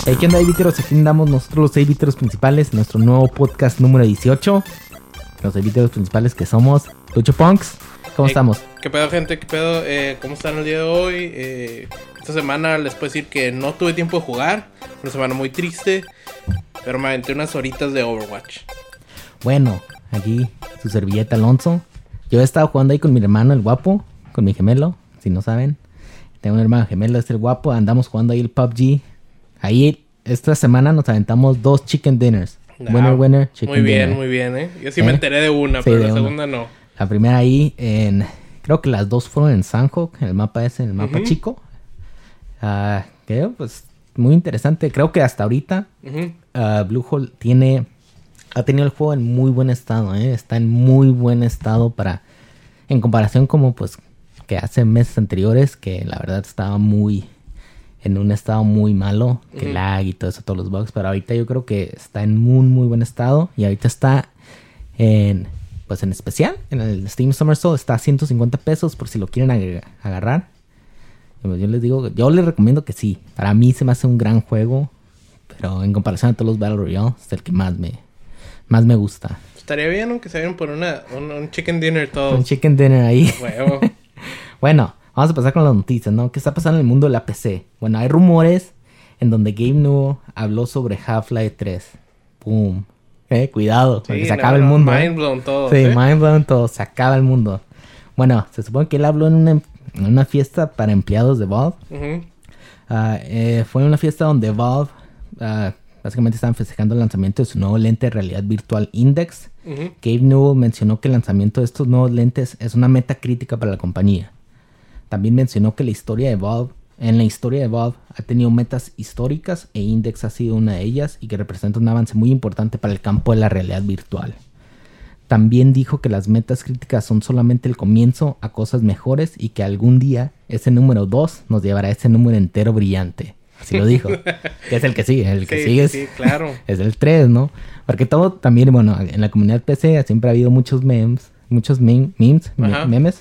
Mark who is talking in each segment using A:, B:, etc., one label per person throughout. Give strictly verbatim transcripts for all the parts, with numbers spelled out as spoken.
A: Hey, ¿qué onda, Eviteros? Aquí andamos nosotros los Eviteros principales, nuestro nuevo podcast número dieciocho. Los Eviteros principales que somos Lucho Punks. ¿Cómo hey, estamos?
B: ¿Qué pedo, gente? ¿Qué pedo? Eh, ¿Cómo están el día de hoy? Eh, esta semana les puedo decir que no tuve tiempo de jugar. Una semana muy triste, pero me aventé unas horitas de Overwatch.
A: Bueno, aquí su servilleta Alonso. Yo he estado jugando ahí con mi hermano, el guapo, con mi gemelo, si no saben. Tengo un hermano gemelo, es el guapo. Andamos jugando ahí el P U B G. Ahí, esta semana nos aventamos dos chicken dinners.
B: Nah,
A: winner, winner, chicken
B: Muy bien,
A: dinner.
B: muy bien, ¿eh? Yo sí
A: ¿Eh?
B: me enteré de una,
A: Sí,
B: pero
A: de
B: la
A: una.
B: segunda no.
A: La primera ahí en... Creo que las dos fueron en Sanhok, en el mapa ese, en el mapa
B: Uh-huh.
A: chico. Uh, que pues muy interesante. Creo que hasta ahorita
B: Uh-huh.
A: uh, Bluehole tiene... Ha tenido el juego en muy buen estado, ¿eh? Está en muy buen estado para... En comparación como pues que hace meses anteriores, que la verdad estaba muy... En un estado muy malo, que
B: Uh-huh.
A: lag y todo eso, todos los bugs. Pero ahorita yo creo que está en muy, muy buen estado. Y ahorita está en... Pues en especial, en el Steam Summer Sale está a ciento cincuenta pesos por si lo quieren ag- agarrar. Y pues yo les digo, yo les recomiendo que sí. Para mí se me hace un gran juego. Pero en comparación a todos los Battle Royale, es el que más me, más me gusta.
B: Estaría bien aunque se vayan por una, un, un chicken dinner todos.
A: Un chicken dinner ahí.
B: Huevo.
A: Bueno, vamos a pasar con las noticias, ¿no? ¿Qué está pasando en el mundo de la P C? Bueno, hay rumores en donde Gabe Newell habló sobre Half-Life tres. ¡Pum! Eh, cuidado, porque
B: Sí,
A: se
B: no,
A: acaba el
B: no,
A: mundo.
B: mind
A: ¿eh?
B: blown todo.
A: Sí,
B: ¿eh?
A: mind blown todo, se acaba el mundo. Bueno, se supone que él habló en una, en una fiesta para empleados de Valve.
B: Uh-huh.
A: Uh, eh, fue una fiesta donde Valve uh, básicamente estaban festejando el lanzamiento de su nuevo lente de realidad virtual Index.
B: Uh-huh.
A: Gabe Newell mencionó que el lanzamiento de estos nuevos lentes es una meta crítica para la compañía. También mencionó que la historia de Valve, en la historia de Valve ha tenido metas históricas e Index ha sido una de ellas y que representa un avance muy importante para el campo de la realidad virtual. También dijo que las metas críticas son solamente el comienzo a cosas mejores y que algún día ese número dos nos llevará a ese número entero brillante. Así lo dijo. Que es el que sigue. El que
B: Sí,
A: sigue es,
B: sí, claro.
A: es el tres, ¿no? Porque todo también, bueno, en la comunidad P C siempre ha habido muchos memes, muchos mem- memes, me-
B: Ajá.
A: memes,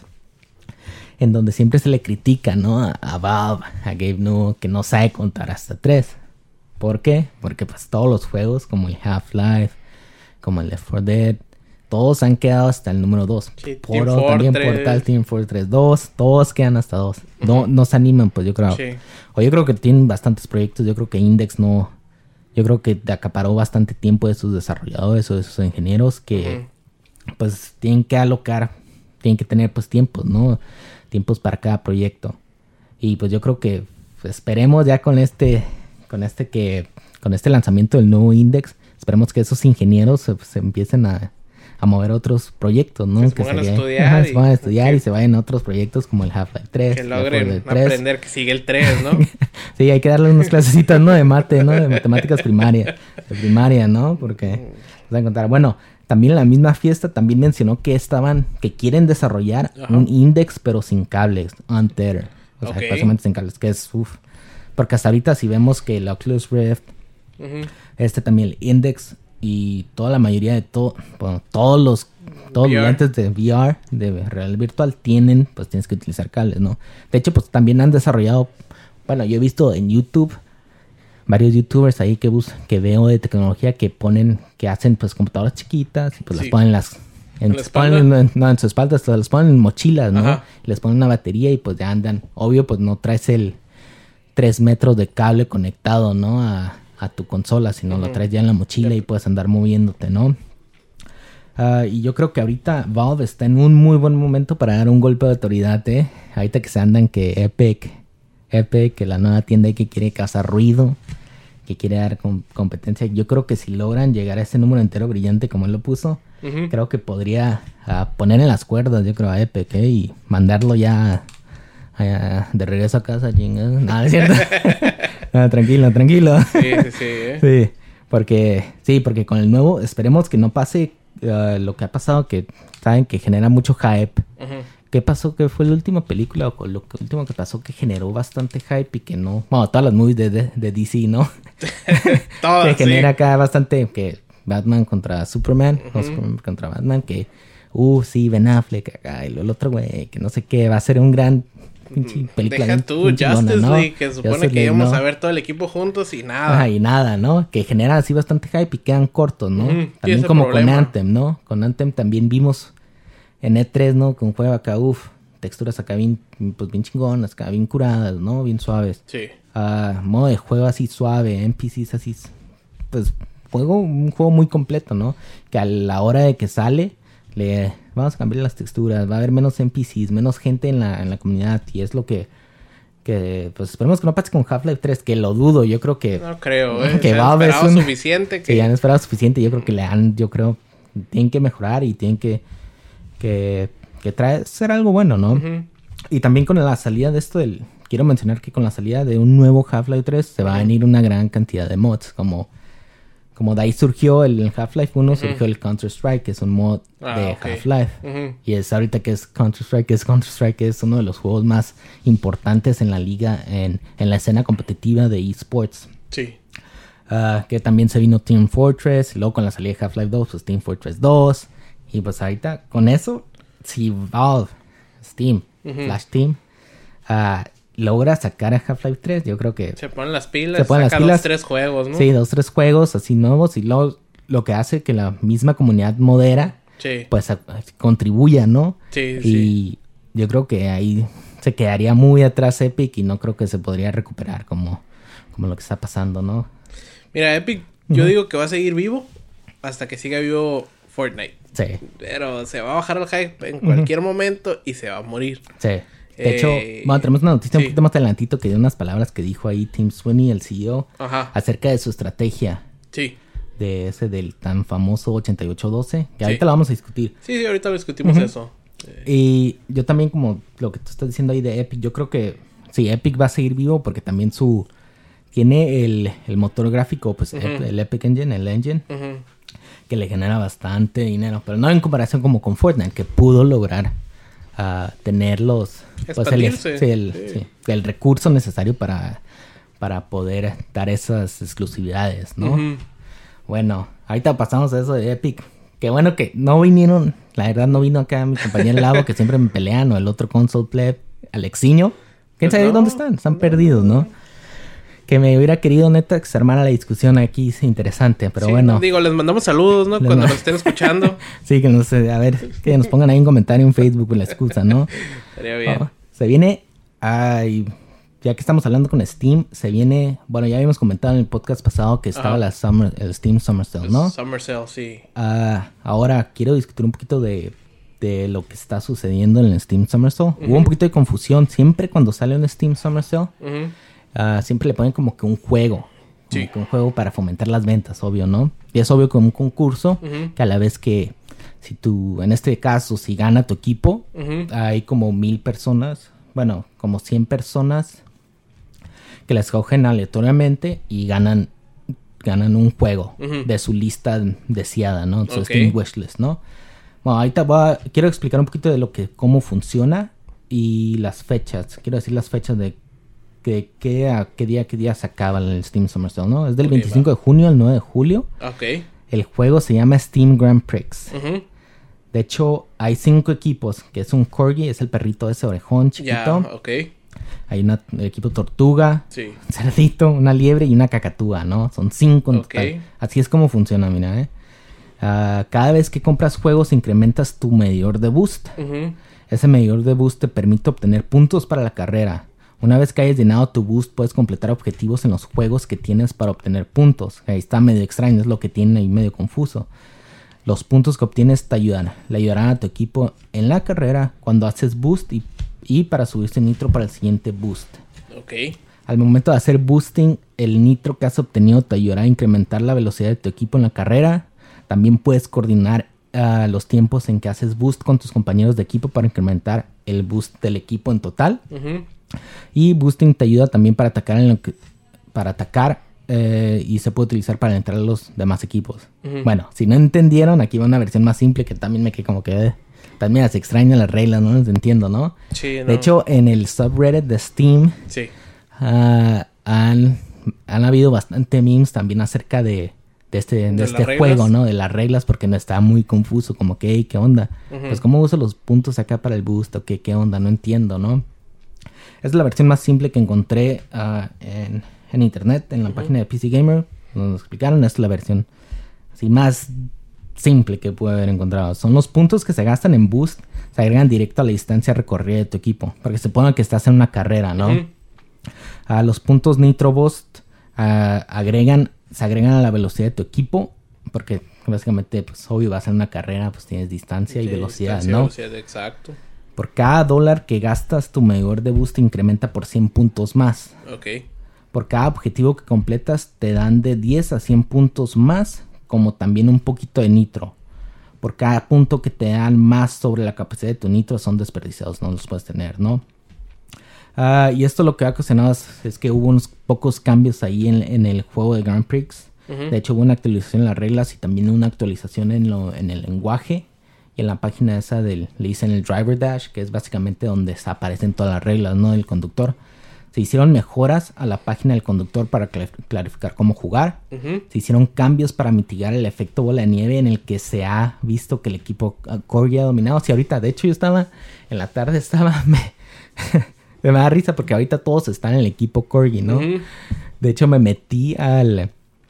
A: en donde siempre se le critica, ¿no? A, a Valve, a Gabe Newell, que no sabe contar hasta tres. ¿Por qué? Porque pues todos los juegos, como el Half-Life, como el Left four Dead, todos han quedado hasta el número dos.
B: Sí, Team
A: Poro, también
B: Fortress.
A: Portal, Team Fortress dos, todos quedan hasta dos. No,
B: Ujú.
A: no se animan, pues yo creo.
B: Sí.
A: O yo creo que tienen bastantes proyectos. Yo creo que Index no... Yo creo que acaparó bastante tiempo de sus desarrolladores o de sus ingenieros que
B: Ujú.
A: pues tienen que alocar, tienen que tener pues tiempos, ¿no? Tiempos para cada proyecto. Y pues yo creo que pues, esperemos ya con este, con este que, con este lanzamiento del nuevo Index, esperemos que esos ingenieros se, se empiecen a, a mover a otros proyectos, ¿no?
B: Que se pongan a estudiar
A: ajá,
B: y-
A: se pongan a estudiar
B: sí.
A: y se vayan a otros proyectos como el Half-Life tres.
B: Que
A: Left four
B: logren
A: Dead tres.
B: aprender que sigue el tres, ¿no?
A: Sí, hay que darle unas clasecitas, ¿no? De mate, ¿no? De matemáticas primaria. De primaria, ¿no? Porque... Vas a contar. Bueno, también en la misma fiesta también mencionó que estaban... Que quieren desarrollar
B: Ajá.
A: un Index, pero sin cables. Untethered. O sea,
B: Ok.
A: básicamente sin cables. Que es... Uf. Porque hasta ahorita si vemos que el Oculus Rift...
B: Ujú.
A: Este también, el Index... Y toda la mayoría de todo... Bueno, todos los... Todos
B: V R.
A: los lentes de V R, de realidad virtual, tienen... Pues tienes que utilizar cables, ¿no? De hecho, pues también han desarrollado... Bueno, yo he visto en YouTube varios youtubers ahí que bus que veo de tecnología que ponen, que hacen pues computadoras chiquitas y pues
B: Sí.
A: las ponen las en,
B: ¿En la
A: se ponen en- no, en su espalda, hasta las ponen en mochilas, ¿no?
B: Ajá.
A: Les ponen una batería y pues ya andan. Obvio, pues no traes el tres metros de cable conectado, ¿no? A, a tu consola, sino lo
B: Ujú.
A: traes ya en la mochila
B: Yep.
A: y puedes andar moviéndote, ¿no? Ah, y yo creo que ahorita Valve está en un muy buen momento para dar un golpe de autoridad, ¿eh? Ahorita que se andan que Epic, Epic, que la nueva tienda ahí que quiere causar ruido, que quiere dar com- competencia. Yo creo que si logran llegar a ese número entero brillante como él lo puso,
B: Ujú.
A: creo que podría ah, poner en las cuerdas, yo creo, a Epic, ¿eh? Y mandarlo ya ah, de regreso a casa, chingado. No, es cierto. No, tranquilo, tranquilo.
B: Sí, sí, sí, ¿eh?
A: Sí, porque sí, porque con el nuevo esperemos que no pase uh, lo que ha pasado, que saben que genera mucho hype.
B: Ujú.
A: ¿Qué pasó? ¿Qué fue la última película o con lo que- último que pasó que generó bastante hype y que no? Bueno, todas las movies de, de, de D C, ¿no?
B: Todas,
A: que genera
B: sí.
A: acá bastante que Batman contra Superman, o
B: Ujú.
A: Superman contra Batman, que uh, sí, Ben Affleck acá y lo el otro güey, que no sé qué, va a ser un gran pinche película.
B: Deja tú,
A: bien chingona,
B: Justice
A: ¿no?
B: League, que se supone
A: Justice
B: que
A: League,
B: íbamos
A: ¿no?
B: a ver todo el equipo juntos y nada.
A: Ajá, y nada, ¿no? Que genera así bastante hype y quedan cortos, ¿no?
B: Ujú, sí,
A: También
B: ese
A: como
B: problema.
A: con Anthem, ¿no? Con Anthem también vimos en E tres, ¿no? Con juego acá, uff, texturas acá bien, pues bien chingonas, acá bien curadas, ¿no? Bien suaves.
B: Sí.
A: Uh, modo de juego así suave, N P Cs así, pues juego, un juego muy completo, ¿no? Que a la hora de que sale, le vamos a cambiar las texturas, va a haber menos N P Cs, menos gente en la, en la comunidad y es lo que, que pues esperemos que no pase con Half-Life tres, que lo dudo, yo creo que...
B: No creo, eh.
A: Que
B: Se han
A: Valve es
B: esperado
A: un-
B: suficiente que...
A: Que ya han esperado suficiente, yo creo que le han, yo creo, tienen que mejorar y tienen que, que, que traer, ser algo bueno, ¿no?
B: Ujú.
A: Y también con la salida de esto del... Quiero mencionar que con la salida de un nuevo Half-Life tres se va a venir una gran cantidad de mods. Como, como de ahí surgió el Half-Life uno,
B: Ujú.
A: surgió el Counter-Strike, que es un mod
B: Ah,
A: de
B: ok.
A: Half-Life.
B: Ujú.
A: Y es ahorita que es Counter-Strike, que es Counter-Strike, que es uno de los juegos más importantes en la liga, en, en la escena competitiva de esports.
B: Sí.
A: Ah, que también se vino Team Fortress, y luego con la salida de Half-Life dos, pues Team Fortress dos. Y pues ahorita con eso, si Valve, Steam,
B: Ujú.
A: Flash Team, ah, logra sacar a Half-Life tres, yo creo que
B: Se ponen las pilas,
A: Se ponen las
B: saca
A: pilas.
B: dos, tres juegos, ¿no?
A: sí, dos, tres juegos así nuevos y luego lo que hace que la misma comunidad modera,
B: Sí.
A: pues a- a- contribuya, ¿no?
B: Sí,
A: Y
B: sí.
A: yo creo que ahí se quedaría muy atrás Epic y no creo que se podría recuperar como, como lo que está pasando, ¿no?
B: Mira, Epic, yo
A: Ujú.
B: digo que va a seguir vivo hasta que siga vivo Fortnite.
A: Sí,
B: Pero se va a bajar el hype en cualquier momento y se va a morir.
A: sí. De
B: Eh,
A: hecho, bueno, tenemos una noticia
B: sí.
A: un poquito más adelantito que dio unas palabras que dijo ahí Tim Sweeney, el C E O,
B: Ajá.
A: acerca de su estrategia
B: Sí.
A: de ese del tan famoso ochenta y ocho doce, que
B: Sí.
A: ahorita lo vamos a discutir.
B: Sí, sí, ahorita discutimos
A: Ujú.
B: eso. Eh,
A: Y yo también, como lo que tú estás diciendo ahí de Epic, yo creo que sí, Epic va a seguir vivo porque también su... Tiene el, el motor gráfico, pues
B: Ujú.
A: Ep- el Epic Engine, el engine,
B: ujú.
A: que le genera bastante dinero, pero no en comparación como con Fortnite, que pudo lograr ah, tener los... Pues el,
B: Expandirse.
A: sí, el,
B: Sí.
A: sí, el recurso necesario para, para poder dar esas exclusividades, ¿no?
B: Ujú.
A: Bueno, ahorita pasamos a eso de Epic. Qué bueno que no vinieron, la verdad no vino acá mi compañero Lavo, que siempre me pelean, o el otro console pleb, Alexiño. ¿Quién
B: Pues
A: sabe
B: no,
A: dónde están? Están
B: no.
A: perdidos, ¿no? Que me hubiera querido neta que se armara la discusión aquí, es interesante, pero
B: Sí,
A: bueno.
B: Digo, les mandamos saludos, ¿no?
A: Les
B: Cuando
A: ma-
B: nos estén escuchando.
A: Sí, que nos, a ver, que nos pongan ahí un comentario en Facebook con la excusa, ¿no?
B: Estaría bien.
A: Oh, se viene, ay, ya que estamos hablando con Steam, se viene, bueno, ya habíamos comentado en el podcast pasado que estaba
B: Ajá.
A: la Summer, el Steam Summer Sale, ¿no?
B: Summer Sale, sí.
A: Ah, ahora quiero discutir un poquito de, de lo que está sucediendo en el Steam Summer Sale. Hubo
B: Ujú.
A: un poquito de confusión. Siempre cuando sale un Steam Summer Sale,
B: Ujú.
A: ah, siempre le ponen como que un juego. Como
B: Sí.
A: que un juego para fomentar las ventas, obvio, ¿no? Y es obvio como un concurso
B: Ujú.
A: que a la vez que, si tú, en este caso, si gana tu equipo,
B: Ujú.
A: hay como mil personas, bueno, como cien personas que la escogen aleatoriamente y ganan ganan un juego
B: Ujú.
A: de su lista deseada, ¿no? Su
B: Ok.
A: Steam Wishlist, ¿no? Bueno, ahorita voy a- quiero explicar un poquito de lo que, cómo funciona y las fechas. Quiero decir las fechas de que, que a qué día, qué día se acaba el Steam Summer Sale, ¿no? Es del
B: Ok,
A: veinticinco
B: va.
A: de junio al nueve de julio.
B: Ok.
A: El juego se llama Steam Grand Prix.
B: Ujú.
A: De hecho, hay cinco equipos, que es un corgi, es el perrito ese orejón chiquito.
B: Ya, ok.
A: Hay una- un equipo tortuga,
B: Sí.
A: un cerdito, una liebre y una cacatúa, ¿no? Son cinco en
B: Ok.
A: total. Así es como funciona, mira, ¿eh? Ah, cada vez que compras juegos incrementas tu medidor de boost.
B: Ujú.
A: Ese medidor de boost te permite obtener puntos para la carrera. Una vez que hayas llenado tu boost, puedes completar objetivos en los juegos que tienes para obtener puntos. Ahí está medio extraño, es lo que tiene ahí medio confuso. Los puntos que obtienes te ayudan, le ayudarán a tu equipo en la carrera cuando haces boost y, y para subirse nitro para el siguiente boost.
B: Ok.
A: Al momento de hacer boosting, el nitro que has obtenido te ayudará a incrementar la velocidad de tu equipo en la carrera. También puedes coordinar ah, los tiempos en que haces boost con tus compañeros de equipo para incrementar el boost del equipo en total.
B: Ujú.
A: Y boosting te ayuda también para atacar en lo que, para atacar eh, y se puede utilizar para entrar a los demás equipos.
B: Ujú.
A: Bueno, si no entendieron, aquí va una versión más simple que también me quedé como que... eh, también se extrañan las reglas, no las entiendo, ¿no?
B: Sí, no.
A: De hecho, en el subreddit de Steam
B: Sí.
A: ah, han, han habido bastante memes también acerca de, de este, de
B: ¿De
A: este
B: las reglas?
A: juego, ¿no? De las reglas, porque no está muy confuso, como que, hey, ¿qué onda?
B: Ujú.
A: Pues, ¿cómo uso los puntos acá para el boost? ¿O qué, qué onda? No entiendo, ¿no? Es la versión más simple que encontré uh, en, en internet, en la uh-huh. página de P C Gamer. Donde nos explicaron, es la versión así más simple que pude haber encontrado. Son los puntos que se gastan en boost, se agregan directo a la distancia recorrida de tu equipo. Para que se ponga que estás en una carrera, ¿no? Uh-huh. Uh, los puntos Nitro Boost uh, agregan, se agregan a la velocidad de tu equipo. Porque básicamente, pues obvio, vas en una carrera, pues tienes distancia sí, y velocidad, distancia, ¿no?
B: Velocidad, exacto.
A: Por cada dólar que gastas, tu medidor de boost incrementa por cien puntos más.
B: Ok.
A: Por cada objetivo que completas, te dan de diez a cien puntos más, como también un poquito de nitro. Por cada punto que te dan más sobre la capacidad de tu nitro, son desperdiciados, no los puedes tener, ¿no? Uh, y esto lo que ha ocasionado es, es que hubo unos pocos cambios ahí en, en el juego de Grand Prix. Uh-huh. De hecho, hubo una actualización en las reglas y también una actualización en, lo, en el lenguaje. Y en la página esa del, le dicen el Driver Dash, que es básicamente donde aparecen todas las reglas, ¿no? Del conductor. Se hicieron mejoras a la página del conductor para cl- clarificar cómo jugar. Uh-huh. Se hicieron cambios para mitigar el efecto bola de nieve en el que se ha visto que el equipo uh, Corgi ha dominado. Sí, ahorita, de hecho, yo estaba, en la tarde estaba, me, me da risa porque ahorita todos están en el equipo Corgi, ¿no? Uh-huh. De hecho, me metí al,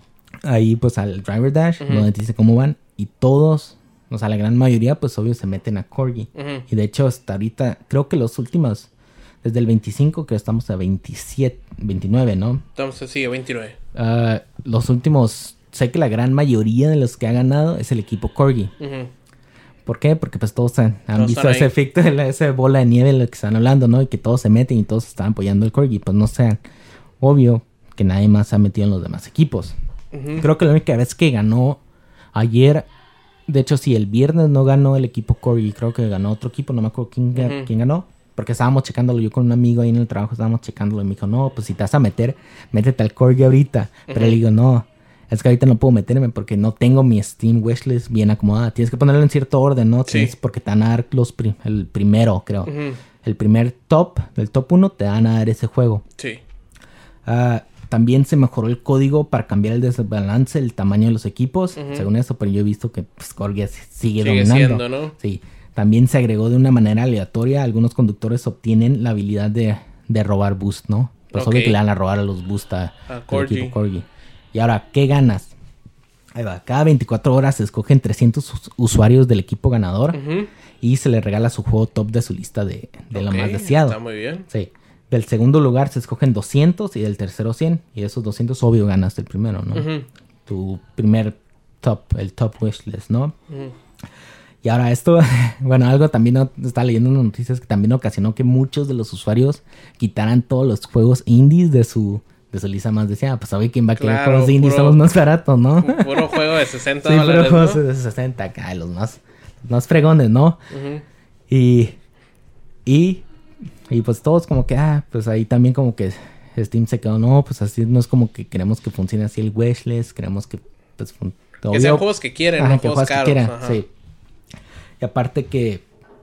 A: ahí pues al Driver Dash, uh-huh. donde te dice cómo van, y todos... O sea, la gran mayoría, pues, obvio, se meten a Corgi. Uh-huh. Y, de hecho, hasta ahorita... Creo que los últimos... Desde el veinticinco, que estamos a veintisiete... veintinueve, ¿no?
B: Estamos así, a veintinueve.
A: Uh, los últimos... Sé que la gran mayoría de los que ha ganado es el equipo Corgi. Uh-huh. ¿Por qué? Porque, pues, todos han, han todos visto ese efecto, esa bola de nieve de lo que están hablando, ¿no? Y que todos se meten y todos están apoyando el Corgi. Pues, no sea... Obvio que nadie más se ha metido en los demás equipos. Uh-huh. Creo que la única vez que ganó ayer... De hecho, sí, el viernes no ganó el equipo Corgi. Creo que ganó otro equipo. No me acuerdo quién, uh-huh. quién ganó. Porque estábamos checándolo. Yo con un amigo ahí en el trabajo estábamos checándolo. Y me dijo, no, pues si te vas a meter, métete al Corgi ahorita. Uh-huh. Pero le digo, no, es que ahorita no puedo meterme porque no tengo mi Steam Wishlist bien acomodada. Tienes que ponerlo en cierto orden, ¿no?
B: Sí.
A: Tienes, porque te van a dar los prim- el primero, creo. Uh-huh. El primer top, el top uno, te van a dar ese juego.
B: Sí.
A: Ah... Uh, También se mejoró el código para cambiar el desbalance, el tamaño de los equipos. Uh-huh. Según eso, pero yo he visto que pues, Corgi sigue, sigue dominando. Siendo, ¿no? Sí. También se agregó de una manera aleatoria. Algunos conductores obtienen la habilidad de, de robar boost, ¿no? Pues okay. Obvio que le van a robar a los boost a,
B: a
A: al equipo Corgi. Y ahora, ¿qué ganas? Ahí va. Cada veinticuatro horas se escogen trescientos us- usuarios del equipo ganador. Uh-huh. Y se le regala su juego top de su lista de, de okay. lo más deseado.
B: Está muy bien.
A: Sí. Del segundo lugar se escogen doscientos y del tercero cien. Y de esos doscientos, obvio, ganaste el primero, ¿no? Uh-huh. Tu primer top, el top wishlist, ¿no? Uh-huh. Y ahora esto, bueno, algo también estaba leyendo unas noticias que también ocasionó que muchos de los usuarios quitaran todos los juegos indies de su, de su lista más deseada. Pues sabe quién va a querer claro, juegos indies, son los más baratos, ¿no?
B: Puro juego de sesenta
A: sí,
B: dólares,
A: puro
B: ¿no?
A: juegos de sesenta acá, los más, los más fregones, ¿no? Uh-huh. Y... Y... Y pues todos como que, ah, pues ahí también como que Steam se quedó, no, pues así no es como que queremos que funcione así el wishlist, queremos que pues... Fun-
B: que obvio, sean juegos que quieren, ajá, no que juegos caros. Que quieran,
A: sí. Y aparte que,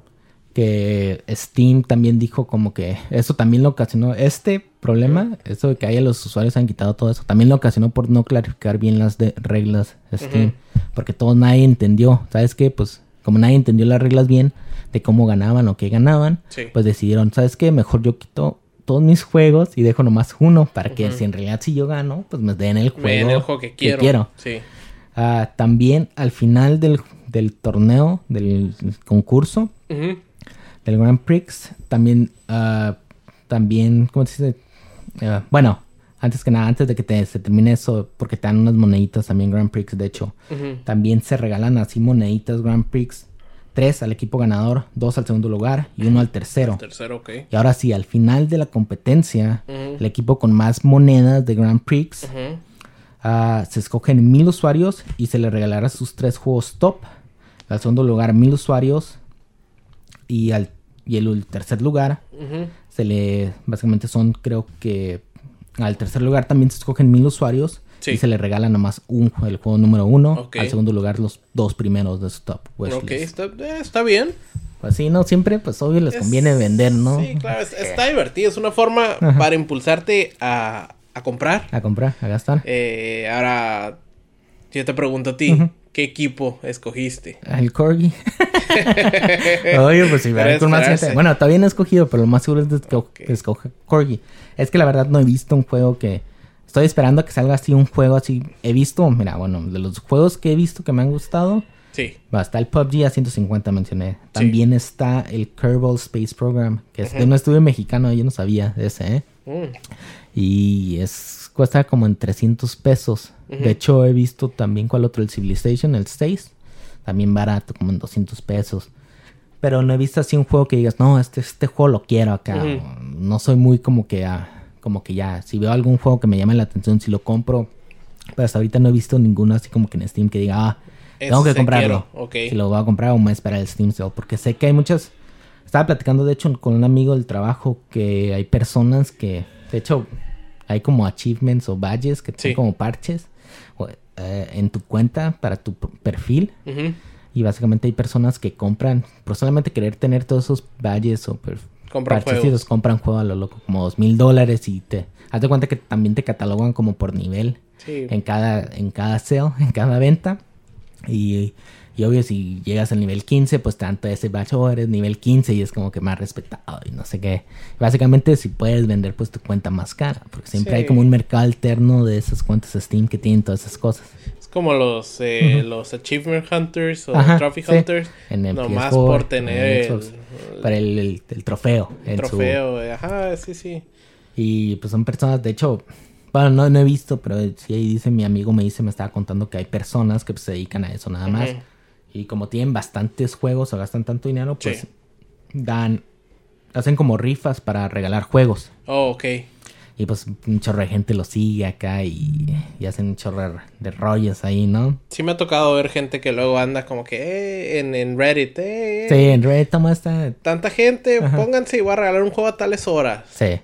A: que Steam también dijo como que eso también lo ocasionó, este problema, uh-huh. eso de que haya los usuarios han quitado todo eso, también lo ocasionó por no clarificar bien las de reglas Steam, uh-huh. porque todo nadie entendió, ¿sabes qué? Pues como nadie entendió las reglas bien de cómo ganaban o qué ganaban,
B: sí.
A: pues decidieron, ¿sabes qué? Mejor yo quito todos mis juegos y dejo nomás uno para uh-huh. que si en realidad si yo gano, pues me den el juego,
B: me den el juego que quiero.
A: Que quiero.
B: Sí.
A: Uh, también al final del, del torneo, del concurso, uh-huh. del Grand Prix, también, uh, también, ¿cómo se dice? Uh, bueno, antes que nada, antes de que te, se termine eso, porque te dan unas moneditas también Grand Prix, de hecho, uh-huh. también se regalan así moneditas Grand Prix. Tres al equipo ganador, dos al segundo lugar y uno al tercero.
B: El tercero, ok.
A: Y ahora sí, al final de la competencia, uh-huh. el equipo con más monedas de Grand Prix, uh-huh. uh, se escogen mil usuarios y se le regalará sus tres juegos top. Al segundo lugar, mil usuarios. Y al y el, el tercer lugar, uh-huh. se le, básicamente son, creo que, al tercer lugar también se escogen mil usuarios. Sí. Y se le regala nomás un, el juego número uno. Okay. Al segundo lugar, los dos primeros de su top wishlist.
B: Ok, está, eh, está bien.
A: Pues sí, no, siempre, pues obvio les es, conviene vender, ¿no?
B: Sí, claro, es, está divertido. Es una forma Ajá. para impulsarte a, a comprar.
A: A comprar, a gastar.
B: Eh, ahora, yo te pregunto a ti, uh-huh. ¿qué equipo escogiste?
A: El Corgi. Oye, pues si va con más gente. Bueno, todavía no he escogido, pero lo más seguro es de que okay. escoja Corgi. Es que la verdad no he visto un juego que... Estoy esperando a que salga así un juego así. He visto, mira, bueno, de los juegos que he visto que me han gustado...
B: Sí.
A: Va, está el P U B G A ciento cincuenta mencioné. También sí. está el Kerbal Space Program, que es uh-huh. de un estudio mexicano, yo no sabía de ese, ¿eh? Uh. Y es cuesta como en trescientos pesos. Uh-huh. De hecho, he visto también cuál otro, el Civilization, el seis. También barato, como en doscientos pesos. Pero no he visto así un juego que digas, no, este, este juego lo quiero acá. Uh-huh. No soy muy como que, ah, como que ya, si veo algún juego que me llame la atención, si lo compro. Pero hasta ahorita no he visto ninguno así como que en Steam que diga, ah, tengo que comprarlo.
B: Okay.
A: Si lo voy a comprar o me voy a esperar el Steam Sale. Porque sé que hay muchas... Estaba platicando, de hecho, con un amigo del trabajo que hay personas que... De hecho, hay como achievements o badges que sí. son como parches o, eh, en tu cuenta para tu perfil. Uh-huh. Y básicamente hay personas que compran... Por solamente querer tener todos esos badges o per,
B: compran
A: parches y los compran juego a lo loco. Como dos mil dólares y te... Hazte cuenta que también te catalogan como por nivel. Sí. En cada, en cada sale, en cada venta. Y, y obvio, si llegas al nivel quince, pues tanto ese batch, oh, eres nivel quince y es como que más respetado y no sé qué. Básicamente, si puedes vender, pues tu cuenta más cara, porque siempre sí. hay como un mercado alterno de esas cuentas Steam que tienen todas esas cosas.
B: Es como los eh, uh-huh. los Achievement Hunters o Ajá, Trophy sí. Hunters,
A: en el
B: nomás
A: P S cuatro,
B: por tener el,
A: el, para el, el, el trofeo.
B: El trofeo, su... ajá, sí, sí.
A: Y pues son personas, de hecho... Bueno, no, no he visto, pero sí ahí dice, mi amigo me dice, me estaba contando que hay personas que pues, se dedican a eso nada más. Uh-huh. Y como tienen bastantes juegos o gastan tanto dinero, pues sí. dan, hacen como rifas para regalar juegos.
B: Oh, ok.
A: Y pues un chorro de gente lo sigue acá y, y hacen un chorro de rollos ahí, ¿no?
B: Sí me ha tocado ver gente que luego anda como que eh, en, en Reddit. Eh,
A: sí, en Reddit toma esta...
B: Tanta gente, Ajá. pónganse y voy a regalar un juego a tales horas.
A: Sí.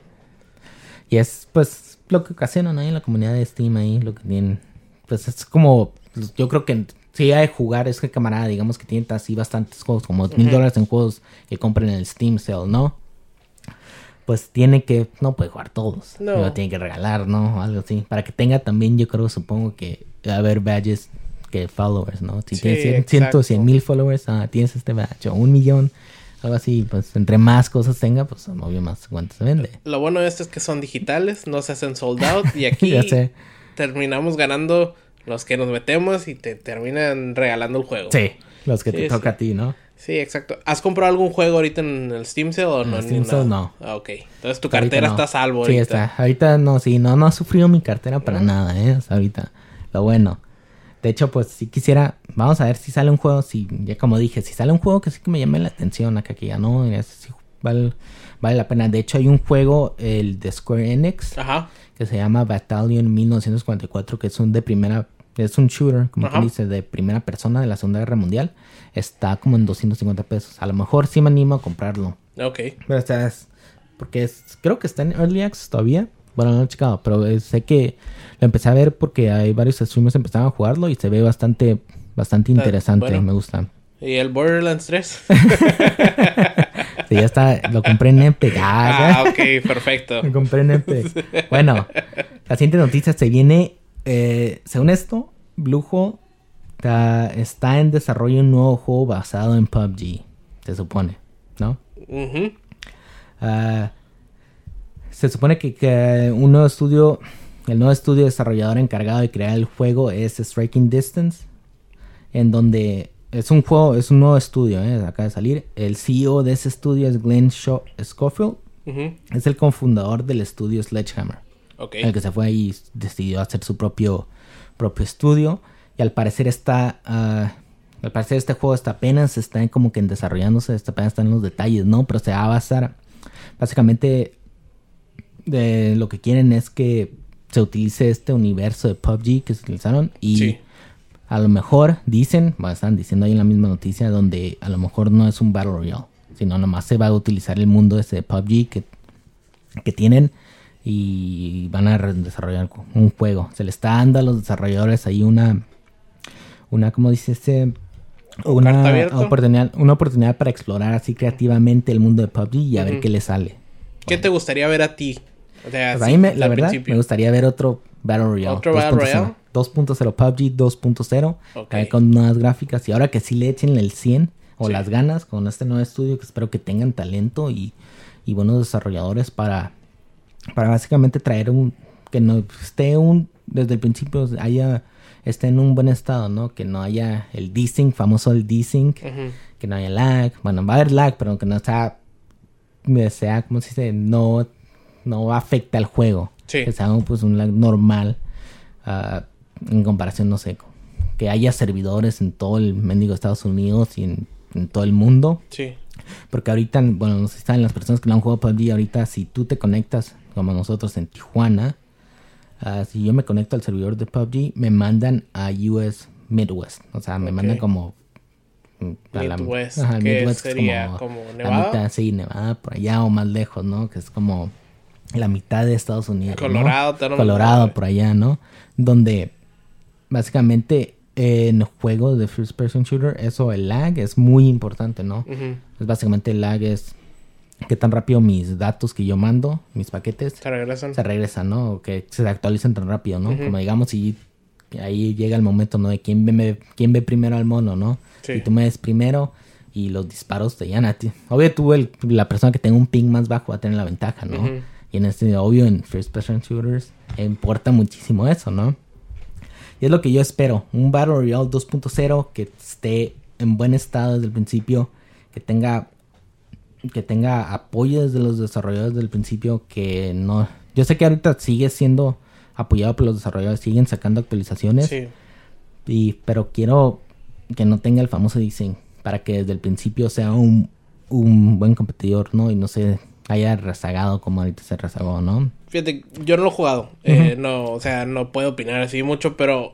A: Y es pues... lo que ocasionan ahí en la comunidad de Steam ahí, lo que tienen, pues es como, yo creo que si hay de jugar, es que camarada, digamos que tienen así bastantes juegos, como dos mil dólares en juegos que compren en el Steam Sale, ¿no? Pues tiene que, no puede jugar todos, no. Lo tiene que regalar, ¿no? Algo así, para que tenga también, yo creo, supongo que va a haber badges que followers, ¿no? Si sí, tienes cien, cien mil followers, ah, tienes este badge, o un millón... Algo así, pues entre más cosas tenga, pues obvio más cuánto se vende.
B: Lo bueno de esto es que son digitales, no se hacen sold out y aquí terminamos ganando los que nos metemos y te terminan regalando el juego.
A: Sí, los que
B: sí,
A: te
B: sí.
A: toca a ti, ¿no?
B: Sí, exacto. ¿Has comprado algún juego ahorita en el Steam Sale o
A: en
B: no?
A: El Steam Sale no.
B: Ah, ok. Entonces tu cartera no. está a salvo ahorita.
A: Sí, está. Ahorita no, sí, no, no ha sufrido mi cartera para ¿no? nada, ¿eh? O sea, ahorita, lo bueno. De hecho, pues si quisiera, vamos a ver si sale un juego, si ya como dije, si sale un juego que sí que me llame la atención acá, que ya no, ya sí, vale, vale la pena. De hecho, hay un juego, el de Square Enix,
B: Ajá.
A: que se llama Battalion mil novecientos cuarenta y cuatro, que es un de primera, es un shooter, como que dice, de primera persona de la Segunda Guerra Mundial. Está como en doscientos cincuenta pesos. A lo mejor sí me animo a comprarlo.
B: Ok.
A: Pero o sea, es, porque es, creo que está en Early Access todavía. Bueno, no he checado, pero eh, sé que lo empecé a ver porque hay varios streamers que empezaron a jugarlo y se ve bastante, bastante interesante. Bueno. Me gusta.
B: ¿Y el Borderlands tres?
A: Sí, ya está. Lo compré en Epic.
B: Ah, ok, perfecto.
A: Lo compré en Epic. Bueno, la siguiente noticia se viene. Eh, según esto, Bluehole está, está en desarrollo un nuevo juego basado en P U B G. Se supone, ¿no?
B: Uh-huh.
A: Uh, Se supone que, que un nuevo estudio, el nuevo estudio desarrollador encargado de crear el juego es Striking Distance, en donde es un juego, es un nuevo estudio, ¿eh? Acaba de salir. El C E O de ese estudio es Glenn Scho- Schofield, uh-huh. Es el cofundador del estudio Sledgehammer,
B: okay.
A: El que se fue y decidió hacer su propio, propio estudio, y al parecer está, uh, al parecer este juego está apenas está como que en desarrollándose, está apenas está en los detalles, ¿no? Pero se va a basar, básicamente. De lo que quieren es que se utilice este universo de P U B G que se utilizaron y sí. A lo mejor dicen, bueno, están diciendo ahí en la misma noticia, donde a lo mejor no es un Battle Royale, sino nomás se va a utilizar el mundo ese de P U B G que, que tienen y van a desarrollar un juego. Se le está dando a los desarrolladores ahí una, una ¿cómo dice este? Una oportunidad, una oportunidad para explorar así creativamente el mundo de P U B G y a uh-huh. ver qué le sale.
B: ¿Qué bueno. te gustaría ver a ti O sea,
A: Pues a
B: sí,
A: mí, me,
B: desde
A: la
B: el
A: verdad,
B: principio.
A: me gustaría ver otro Battle Royale.
B: ¿Otro Battle Royale?
A: dos punto cero, P U B G dos punto cero.
B: Ok.
A: Okay. Con nuevas gráficas. Y ahora que sí le echen el cien o
B: Sí.
A: las ganas con este nuevo estudio, que espero que tengan talento y, y buenos desarrolladores para, para básicamente traer un... Que no esté un... Desde el principio haya... Esté en un buen estado, ¿no? Que no haya el desync, famoso el desync.
B: Ujú.
A: Que no haya lag. Bueno, va a haber lag, pero que no sea... sea ¿cómo se dice? No, no afecta al juego.
B: Sí.
A: Que sea pues un lag normal. Uh, en comparación, no sé, que haya servidores en todo el mendigo Estados Unidos y en, en todo el mundo.
B: Sí.
A: Porque ahorita, bueno, no sé si saben las personas que no han jugado P U B G, ahorita si tú te conectas, como nosotros en Tijuana, uh, si yo me conecto al servidor de P U B G, me mandan a U S Midwest. O sea, me
B: Ok.
A: mandan como...
B: A la, Midwest,
A: ajá,
B: que
A: Midwest
B: sería
A: como,
B: como
A: la
B: Nevada.
A: mitad, sí, Nevada, por allá o más lejos, ¿no? Que es como la mitad de Estados Unidos,
B: Colorado,
A: ¿no?
B: te lo
A: Colorado,
B: mandaba.
A: por allá, ¿no? Donde básicamente en juegos de first person shooter, eso, el lag es muy importante, ¿no?
B: Ujú.
A: Es básicamente el lag es qué tan rápido mis datos que yo mando, mis paquetes,
B: Se regresan.
A: se regresan, ¿no? O que se actualizan tan rápido, ¿no?
B: Ujú.
A: Como digamos, si ahí llega el momento, ¿no? De quién ve, quién ve primero al mono, ¿no?
B: Sí.
A: Y tú me ves primero y los disparos te llegan a ti. Obvio, tú, el, la persona que tenga un ping más bajo va a tener la ventaja, ¿no?
B: Ujú.
A: Y en este, obvio, en first person shooters importa muchísimo eso, ¿no? Y es lo que yo espero. Un Battle Royale dos punto cero que esté en buen estado desde el principio, que tenga que tenga apoyo desde los desarrolladores desde el principio, que no... Yo sé que ahorita sigue siendo apoyado por los desarrolladores, siguen sacando actualizaciones,
B: Sí.
A: y, pero quiero que no tenga el famoso design para que desde el principio sea un, un buen competidor, ¿no? Y no se haya rezagado como ahorita se rezagó, ¿no?
B: Fíjate, yo no lo he jugado.
A: Ujú.
B: eh, no, o sea, no puedo opinar así mucho, pero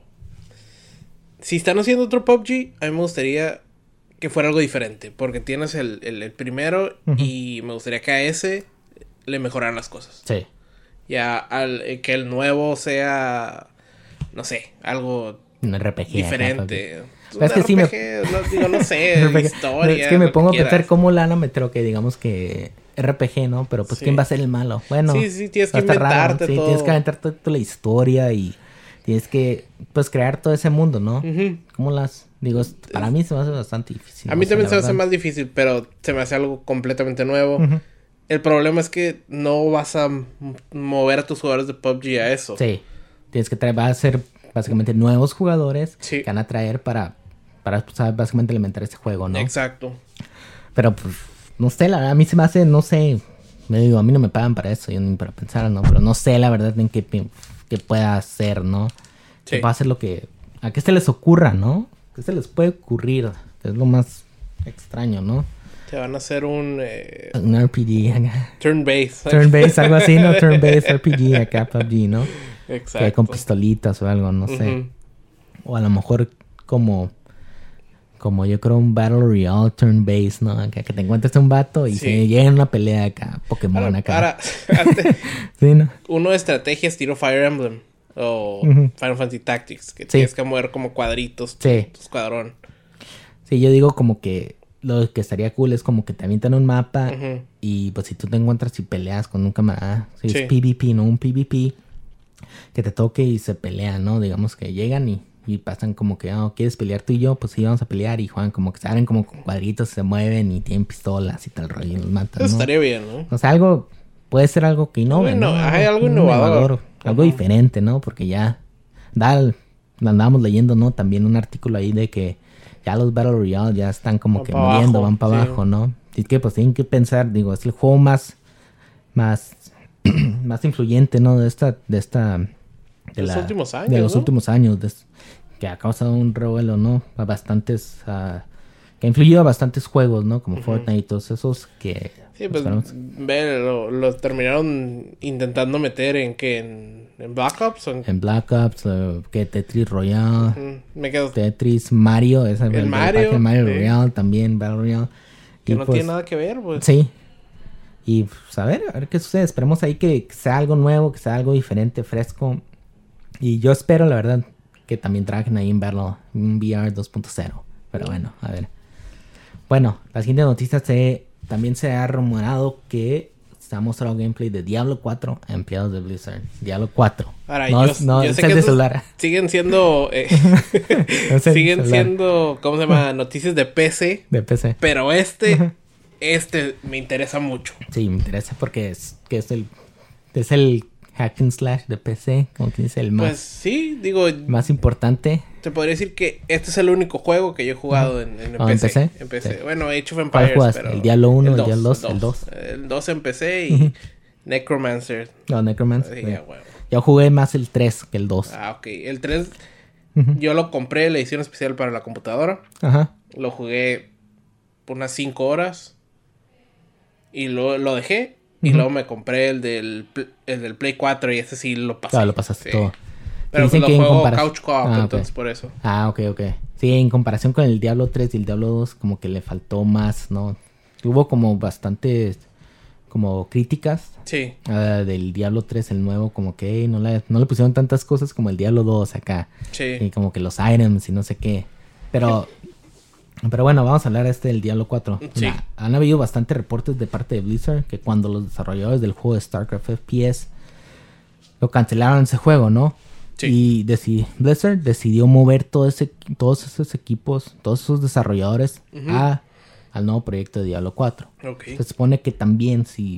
B: si están haciendo otro P U B G, a mí me gustaría que fuera algo diferente, porque tienes el, el, el primero
A: Ujú.
B: y me gustaría que a ese le mejoraran las cosas.
A: Sí.
B: Ya al, eh, que el nuevo sea, no sé, algo
A: Un R P G.
B: diferente.
A: Acá,
B: Un
A: Es que sí me-
B: R P G, no, digo, no sé,
A: R P G.
B: historia.
A: Es que me
B: lo
A: pongo a
B: quieras.
A: pensar cómo le van a meter, que digamos que R P G, ¿no? Pero pues
B: Sí.
A: ¿quién va a ser el malo? Bueno,
B: Sí, sí, tienes que
A: va a estar raro.
B: inventarte
A: Sí,
B: todo.
A: tienes que inventarte toda la historia y tienes que, pues, crear todo ese mundo, ¿no?
B: Ujú.
A: ¿Cómo las...? Digo, es- para mí se me hace bastante difícil.
B: A
A: no
B: mí
A: sé,
B: también
A: la
B: se me hace
A: verdad.
B: más difícil, pero se me hace algo completamente nuevo.
A: Ujú.
B: El problema es que no vas a m- mover a tus jugadores de P U B G a eso.
A: Sí. Tienes que traer, va a ser básicamente nuevos jugadores
B: Sí.
A: que van a traer para, para pues, básicamente alimentar este juego, ¿no?
B: Exacto.
A: Pero pues, no sé, la verdad, a mí se me hace, no sé, me digo, a mí no me pagan para eso, yo ni para pensar, ¿no? Pero no sé la verdad en qué, pi- qué pueda hacer, ¿no?
B: Sí.
A: Que pueda hacer lo que, a qué se les ocurra, ¿no? ¿Qué se les puede ocurrir? Que es lo más extraño, ¿no?
B: Te van a hacer un eh,
A: Un R P G acá.
B: turn-based.
A: Turn-based, algo así, ¿no? Turn-based R P G acá, P U B G, ¿no?
B: Exacto.
A: Que con pistolitas o algo, no sé.
B: Ujú.
A: O a lo mejor como... Como yo creo un Battle Royale turn-based, ¿no? Acá que te encuentres un vato y
B: Sí.
A: se llega en una pelea acá, Pokémon
B: Ahora,
A: acá.
B: ahora, antes,
A: Sí, ¿no?
B: uno de estrategia estilo Fire Emblem o
A: Ujú.
B: Final Fantasy Tactics, que
A: Sí.
B: tienes que mover como cuadritos tu,
A: Sí.
B: tu escuadrón.
A: Sí, yo digo como que lo que estaría cool es como que te avientan un mapa
B: Ujú.
A: y pues si tú te encuentras y peleas con un camarada, si
B: Sí.
A: es PvP, no un PvP, que te toque y se pelean, ¿no? Digamos que llegan y, y pasan como que, oh, ¿quieres pelear tú y yo? Pues sí, vamos a pelear y juegan como que se abren como con cuadritos, se mueven y tienen pistolas y tal rollo y los matan,
B: Eso
A: ¿no?
B: estaría bien, ¿no?
A: O sea, algo, puede ser algo que innove,
B: Algo
A: ¿no?
B: inno- ajá, algo
A: un
B: innovador.
A: algo
B: Ajá.
A: diferente, ¿no? Porque ya, da, andábamos leyendo, ¿no? También un artículo ahí de que ya los Battle Royale ya están como
B: Van
A: que
B: pa'
A: muriendo,
B: abajo,
A: van para
B: sí.
A: abajo, ¿no? Y es que pues tienen que pensar, digo, es el juego más, más, más influyente, ¿no? De esta, de esta, de,
B: De los últimos años,
A: de los
B: ¿no?
A: últimos años, de- que ha causado un revuelo, ¿no? A bastantes, ah, que ha influido a bastantes juegos, ¿no? Como
B: Ujú.
A: Fortnite y todos esos que...
B: Sí, pues
A: esperamos-
B: ve, lo, lo terminaron intentando meter en que en, en Black Ops. o en-
A: En Black Ops, eh, que Tetris Royale,
B: Ujú. Me quedo
A: Tetris, Mario, esa
B: El
A: el
B: Mario,
A: Mario, Mario
B: sí.
A: Royale también, Battle Royale.
B: que
A: Y,
B: no
A: pues,
B: tiene nada que ver, pues.
A: Sí. Y pues, a ver, a ver qué sucede. Esperemos ahí que sea algo nuevo, que sea algo diferente, fresco. Y yo espero, la verdad, que también trabajen ahí en verlo, un V R dos punto cero. Pero bueno, a ver. Bueno, la siguiente noticia se, también se ha rumorado que se ha mostrado gameplay de Diablo cuatro a empleados de Blizzard. Diablo cuatro.
B: Ahora,
A: no,
B: yo,
A: no,
B: yo
A: es
B: sé
A: el
B: que
A: de
B: esos
A: celular.
B: siguen siendo... Eh,
A: No es el
B: siguen
A: celular.
B: siendo, ¿cómo se llama? Noticias de P C.
A: De P C.
B: Pero este, este me interesa mucho.
A: Sí, me interesa porque es que es el es el hack and slash de P C, como que dice el más,
B: Pues sí, digo,
A: más importante.
B: te podría decir que este es el único juego que yo he jugado en, en,
A: Oh,
B: P
A: ¿en
B: C.
A: P C?
B: En P C.
A: Sí.
B: Bueno, Age of
A: ¿Cuál
B: Empires,
A: jugaste?
B: pero...
A: ¿El Diablo uno, el
B: dos,
A: Diablo dos, el dos?
B: El dos en P C y Necromancer.
A: No, Necromancer.
B: Sí,
A: sí.
B: ya, huevo.
A: Yo jugué más el tres que el dos.
B: Ah, ok. El tres,
A: Ujú.
B: yo lo compré, la edición especial para la computadora.
A: Ajá.
B: Lo jugué por unas cinco horas. Y lo, lo dejé. Y
A: Ujú.
B: luego me compré el del, pl- el del Play cuatro y ese sí lo pasé.
A: Claro, lo pasaste
B: Sí.
A: todo.
B: Pero
A: Dicen
B: pues,
A: que
B: lo
A: en
B: juego
A: compara-
B: couch co-op,
A: Ah, ok.
B: entonces por eso.
A: Ah, ok, ok. Sí, en comparación con el Diablo tres y el Diablo dos, como que le faltó más, ¿no? Hubo como bastantes como críticas
B: Sí.
A: ah, del Diablo tres, el nuevo, como que no le, no le pusieron tantas cosas como el Diablo dos acá.
B: Sí.
A: Y como que los items y no sé qué. Pero, pero bueno, vamos a hablar este del Diablo cuatro.
B: Sí.
A: La- han habido bastantes reportes de parte de Blizzard que cuando los desarrolladores del juego de StarCraft F P S lo cancelaron ese juego, ¿no?
B: Sí.
A: Y deci- Blizzard decidió mover todo ese, todos esos equipos, todos esos desarrolladores
B: Ujú.
A: a, al nuevo proyecto de Diablo cuatro.
B: Ok.
A: Se supone que también si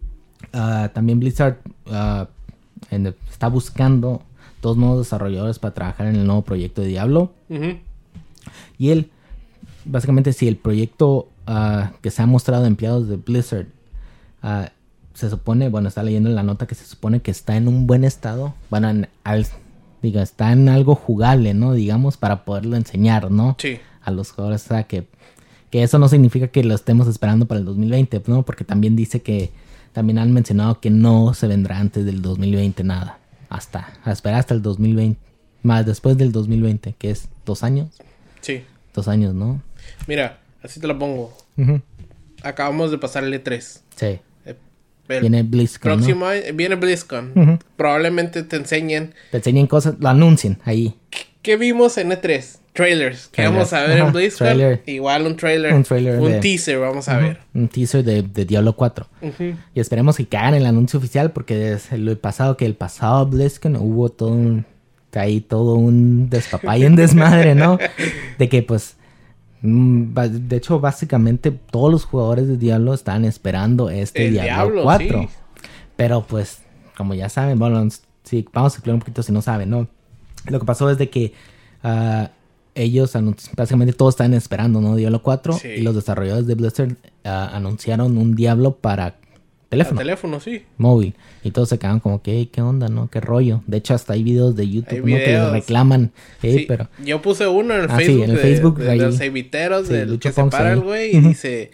A: ah, también Blizzard ah, en- está buscando dos nuevos desarrolladores para trabajar en el nuevo proyecto de Diablo.
B: Ujú.
A: Y él, básicamente, si el proyecto ah, que se ha mostrado a empleados de Blizzard ah, se supone, bueno, está leyendo en la nota que se supone que está en un buen estado, bueno, en, al- diga, está en algo jugable, ¿no? Digamos, para poderlo enseñar, ¿no?
B: Sí.
A: A los jugadores, o sea, que, que eso no significa que lo estemos esperando para el dos mil veinte, ¿no? Porque también dice que, también han mencionado que no se vendrá antes del dos mil veinte nada, hasta, a esperar hasta el dos mil veinte, más después del dos mil veinte, que es dos años,
B: Sí.
A: dos años, ¿no?
B: Mira, así te lo pongo.
A: Ujú.
B: Acabamos de pasar el E tres.
A: Sí.
B: El
A: Viene BlizzCon, ¿no?
B: próximo año viene BlizzCon.
A: Ujú.
B: Probablemente te enseñen
A: Te enseñen cosas, lo anuncien ahí.
B: qué vimos en E tres. Trailers. Que
A: Trailers.
B: vamos a ver
A: Ajá,
B: en BlizzCon.
A: trailer.
B: Igual un trailer.
A: Un trailer
B: Un
A: de-
B: teaser vamos a
A: Ujú.
B: ver.
A: Un teaser de, de Diablo cuatro.
B: Ujú.
A: Y esperemos que hagan el anuncio oficial porque desde lo pasado, que el pasado BlizzCon hubo todo un... ahí todo un despapay, un desmadre, ¿no? De que pues... mm, ba- De hecho, básicamente todos los jugadores de Diablo estaban esperando este
B: El
A: Diablo,
B: Diablo,
A: cuatro.
B: sí.
A: Pero pues, como ya saben, bueno, sí, vamos a explicar un poquito si no saben, ¿no? Lo que pasó es de que ah, ellos, anunci- básicamente todos estaban esperando, ¿no? Diablo cuatro.
B: Sí.
A: Y los desarrolladores de Blizzard ah, anunciaron un Diablo para teléfono,
B: Al teléfono, sí.
A: móvil. Y todos se quedaron como que, "Ey, ¿qué onda, no? ¿Qué rollo?" De hecho, hasta hay videos de YouTube,
B: Hay
A: ¿no? Que les
B: videos.
A: reclaman. "Ey,
B: Sí,
A: pero...
B: yo puse uno en el
A: Ah, sí,
B: Facebook,
A: en el
B: de,
A: Facebook,
B: de- de
A: ahí.
B: los eviteros
A: Sí,
B: del
A: Lucho
B: que se
A: Ponce
B: para el
A: ahí.
B: güey y
A: Ujú.
B: dice,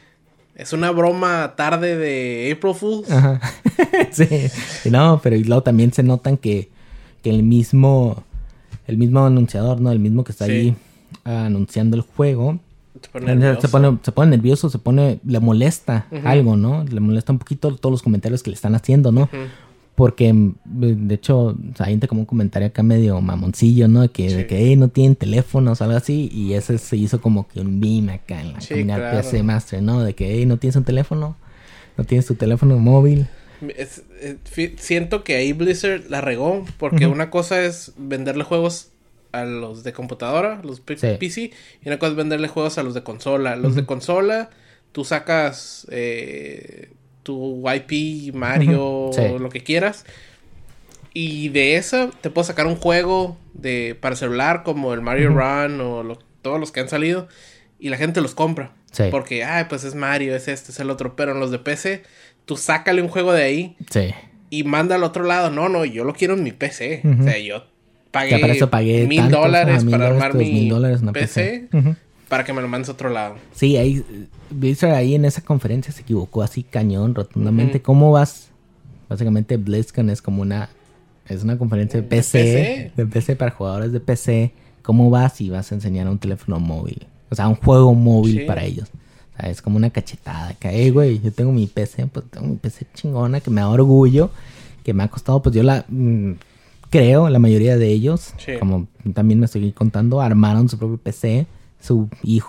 B: es una broma tarde de April Fools.
A: Ajá. Sí. Y no, pero y luego también se notan que, que el mismo el mismo anunciador, ¿no? El mismo que está
B: Sí.
A: ahí ah, anunciando el juego.
B: Se pone
A: Se
B: nervioso.
A: pone, se pone nervioso, se pone, le molesta
B: Ujú.
A: algo, ¿no? Le molesta un poquito todos los comentarios que le están haciendo, ¿no?
B: Ujú.
A: Porque, mm, de hecho, o sea, hay gente como un comentario acá medio mamoncillo, ¿no? Que,
B: Sí.
A: de que, hey, no tienen teléfonos o algo así. Y ese se hizo como que un meme acá en la
B: Sí,
A: comunidad
B: claro.
A: P C Master, ¿no? De que, hey, no tienes un teléfono, no tienes tu teléfono móvil.
B: Es- eh, fi- siento que ahí Blizzard la regó porque
A: Ujú.
B: una cosa es venderle juegos a los de computadora, los P-
A: Sí.
B: P C, y una cosa es venderle juegos a los de consola. Los de consola, tú sacas eh, tu I P, Mario,
A: Ujú. Sí.
B: lo que quieras, y de esa te puedo sacar un juego de para celular como el Mario
A: Ujú.
B: Run o lo- todos los que han salido, y la gente los compra.
A: Sí.
B: Porque, ay, pues es Mario, es este, es el otro, pero en los de P C, tú sácale un juego de ahí
A: Sí.
B: y manda al otro lado. No, no, yo lo quiero en mi P C.
A: Ujú.
B: O sea, yo pagué,
A: Que para eso pagué
B: mil
A: tantos,
B: dólares
A: ah, mil
B: para
A: dólares,
B: armar
A: pues,
B: mi
A: mil dólares en una
B: P C
A: Ujú.
B: para que me lo mandes a otro lado.
A: Sí, ahí Blizzard ahí en esa conferencia se equivocó así cañón, rotundamente.
B: Ujú.
A: ¿Cómo vas? Básicamente BlizzCon es como una es una conferencia de
B: De
A: P C,
B: P C.
A: de P C para jugadores de P C. ¿Cómo vas y vas a enseñar un teléfono móvil? O sea, un juego móvil
B: Sí.
A: para ellos. O sea, es como una cachetada. Que, hey, güey, yo tengo mi P C, pues tengo mi P C chingona que me da orgullo, que me ha costado, pues yo la mm, creo, la mayoría de ellos,
B: Sí.
A: como también me estoy contando, armaron su propio P C, su hijo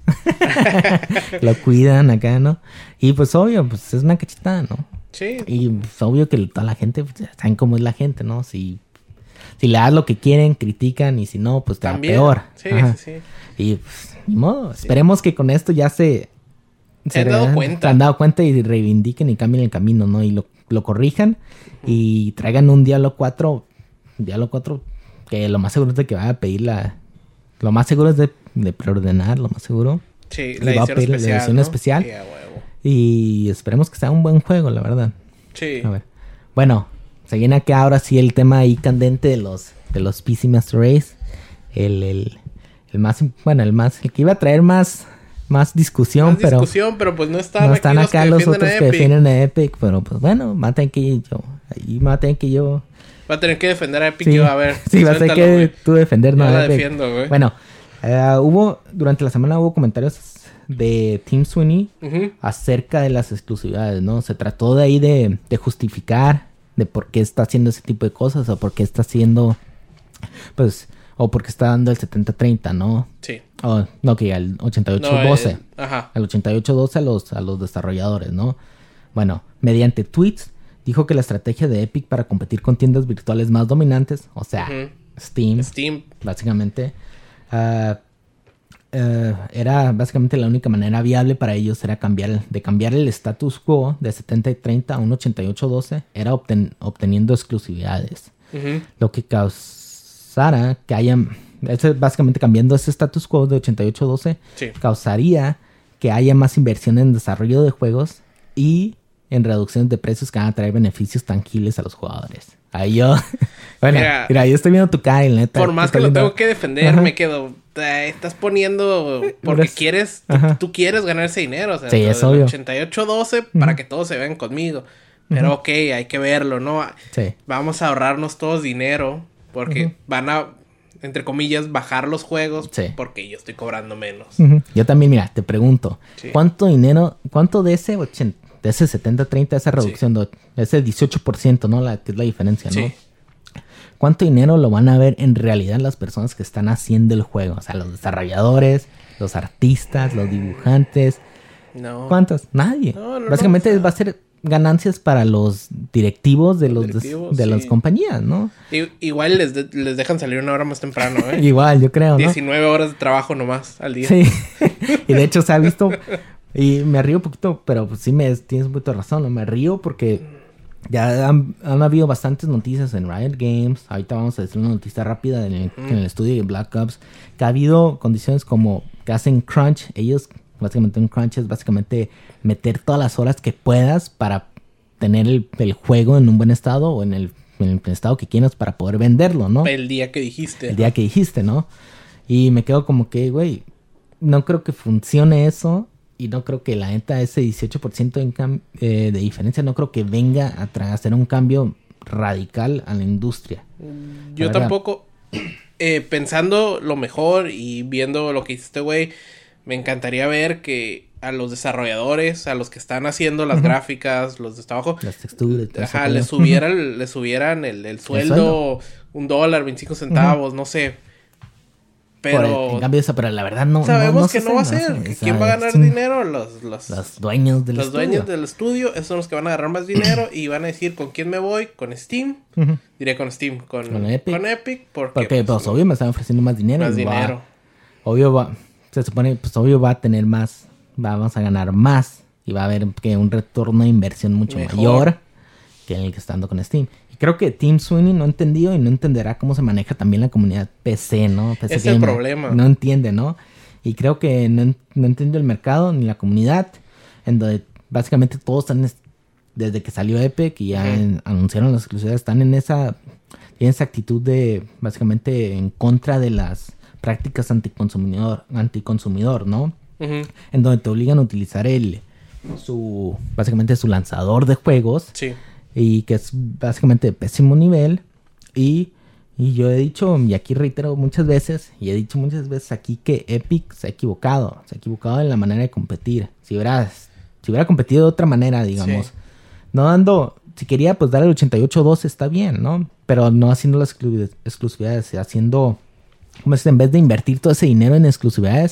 A: Lo cuidan acá, ¿no? Y pues obvio, pues es una cachetada, ¿no?
B: Sí.
A: Y pues obvio que toda la gente, pues, ya saben cómo es la gente, ¿no? Si, si le das lo que quieren, critican, y si no, pues te va peor.
B: Sí,
A: Ajá.
B: sí, sí.
A: Y pues, ni modo. Sí. Esperemos que con esto ya se...
B: Se han dado cuenta.
A: Se han dado cuenta y reivindiquen y cambien el camino, ¿no? Y lo, lo corrijan uh-huh. y traigan un Diablo cuatro. Diablo cuatro que lo más seguro es de que vaya a pedir la... Lo más seguro es de, de preordenar, lo más seguro.
B: Sí, la edición
A: pedir,
B: especial,
A: la edición
B: ¿no?
A: especial.
B: Sí, a huevo.
A: Y esperemos que sea un buen juego, la verdad.
B: Sí.
A: A ver. Bueno, se viene aquí ahora sí el tema ahí candente de los, de los P C Master Race. El, el, el más... Bueno, el más... El que iba a traer más... Más discusión,
B: más
A: pero...
B: discusión, pero pues no están,
A: no están
B: aquí
A: acá
B: los,
A: los otros que defienden a Epic. Pero pues bueno, va a tener que yo... Ahí va a tener que yo...
B: Va a tener que defender a Epic,
A: sí,
B: yo, a ver.
A: Sí, va a tener que wey. tú defender, no,
B: yo la
A: Epic.
B: defiendo, güey.
A: Bueno, uh, hubo... Durante la semana hubo comentarios de Tim Sweeney uh-huh. acerca de las exclusividades, ¿no? Se trató de ahí de, de justificar de por qué está haciendo ese tipo de cosas o por qué está haciendo... Pues... O porque está dando el setenta treinta, ¿no?
B: Sí.
A: Oh, no, que al ochenta y ocho doce.
B: No, el, ajá.
A: Al ochenta y ocho doce a los, a los desarrolladores, ¿no? Bueno, mediante tweets, dijo que la estrategia de Epic para competir con tiendas virtuales más dominantes, o sea, uh-huh. Steam,
B: Steam,
A: básicamente, uh, uh, era básicamente la única manera viable para ellos era cambiar, de cambiar el status quo de setenta treinta a un ochenta y ocho doce, era obten, obteniendo exclusividades. Uh-huh. Lo que causó que hayan, básicamente cambiando ese status quo de ochenta y ocho doce,
B: sí.
A: causaría que haya más inversión en desarrollo de juegos y en reducciones de precios que van a traer beneficios tangibles a los jugadores. Ahí yo, bueno, mira, mira, yo estoy viendo tu cara y neta.
B: Por más que viendo... lo tengo que defender, Ajá. me quedo, eh, estás poniendo porque Eres... quieres, tú, tú quieres ganar ese dinero, o sea,
A: sí, es obvio.
B: ochenta y ocho doce uh-huh. para que todos se vean conmigo. Pero uh-huh. ok, hay que verlo, ¿no?
A: Sí.
B: Vamos a ahorrarnos todos dinero. Porque uh-huh. van a, entre comillas, bajar los juegos
A: sí.
B: porque yo estoy cobrando menos.
A: Uh-huh. Yo también, mira, te pregunto.
B: Sí.
A: ¿Cuánto dinero, cuánto de ese ochenta, de ese setenta treinta, esa reducción, sí. de ese dieciocho por ciento, ¿no? La, que es la diferencia, ¿no?
B: Sí.
A: ¿Cuánto dinero lo van a ver en realidad las personas que están haciendo el juego? O sea, los desarrolladores, los artistas, los dibujantes.
B: No.
A: ¿Cuántos? Nadie.
B: No, no,
A: Básicamente
B: no, o sea...
A: va a ser... ganancias para los directivos de los, los
B: directivos,
A: de, de
B: sí.
A: las compañías, ¿no?
B: I, igual les, de, les dejan salir una hora más temprano, ¿eh?
A: Igual, yo creo, ¿no?
B: diecinueve horas de trabajo nomás al día.
A: Sí. Y de hecho se ha visto... Y me río un poquito, pero pues sí me tienes un poquito de razón, ¿no? Me río porque ya han, han habido bastantes noticias en Riot Games. Ahorita vamos a decir una noticia rápida en el, mm. en el estudio de Black Ops. Que ha habido condiciones como que hacen crunch. Ellos... Básicamente un crunch es básicamente meter todas las horas que puedas para tener el, el juego en un buen estado o en el, en el estado que quieras para poder venderlo, ¿no?
B: El día que dijiste.
A: El día que dijiste, ¿no? Y me quedo como que, güey, no creo que funcione eso y no creo que la neta ese dieciocho por ciento de, cam- eh, de diferencia no creo que venga a tra- hacer un cambio radical a la industria.
B: Yo
A: la
B: tampoco, eh, pensando lo mejor y viendo lo que hiciste, güey, me encantaría ver que a los desarrolladores, a los que están haciendo las uh-huh. gráficas, los de abajo,
A: las texturas,
B: ajá, les subieran, uh-huh. les subieran el, el, sueldo, el sueldo, un dólar, veinticinco centavos, uh-huh. no sé. Pero
A: el, en cambio eso, pero la verdad no
B: sabemos
A: no, no
B: que no va a ser.
A: No sé,
B: ¿Quién va a ganar sí. dinero? Los, los,
A: los dueños del
B: los
A: estudio.
B: Los dueños del estudio, esos son los que van a agarrar más dinero y van a decir con quién me voy, con Steam. Uh-huh. Diré con Steam, con,
A: con Epic.
B: Con Epic porque,
A: porque pues, pues obvio me están ofreciendo más dinero.
B: Más dinero.
A: Va, obvio va, se supone, pues obvio va a tener más, vamos a ganar más y va a haber que un retorno de inversión mucho Mejor. mayor que en el que está dando con Steam. Y creo que Tim Sweeney no ha entendido y no entenderá cómo se maneja también la comunidad P C, ¿no? P C
B: es el problema.
A: No entiende, ¿no? Y creo que no, no entiende el mercado ni la comunidad, en donde básicamente todos están, desde que salió Epic y ya uh-huh. en, anunciaron las exclusividades, están en esa, tienen esa actitud de, básicamente, en contra de las prácticas anticonsumidor, anticonsumidor, ¿no? Uh-huh. En donde te obligan a utilizar el, su, básicamente su lanzador de juegos.
B: Sí.
A: Y que es básicamente de pésimo nivel. Y, y yo he dicho, y aquí reitero muchas veces, y he dicho muchas veces aquí que Epic se ha equivocado. Se ha equivocado en la manera de competir. Si hubiera, si hubiera competido de otra manera, digamos. Sí. No dando, si quería pues dar el ochenta y ocho doce está bien, ¿no? Pero no haciendo las exclusividades, haciendo, como es, en vez de invertir todo ese dinero en exclusividades,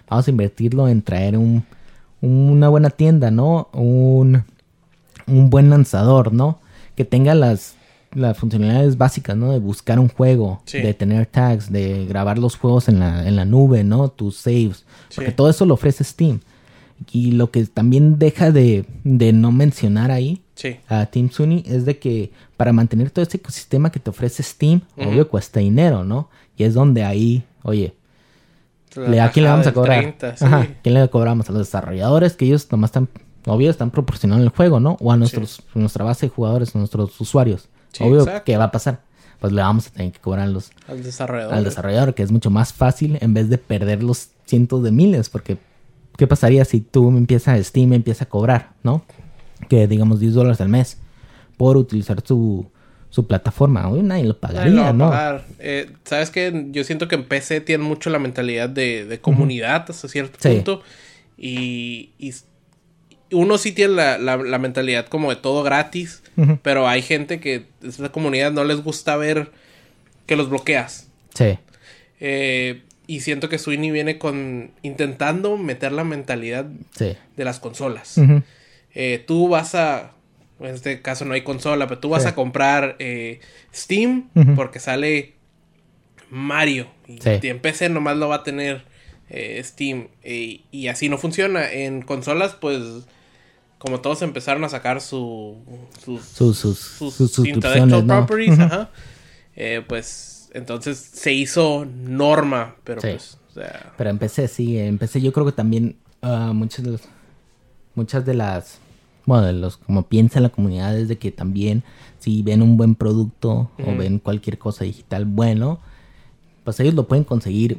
A: vamos a invertirlo en traer un, una buena tienda, ¿no? Un, un buen lanzador, ¿no? Que tenga las, las funcionalidades básicas, ¿no? De buscar un juego, sí. de tener tags, de grabar los juegos en la, en la nube, ¿no? Tus saves. Porque sí. todo eso lo ofrece Steam. Y lo que también deja de, de no mencionar ahí sí. a Team Sony es de que para mantener todo este ecosistema que te ofrece Steam, uh-huh. obvio cuesta dinero, ¿no? Y es donde ahí, oye, le, ¿a quién le vamos a cobrar? treinta, sí. Ajá, ¿quién le cobramos? A los desarrolladores, que ellos nomás están, obvio, están proporcionando el juego, ¿no? O a nuestros, sí. nuestra base de jugadores, a nuestros usuarios. Sí, obvio, exacto. ¿qué va a pasar? Pues le vamos a tener que cobrar los,
B: al desarrollador.
A: Al desarrollador, que es mucho más fácil en vez de perder los cientos de miles, porque ¿qué pasaría si tú empiezas, Steam empieza a cobrar, ¿no? Que digamos diez dólares al mes por utilizar su, su plataforma. Uy, nadie lo pagaría, nadie lo va a ¿no?
B: pagar. Eh, ¿Sabes qué? Yo siento que en P C tienen mucho la mentalidad de, de comunidad uh-huh. hasta cierto sí. punto. Y, y uno sí tiene la, la, la mentalidad como de todo gratis. Uh-huh. Pero hay gente que esa comunidad no les gusta ver que los bloqueas.
A: Sí.
B: Eh... Y siento que Sweeney viene con intentando meter la mentalidad sí. de las consolas. Uh-huh. Eh, tú vas a... En este caso no hay consola, pero tú vas sí. a comprar eh, Steam uh-huh. porque sale Mario. Y sí. en P C nomás lo va a tener eh, Steam. Eh, y así no funciona. En consolas, pues... Como todos empezaron a sacar su, sus,
A: sus, sus,
B: sus,
A: sus, sus
B: intellectual
A: ¿no?
B: properties,
A: uh-huh.
B: ajá, eh, pues... Entonces se hizo norma, pero sí. pues, o sea...
A: Pero empecé, sí, empecé. Yo creo que también uh, muchas de los, muchas de las, bueno, de los, como piensa la comunidad es de que también si ven un buen producto uh-huh. o ven cualquier cosa digital bueno, pues ellos lo pueden conseguir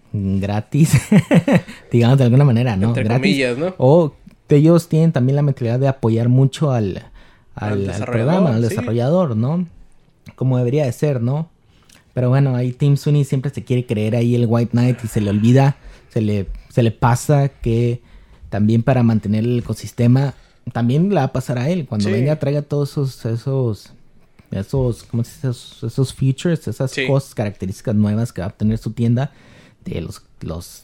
A: gratis, digamos de alguna manera, ¿no?
B: Entre
A: gratis.
B: comillas, ¿no?
A: O ellos tienen también la mentalidad de apoyar mucho al, al, al programa, al sí. desarrollador, ¿no? Como debería de ser, ¿no? Pero bueno, ahí Team Sony siempre se quiere creer ahí el White Knight y se le olvida, se le, se le pasa que también para mantener el ecosistema, también le va a pasar a él. Cuando sí. venga, traiga todos esos, esos, esos, ¿cómo se dice? Esos, esos features, esas sí. cosas, características nuevas que va a obtener su tienda, de los, los,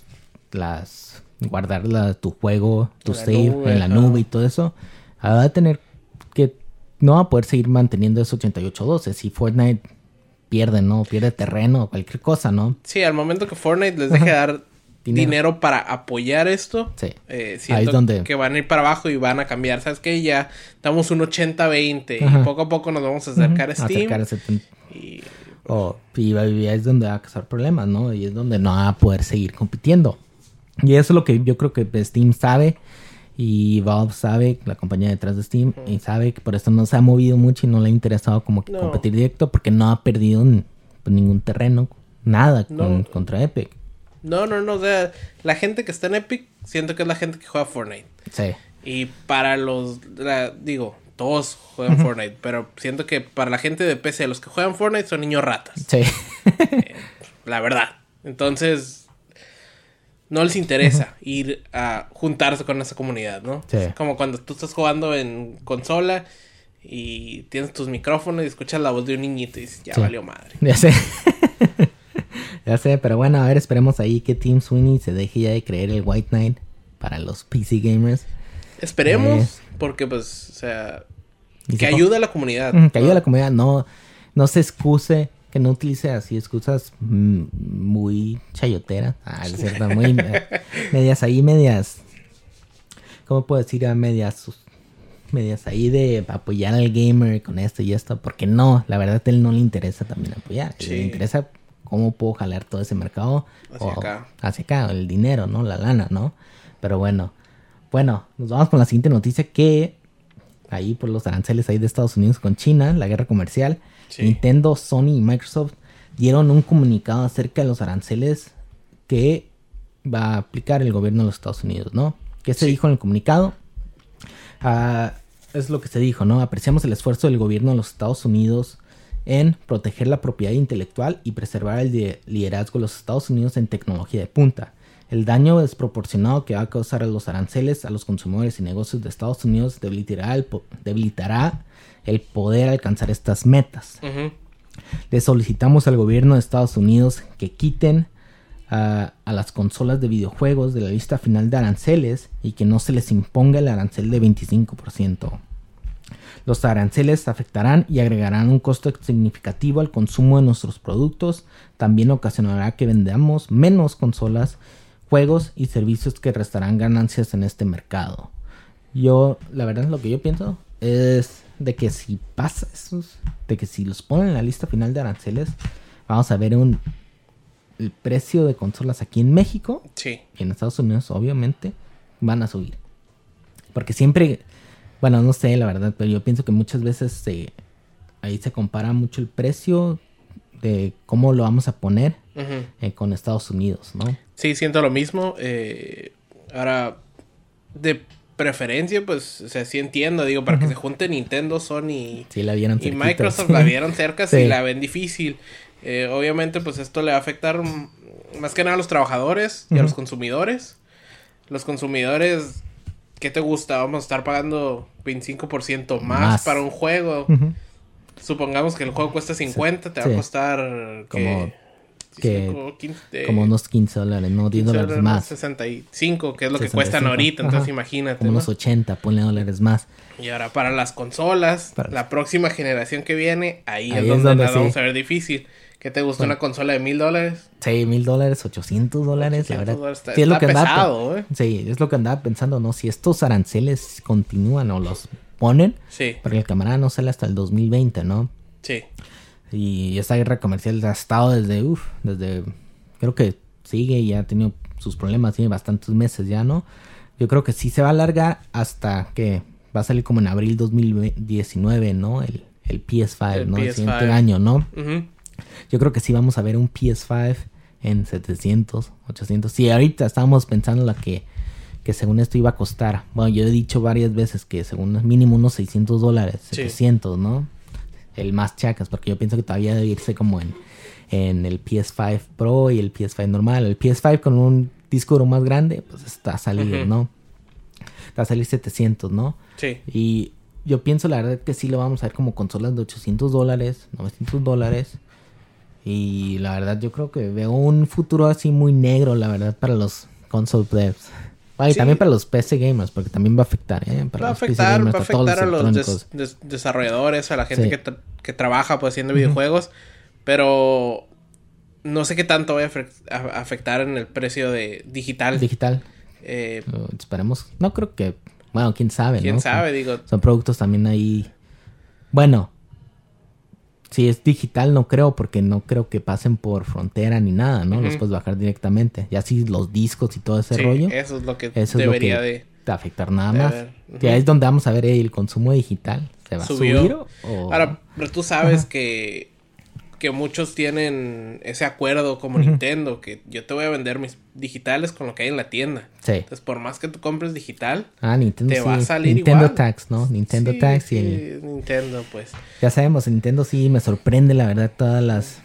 A: las, guardar la, tu juego, tu la save nube, en la nube no. y todo eso. Va a tener que, no va a poder seguir manteniendo esos ochenta y ocho doce. Si Fortnite pierde, ¿no? Pierde terreno o cualquier cosa, ¿no?
B: Sí, al momento que Fortnite les deje dar dinero. dinero para apoyar esto,
A: sí.
B: eh, siento
A: ahí es donde...
B: que van a ir para abajo y van a cambiar. ¿Sabes qué? Ya estamos un ochenta veinte y poco a poco nos vamos a acercar uh-huh. a Steam.
A: A acercar a y... Oh, y ahí es donde va a causar problemas, ¿no? Y es donde no va a poder seguir compitiendo. Y eso es lo que yo creo que Steam sabe. Y Valve sabe, la compañía detrás de Steam, uh-huh. y sabe que por eso no se ha movido mucho y no le ha interesado como que no. competir directo, porque no ha perdido en, pues, ningún terreno, nada no. con, contra Epic.
B: No, no, no, o sea, la gente que está en Epic, siento que es la gente que juega Fortnite.
A: Sí.
B: Y para los, la, digo, todos juegan uh-huh. Fortnite, pero siento que para la gente de P C, los que juegan Fortnite son niños ratas.
A: Sí.
B: eh, la verdad. Entonces... No les interesa uh-huh. ir a juntarse con esa comunidad, ¿no?
A: Sí.
B: Es como cuando tú estás jugando en consola y tienes tus micrófonos y escuchas la voz de un niñito y dices, ya sí. valió madre.
A: Ya sé. Ya sé, pero bueno, a ver, esperemos ahí que Team Sweeney se deje ya de creer el White Knight para los P C gamers.
B: Esperemos, eh, porque pues, o sea, que ayude a la comunidad. Uh,
A: que ayude a la comunidad, no, no se excuse... Que no utilice así excusas mm, muy chayoteras. Ah, es cierto, muy medias ahí, medias. ¿Cómo puedo decir? A medias. Medias ahí de apoyar al gamer con esto y esto. Porque no, la verdad a él no le interesa también apoyar. Sí. Le interesa cómo puedo jalar todo ese mercado.
B: Hacia o, acá.
A: Hacia acá, el dinero, ¿no? La lana, ¿no? Pero bueno. Bueno, nos vamos con la siguiente noticia que. Ahí por los aranceles ahí de Estados Unidos con China, la guerra comercial. Sí. Nintendo, Sony y Microsoft dieron un comunicado acerca de los aranceles que va a aplicar el gobierno de los Estados Unidos, ¿no? ¿Qué se sí. dijo en el comunicado? Uh, es lo que se dijo, ¿no? Apreciamos el esfuerzo del gobierno de los Estados Unidos en proteger la propiedad intelectual y preservar el liderazgo de los Estados Unidos en tecnología de punta. El daño desproporcionado que va a causar a los aranceles a los consumidores y negocios de Estados Unidos debilitará el, po- debilitará el poder alcanzar estas metas. Uh-huh. Le solicitamos al gobierno de Estados Unidos que quiten a, a las consolas de videojuegos de la lista final de aranceles y que no se les imponga el arancel de veinticinco por ciento. Los aranceles afectarán y agregarán un costo significativo al consumo de nuestros productos. También ocasionará que vendamos menos consolas, juegos y servicios que restarán ganancias en este mercado. Yo, la verdad, lo que yo pienso es de que si pasa eso, de que si los ponen en la lista final de aranceles, vamos a ver un el precio de consolas aquí en México,
B: sí,
A: y en Estados Unidos, obviamente, van a subir. Porque siempre... Bueno, no sé, la verdad, pero yo pienso que muchas veces se, ahí se compara mucho el precio de cómo lo vamos a poner uh-huh. eh, con Estados Unidos, ¿no?
B: Sí, siento lo mismo. Eh, ahora, de preferencia, pues, o sea, sí entiendo, digo, para uh-huh. que se junte Nintendo, Sony
A: sí, la vieron
B: y Microsoft la vieron cerca sí. y la ven difícil. Eh, obviamente, pues, esto le va a afectar más que nada a los trabajadores uh-huh. y a los consumidores. Los consumidores... ¿Qué te gusta? Vamos a estar pagando veinticinco por ciento más, más. para un juego. Uh-huh. Supongamos que el juego cuesta cincuenta, sí. te va sí. a costar...
A: Como, que, quince, como unos quince dólares, no diez dólares más.
B: sesenta y cinco, que es lo sesenta y cinco. Que cuestan ahorita, entonces Ajá. imagínate.
A: Como
B: ¿no?
A: unos ochenta, ponle dólares más.
B: Y ahora para las consolas, para... la próxima generación que viene, ahí, ahí es donde, es donde la sí. vamos a ver difícil. ¿Qué te gusta? Bueno, ¿una consola de mil dólares?
A: Sí, mil dólares, ochocientos dólares, la verdad.
B: Está,
A: sí, es
B: está
A: lo que
B: pesado,
A: andaba,
B: ¿eh?
A: Sí, es lo que andaba pensando, ¿no? Si estos aranceles continúan o los ponen,
B: sí.
A: porque el camarada no sale hasta el dos mil veinte, ¿no?
B: Sí.
A: Y esa guerra comercial ha estado desde, uff, desde, creo que sigue y ha tenido sus problemas, tiene bastantes meses ya, ¿no? Yo creo que sí se va a alargar hasta que va a salir como en abril dos mil diecinueve, ¿no? El, el P S cinco,
B: el
A: ¿no?
B: P S cinco.
A: El siguiente año, ¿no?
B: Uh-huh.
A: Yo creo que sí vamos a ver un P S cinco en setecientos, ochocientos. Sí, ahorita estábamos pensando la que, que según esto iba a costar. Bueno, yo he dicho varias veces que según mínimo unos seiscientos dólares, sí. setecientos, ¿no? El más chacas, porque yo pienso que todavía debe irse como en, en el P S cinco Pro y el P S cinco normal. El P S cinco con un disco duro más grande, pues está a salir, uh-huh. ¿no? Está a salir setecientos, ¿no?
B: Sí.
A: Y yo pienso la verdad que sí lo vamos a ver como consolas de ochocientos dólares, novecientos dólares. Y la verdad yo creo que veo un futuro así muy negro, la verdad, para los console devs. Ah, y sí. también para los P C gamers, porque también va a afectar, ¿eh? Para
B: va a
A: los
B: afectar,
A: gamers,
B: va a afectar a los des- des- desarrolladores, a la gente sí. que, tra- que trabaja pues haciendo uh-huh. videojuegos. Pero no sé qué tanto va a, afect- a afectar en el precio de digital.
A: Digital.
B: Eh,
A: uh, esperemos. No creo que... Bueno, quién sabe,
B: ¿Quién
A: ¿no?
B: sabe?
A: Son,
B: Digo...
A: Son productos también ahí... Bueno... Si es digital no creo, porque no creo que pasen por frontera ni nada, ¿no? Uh-huh. Los puedes bajar directamente. Ya si los discos y todo ese
B: sí,
A: rollo...
B: eso es lo que
A: eso
B: debería
A: es lo que
B: de...
A: de afectar nada más.
B: Uh-huh.
A: Ya es donde vamos a ver el consumo digital. ¿Se va
B: Subió.
A: a subir o...?
B: Ahora, pero tú sabes uh-huh. que... que muchos tienen ese acuerdo como uh-huh. Nintendo, que yo te voy a vender mis digitales con lo que hay en la tienda.
A: Sí.
B: Entonces, por más que tú compres digital,
A: ah, Nintendo,
B: te
A: sí.
B: va a salir
A: Nintendo
B: igual.
A: Tax, ¿no? Nintendo
B: sí,
A: Tax
B: sí,
A: y el...
B: Nintendo, pues.
A: Ya sabemos, el Nintendo sí me sorprende, la verdad, todas las...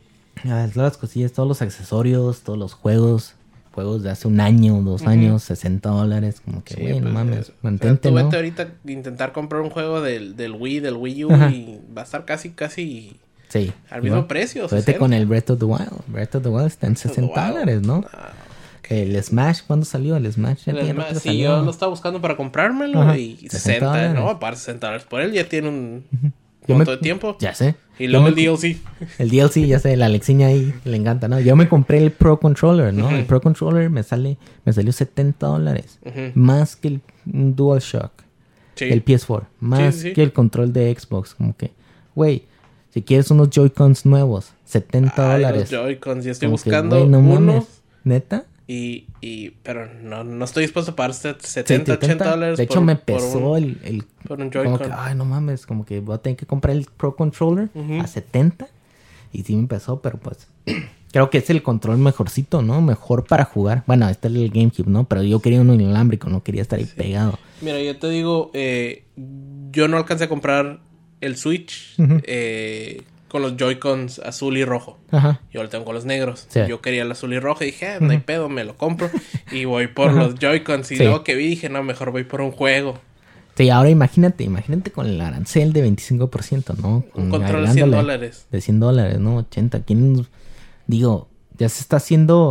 A: Todas las cosillas, todos los accesorios, todos los juegos... Juegos de hace un año, dos uh-huh. años, sesenta dólares, como que, güey, sí, no pues, mames, mantente,
B: o sea, tú
A: ¿no?
B: vete ahorita a intentar comprar un juego del, del Wii, del Wii U, Ajá. y va a estar casi, casi...
A: Sí.
B: Al mismo bueno, precio.
A: Vete con el Breath of the Wild. Breath of the Wild está en sesenta dólares, ¿no? Ah, okay. El Smash, ¿cuándo salió? El Smash.
B: El Smash sí, salió. Yo lo estaba buscando para comprármelo. Ajá. Y sesenta, sesenta no, para sesenta dólares por él ya tiene un uh-huh. montón de tiempo.
A: Ya sé.
B: Y luego
A: me,
B: el D L C.
A: El D L C, ya sé, la Alexiña ahí le encanta, ¿no? Yo me compré el Pro Controller, ¿no? Uh-huh. El Pro Controller me sale, me salió setenta dólares. Uh-huh. Más que el un DualShock. Sí. El P S cuatro. Más sí, sí. que el control de Xbox. Como que, güey. Si quieres unos Joy-Cons nuevos, setenta dólares.
B: Los Joy-Cons, yo estoy Como buscando que, wey,
A: no
B: uno.
A: Mames. ¿Neta?
B: Y, y, pero no, no estoy dispuesto a pagar setenta, ochenta dólares.
A: De hecho,
B: por,
A: me pesó
B: por un,
A: el, el.
B: Por un Joy-Con.
A: Como que, ay, no mames, como que voy a tener que comprar el Pro Controller uh-huh. a setenta. Y sí me pesó, pero pues. Creo que es el control mejorcito, ¿no? Mejor para jugar. Bueno, este es el GameCube, ¿no? Pero yo quería uno inalámbrico, no quería estar ahí sí. pegado.
B: Mira, yo te digo, eh, yo no alcancé a comprar el Switch uh-huh. eh, con los Joy-Cons azul y rojo. Ajá. Yo lo tengo con los negros. Sí. Yo quería el azul y rojo y dije, eh, no uh-huh. hay pedo, me lo compro. Y voy por uh-huh. los Joy-Cons. Y sí. luego que vi, dije, no, mejor voy por un juego.
A: Sí, ahora imagínate, imagínate con el arancel de veinticinco por ciento, ¿no? Con,
B: un control de cien dólares.
A: De cien dólares, ¿no? ochenta. ¿Quién? Digo, ya se está haciendo...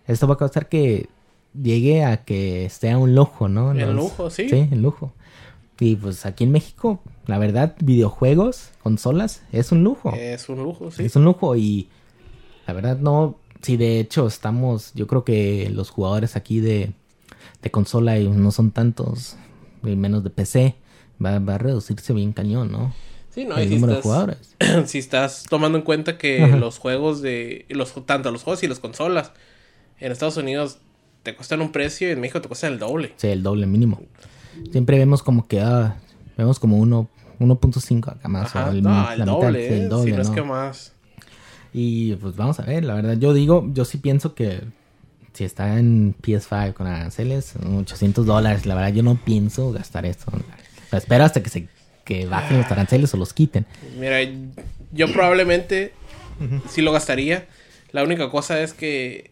A: Esto va a causar que llegue a que sea un lujo, ¿no?
B: El lujo, sí.
A: Sí, el lujo. Y pues aquí en México, la verdad, videojuegos, consolas, es un lujo.
B: Es un lujo, sí.
A: Es un lujo y la verdad no... Sí, de hecho estamos... Yo creo que los jugadores aquí de, de consola no son tantos, y menos de P C. Va, va a reducirse bien cañón, ¿no?
B: Sí, no,
A: el
B: y
A: número
B: si
A: de jugadores.
B: Si estás tomando en cuenta que Ajá. los juegos de... los Tanto los juegos y las consolas en Estados Unidos te cuestan un precio y en México te cuestan el doble.
A: Sí, el doble mínimo. Siempre vemos como que... Ah, vemos como uno... uno punto cinco acá más.
B: Ajá,
A: o el,
B: no, el
A: la
B: doble,
A: mitad, sí, el doble,
B: si no,
A: ¿no?
B: es que más.
A: Y pues vamos a ver, la verdad, yo digo, yo sí pienso que si está en P S cinco con aranceles, ochocientos dólares, la verdad yo no pienso gastar eso. Espero hasta que se que bajen los aranceles o los quiten.
B: Mira, yo probablemente uh-huh. sí lo gastaría. La única cosa es que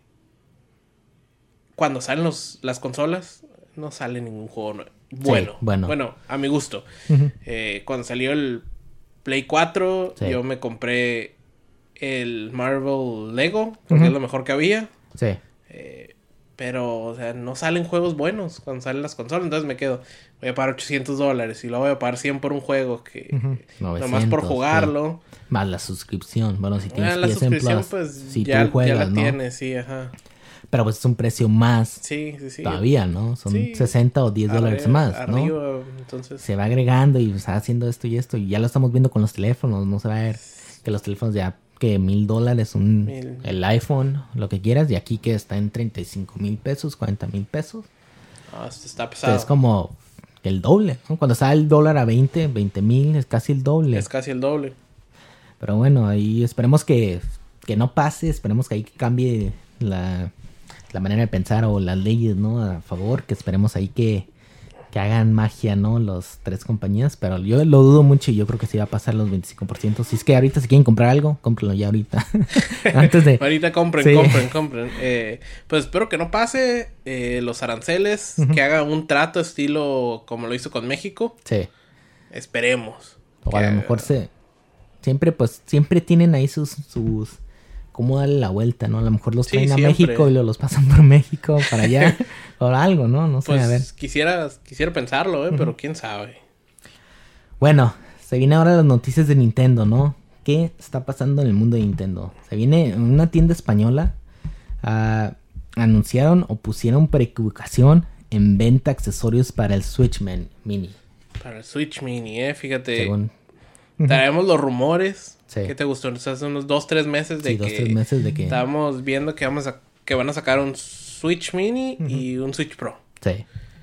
B: cuando salen los, las consolas, no sale ningún juego nuevo. Bueno, sí, bueno, bueno, a mi gusto. Uh-huh. Eh, cuando salió el Play cuatro, sí. yo me compré el Marvel Lego, porque uh-huh. es lo mejor que había.
A: Sí.
B: Eh, pero, o sea, no salen juegos buenos cuando salen las consolas. Entonces me quedo, voy a pagar ochocientos dólares y luego voy a pagar cien por un juego que uh-huh. novecientos, nomás por jugarlo.
A: Sí. Más la suscripción. Bueno, si tienes
B: ah, la
A: P S
B: suscripción,
A: Plus,
B: pues
A: si
B: ya,
A: tú juegas,
B: ya la
A: ¿no?
B: tienes, sí, ajá.
A: Pero pues es un precio más
B: sí, sí, sí.
A: todavía, ¿no? Son
B: sí.
A: sesenta o diez dólares
B: arriba,
A: más, ¿no?
B: Arriba, entonces...
A: Se va agregando y está haciendo esto y esto. Y ya lo estamos viendo con los teléfonos. No se va a ver que los teléfonos ya... que mil dólares un mil. El iPhone, lo que quieras. Y aquí que está en treinta y cinco mil pesos, cuarenta mil pesos.
B: Ah, esto está pesado.
A: Entonces, es como el doble, ¿no? Cuando está el dólar a veinte, veinte mil, es casi el doble.
B: Es casi el doble.
A: Pero bueno, ahí esperemos que, que no pase. Esperemos que ahí cambie la... la manera de pensar o las leyes, ¿no? A favor, que esperemos ahí que, que hagan magia, ¿no? Las tres compañías, pero yo lo dudo mucho y yo creo que sí va a pasar los veinticinco por ciento. Si es que ahorita si quieren comprar algo, cómprenlo ya ahorita. Antes de...
B: ahorita compren, sí. compren, compren. Eh, pues espero que no pase eh, los aranceles, uh-huh. que hagan un trato estilo como lo hizo con México.
A: Sí.
B: Esperemos.
A: O a lo mejor se... Siempre, pues, siempre tienen ahí sus... sus... cómo darle la vuelta, ¿no? A lo mejor los traen sí, a México y los pasan por México para allá o algo, ¿no? No sé,
B: pues
A: a ver.
B: Quisiera, quisiera pensarlo, ¿eh? Uh-huh. Pero quién sabe.
A: Bueno, se vienen ahora las noticias de Nintendo, ¿no? ¿Qué está pasando en el mundo de Nintendo? Se viene una tienda española. Uh, anunciaron o pusieron por equivocación en venta accesorios para el Switch Man, Mini.
B: Para el Switch Mini, ¿eh? Fíjate. Según... traemos los rumores. Sí. ¿Qué te gustó? O sea, hace unos dos, tres meses de
A: sí,
B: que...
A: dos, tres meses de que...
B: estábamos viendo que, vamos a, que van a sacar un Switch Mini uh-huh. y un Switch Pro.
A: Sí.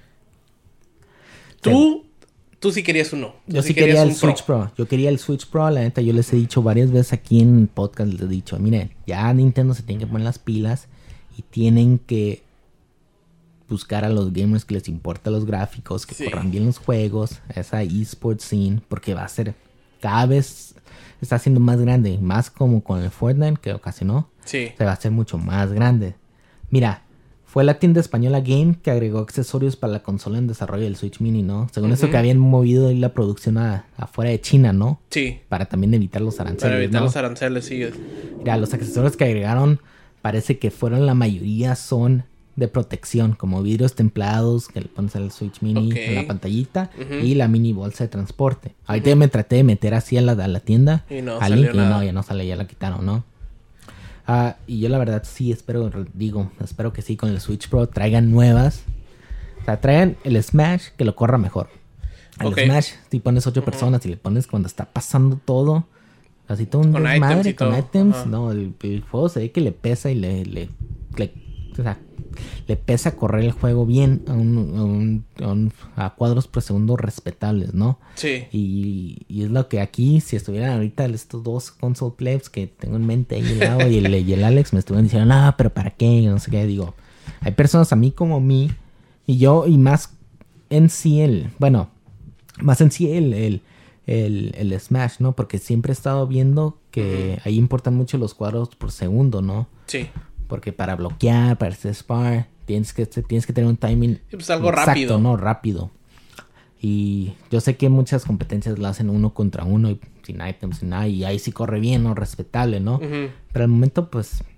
B: Tú... Sí. Tú sí querías uno.
A: Yo
B: sí
A: sí quería el Switch Pro. Pro. Yo quería el Switch Pro. La neta, yo les he dicho varias veces aquí en podcast, les he dicho, miren, ya Nintendo se tiene que poner las pilas y tienen que buscar a los gamers que les importa los gráficos, que sí. corran bien los juegos, esa eSports scene, porque va a ser cada vez... está siendo más grande, más como con el Fortnite que ocasionó.
B: Sí.
A: Se va a hacer mucho más grande. Mira, fue la tienda española Game que agregó accesorios para la consola en desarrollo del Switch Mini, ¿no? Según uh-huh. eso que habían movido ahí la producción a, afuera de China, ¿no?
B: Sí.
A: Para también evitar los aranceles,
B: Para evitar
A: ¿no?
B: los aranceles, sí.
A: Mira, los accesorios que agregaron parece que fueron la mayoría son de protección, como vidrios templados que le pones al Switch Mini okay. en la pantallita uh-huh. y la mini bolsa de transporte. Uh-huh. Ahorita ya me traté de meter así a la, a la tienda.
B: Y no,
A: al
B: link,
A: y no, ya no sale, ya la quitaron, ¿no? Uh, y yo la verdad sí espero, digo, espero que sí con el Switch Pro traigan nuevas. O sea, traigan el Smash que lo corra mejor. El okay. Smash, si pones ocho uh-huh. personas y le pones cuando está pasando todo, así todo un desmadre con items, uh-huh. no, el, el juego se ve que le pesa y le, le, le o sea, le pesa correr el juego bien a, un, a, un, a, un, a cuadros por segundo respetables, ¿no?
B: Sí.
A: Y, y es lo que aquí, si estuvieran ahorita estos dos console players que tengo en mente ahí al lado y el, y el Alex me estuvieran diciendo, no, pero ¿para qué? No sé qué. Digo, hay personas a mí como mí y yo y más en sí el, bueno, más en sí el, el, el, el Smash, ¿no? Porque siempre he estado viendo que uh-huh. ahí importan mucho los cuadros por segundo, ¿no?
B: Sí.
A: Porque para bloquear, para hacer spar, tienes que, tienes que tener un timing
B: sí, pues algo
A: exacto,
B: rápido.
A: ¿no? Rápido. Y yo sé que muchas competencias lo hacen uno contra uno y sin items, sin nada. Y ahí sí corre bien, ¿no? Respetable, ¿no?
B: Uh-huh.
A: Pero al momento, pues,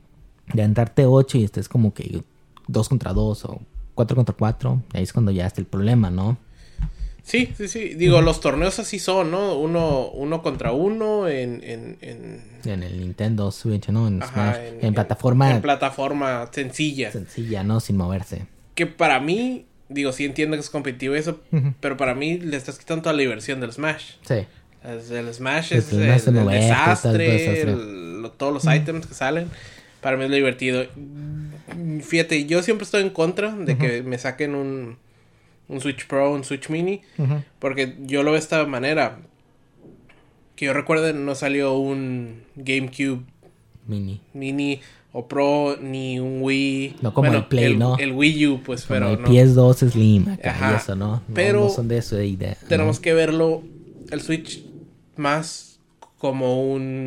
A: de entrarte ocho y estés como que dos contra dos o cuatro contra cuatro, ahí es cuando ya está el problema, ¿no?
B: Sí, sí, sí. Digo, uh-huh. los torneos así son, ¿no? Uno, uno contra uno en... En, en...
A: en el Nintendo Switch, ¿no? En,
B: Ajá,
A: Smash,
B: en,
A: en,
B: en
A: plataforma...
B: En plataforma sencilla.
A: Sencilla, ¿no? Sin moverse.
B: Que para mí, digo, sí entiendo que es competitivo eso, uh-huh. pero para mí le estás quitando toda la diversión del Smash.
A: Sí.
B: El Smash es el, el, el desastre, el, todos los uh-huh. items que salen. Para mí es lo divertido. Fíjate, yo siempre estoy en contra de uh-huh. que me saquen un... un Switch Pro, un Switch Mini, uh-huh. porque yo lo veo de esta manera. Que yo recuerde, no salió un GameCube
A: Mini,
B: Mini o Pro, ni un Wii.
A: No como bueno, el Play,
B: el,
A: ¿no?
B: El Wii U, pues,
A: como
B: pero
A: el
B: no.
A: P S dos Slim, acá, Ajá. y eso, ¿no? no
B: pero
A: no son de eso de idea.
B: Tenemos
A: ¿no?
B: que verlo, el Switch, más como